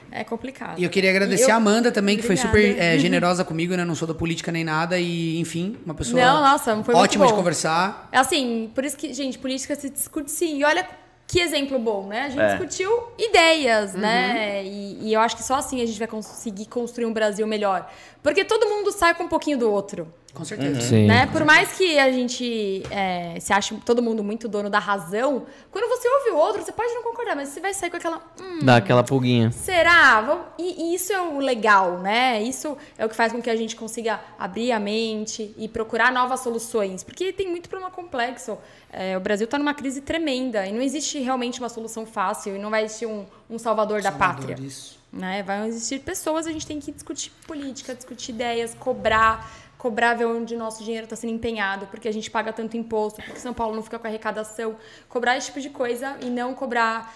é complicado. E eu queria agradecer a Amanda também, que foi super Obrigada. generosa comigo, né? Não sou da política nem nada. E, enfim, uma pessoa Não, nossa, foi ótima muito de bom. conversar. Assim, por isso que, gente, política se discute sim. E olha que exemplo bom, né? A gente discutiu ideias, né? E eu acho que só assim a gente vai conseguir construir um Brasil melhor. Porque todo mundo sai com um pouquinho do outro. Com certeza. Sim. Né? Por mais que a gente se ache todo mundo muito dono da razão, quando você ouve o outro, você pode não concordar, mas você vai sair com aquela... Dá aquela pulguinha. Será? E isso é o legal, né? Isso é o que faz com que a gente consiga abrir a mente e procurar novas soluções. Porque tem muito problema complexo. O Brasil está numa crise tremenda e não existe realmente uma solução fácil e não vai existir um salvador da pátria. Isso. Né? Vão existir pessoas, a gente tem que discutir política, discutir ideias, cobrar ver onde o nosso dinheiro está sendo empenhado, porque a gente paga tanto imposto, porque São Paulo não fica com arrecadação. Cobrar esse tipo de coisa e não cobrar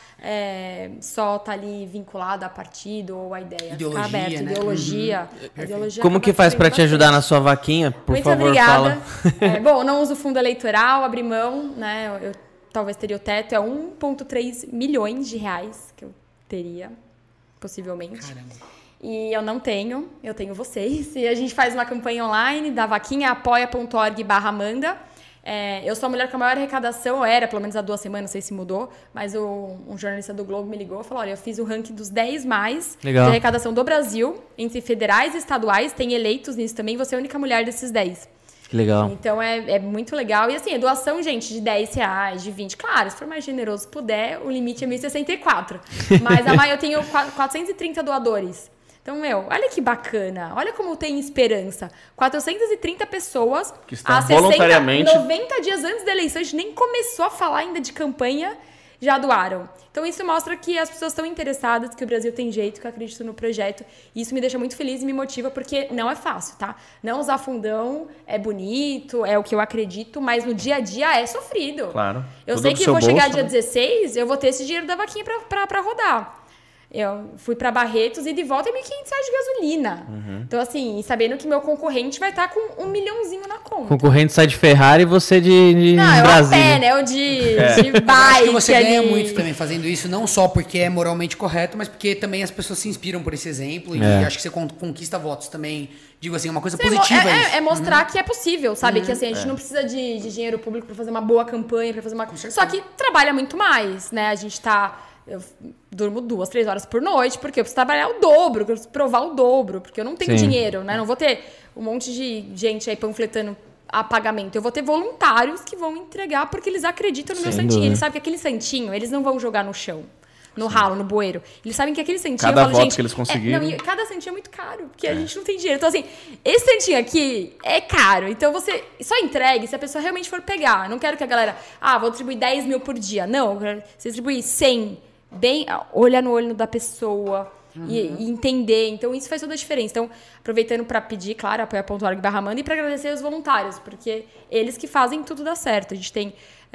só tá ali vinculado a partido ou a ideia. Ideologia, Ficar aberto, né? ideologia. A ideologia Como que acaba faz para te destruindo ajudar na bastante. sua vaquinha? Por Muito favor, obrigada. fala. Bom, eu não uso fundo eleitoral, abri mão, né? Eu talvez teria o teto, é 1,3 milhões de reais que eu teria, possivelmente. Caramba. E eu não tenho, eu tenho vocês. E a gente faz uma campanha online da vaquinha, apoia.org/Amanda. Eu sou a mulher com a maior arrecadação, ou era, pelo menos há 2 semanas, não sei se mudou, mas um jornalista do Globo me ligou e falou, olha, eu fiz o ranking dos 10 mais Legal. de arrecadação do Brasil, entre federais e estaduais, tem eleitos nisso também, você é a única mulher desses 10. Que legal. Então é muito legal. E assim, doação, gente, de R$10, de 20. Claro, se for mais generoso puder, o limite é 1.064. Mas eu tenho 430 doadores. Então, olha que bacana. Olha como tem esperança. 430 pessoas Que estão voluntariamente- 90 dias antes da eleição, a gente nem começou a falar ainda de campanha, já doaram. Então, isso mostra que as pessoas estão interessadas, que o Brasil tem jeito, que eu acredito no projeto. E isso me deixa muito feliz e me motiva, porque não é fácil, tá? Não usar fundão é bonito, é o que eu acredito, mas no dia a dia é sofrido. Claro. Eu Tudo sei do que seu vou chegar bolso, dia né? 16, eu vou ter esse dinheiro da vaquinha pra rodar. Eu fui pra Barretos e de volta é R$1.500 de gasolina. Então, assim, sabendo que meu concorrente vai estar com 1 milhãozinho na conta. Concorrente sai de Ferrari e você de Não, eu a Brasília. pé, né? Eu de Acho bike que você ganha ali. muito também fazendo isso, não só porque é moralmente correto, mas porque também as pessoas se inspiram por esse exemplo. E acho que você conquista votos também. Digo assim, é uma coisa positiva isso. É mostrar que é possível, sabe? Que assim, a gente não precisa de dinheiro público pra fazer uma boa campanha, pra fazer uma... Só que trabalha muito mais, né? A gente tá... Eu durmo 2, 3 horas por noite, porque eu preciso trabalhar o dobro, eu preciso provar o dobro, porque eu não tenho Sim. dinheiro, né? Não vou ter um monte de gente aí panfletando a pagamento. Eu vou ter voluntários que vão entregar porque eles acreditam no meu Sem santinho. dúvida. Eles sabem que aquele santinho, eles não vão jogar no chão. No ralo, no bueiro. Eles sabem que aquele santinho... Cada eu falo, voto gente, que eles conseguiram. e cada santinho é muito caro, porque a gente não tem dinheiro. Então, assim, esse santinho aqui é caro. Então, você só entregue se a pessoa realmente for pegar. Eu não quero que a galera... vou distribuir 10 mil por dia. Não, eu quero você distribuir 100. Bem, olhar no olho da pessoa e entender. Então, isso faz toda a diferença. Então, aproveitando para pedir, claro, apoia.org/Amanda e para agradecer os voluntários, porque eles que fazem tudo dar certo. A gente tem...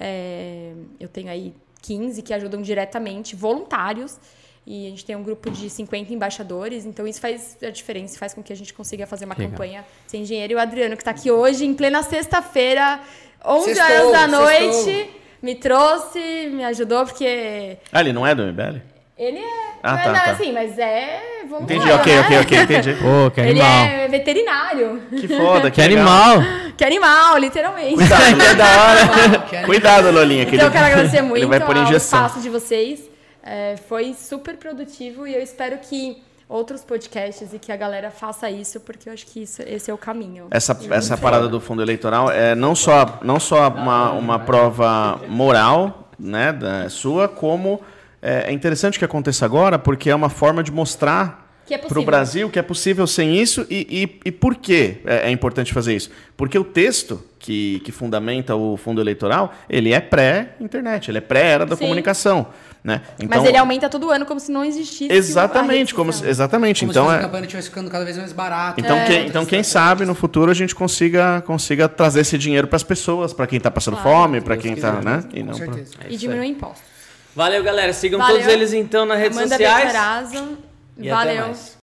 eu tenho aí 15 que ajudam diretamente, voluntários, e a gente tem um grupo de 50 embaixadores, então isso faz a diferença, faz com que a gente consiga fazer uma campanha sem dinheiro. E o Adriano, que está aqui hoje, em plena sexta-feira, 11 horas da noite, me trouxe, me ajudou, porque Ele não é do MBL? ele é... Ah, não, tá, tá. assim, mas é voluntário, Entendi, ok, né? entendi. Pô, que Ele animal. é veterinário. Que foda, Que legal. animal. Que animal, literalmente. Cuidado, que da hora. Cuidado, Lolinha. Que Então, eu quero agradecer muito ele vai por ao injeção. espaço de vocês. Foi super produtivo e eu espero que outros podcasts e que a galera faça isso, porque eu acho que esse é o caminho. Essa parada do fundo eleitoral é não só uma prova moral, né, sua, como é interessante que aconteça agora, porque é uma forma de mostrar Que é para o possível. Brasil que é possível sem isso e por que é importante fazer isso? Porque o texto que fundamenta o fundo eleitoral, ele é pré-internet, ele é pré-era da Sim. comunicação. Né? Então, Mas ele aumenta todo ano como se não existisse. Exatamente, a rede social. exatamente. Como então se a é... campanha estivesse ficando cada vez mais barata. Então, quem sabe no futuro a gente consiga trazer esse dinheiro para as pessoas, para quem está passando fome, para quem está, né? E Com não pra... certeza. E diminuir impostos. Valeu, galera. Sigam Valeu. todos eles então nas redes Amanda sociais. Betteraza. E até Valeu. mais.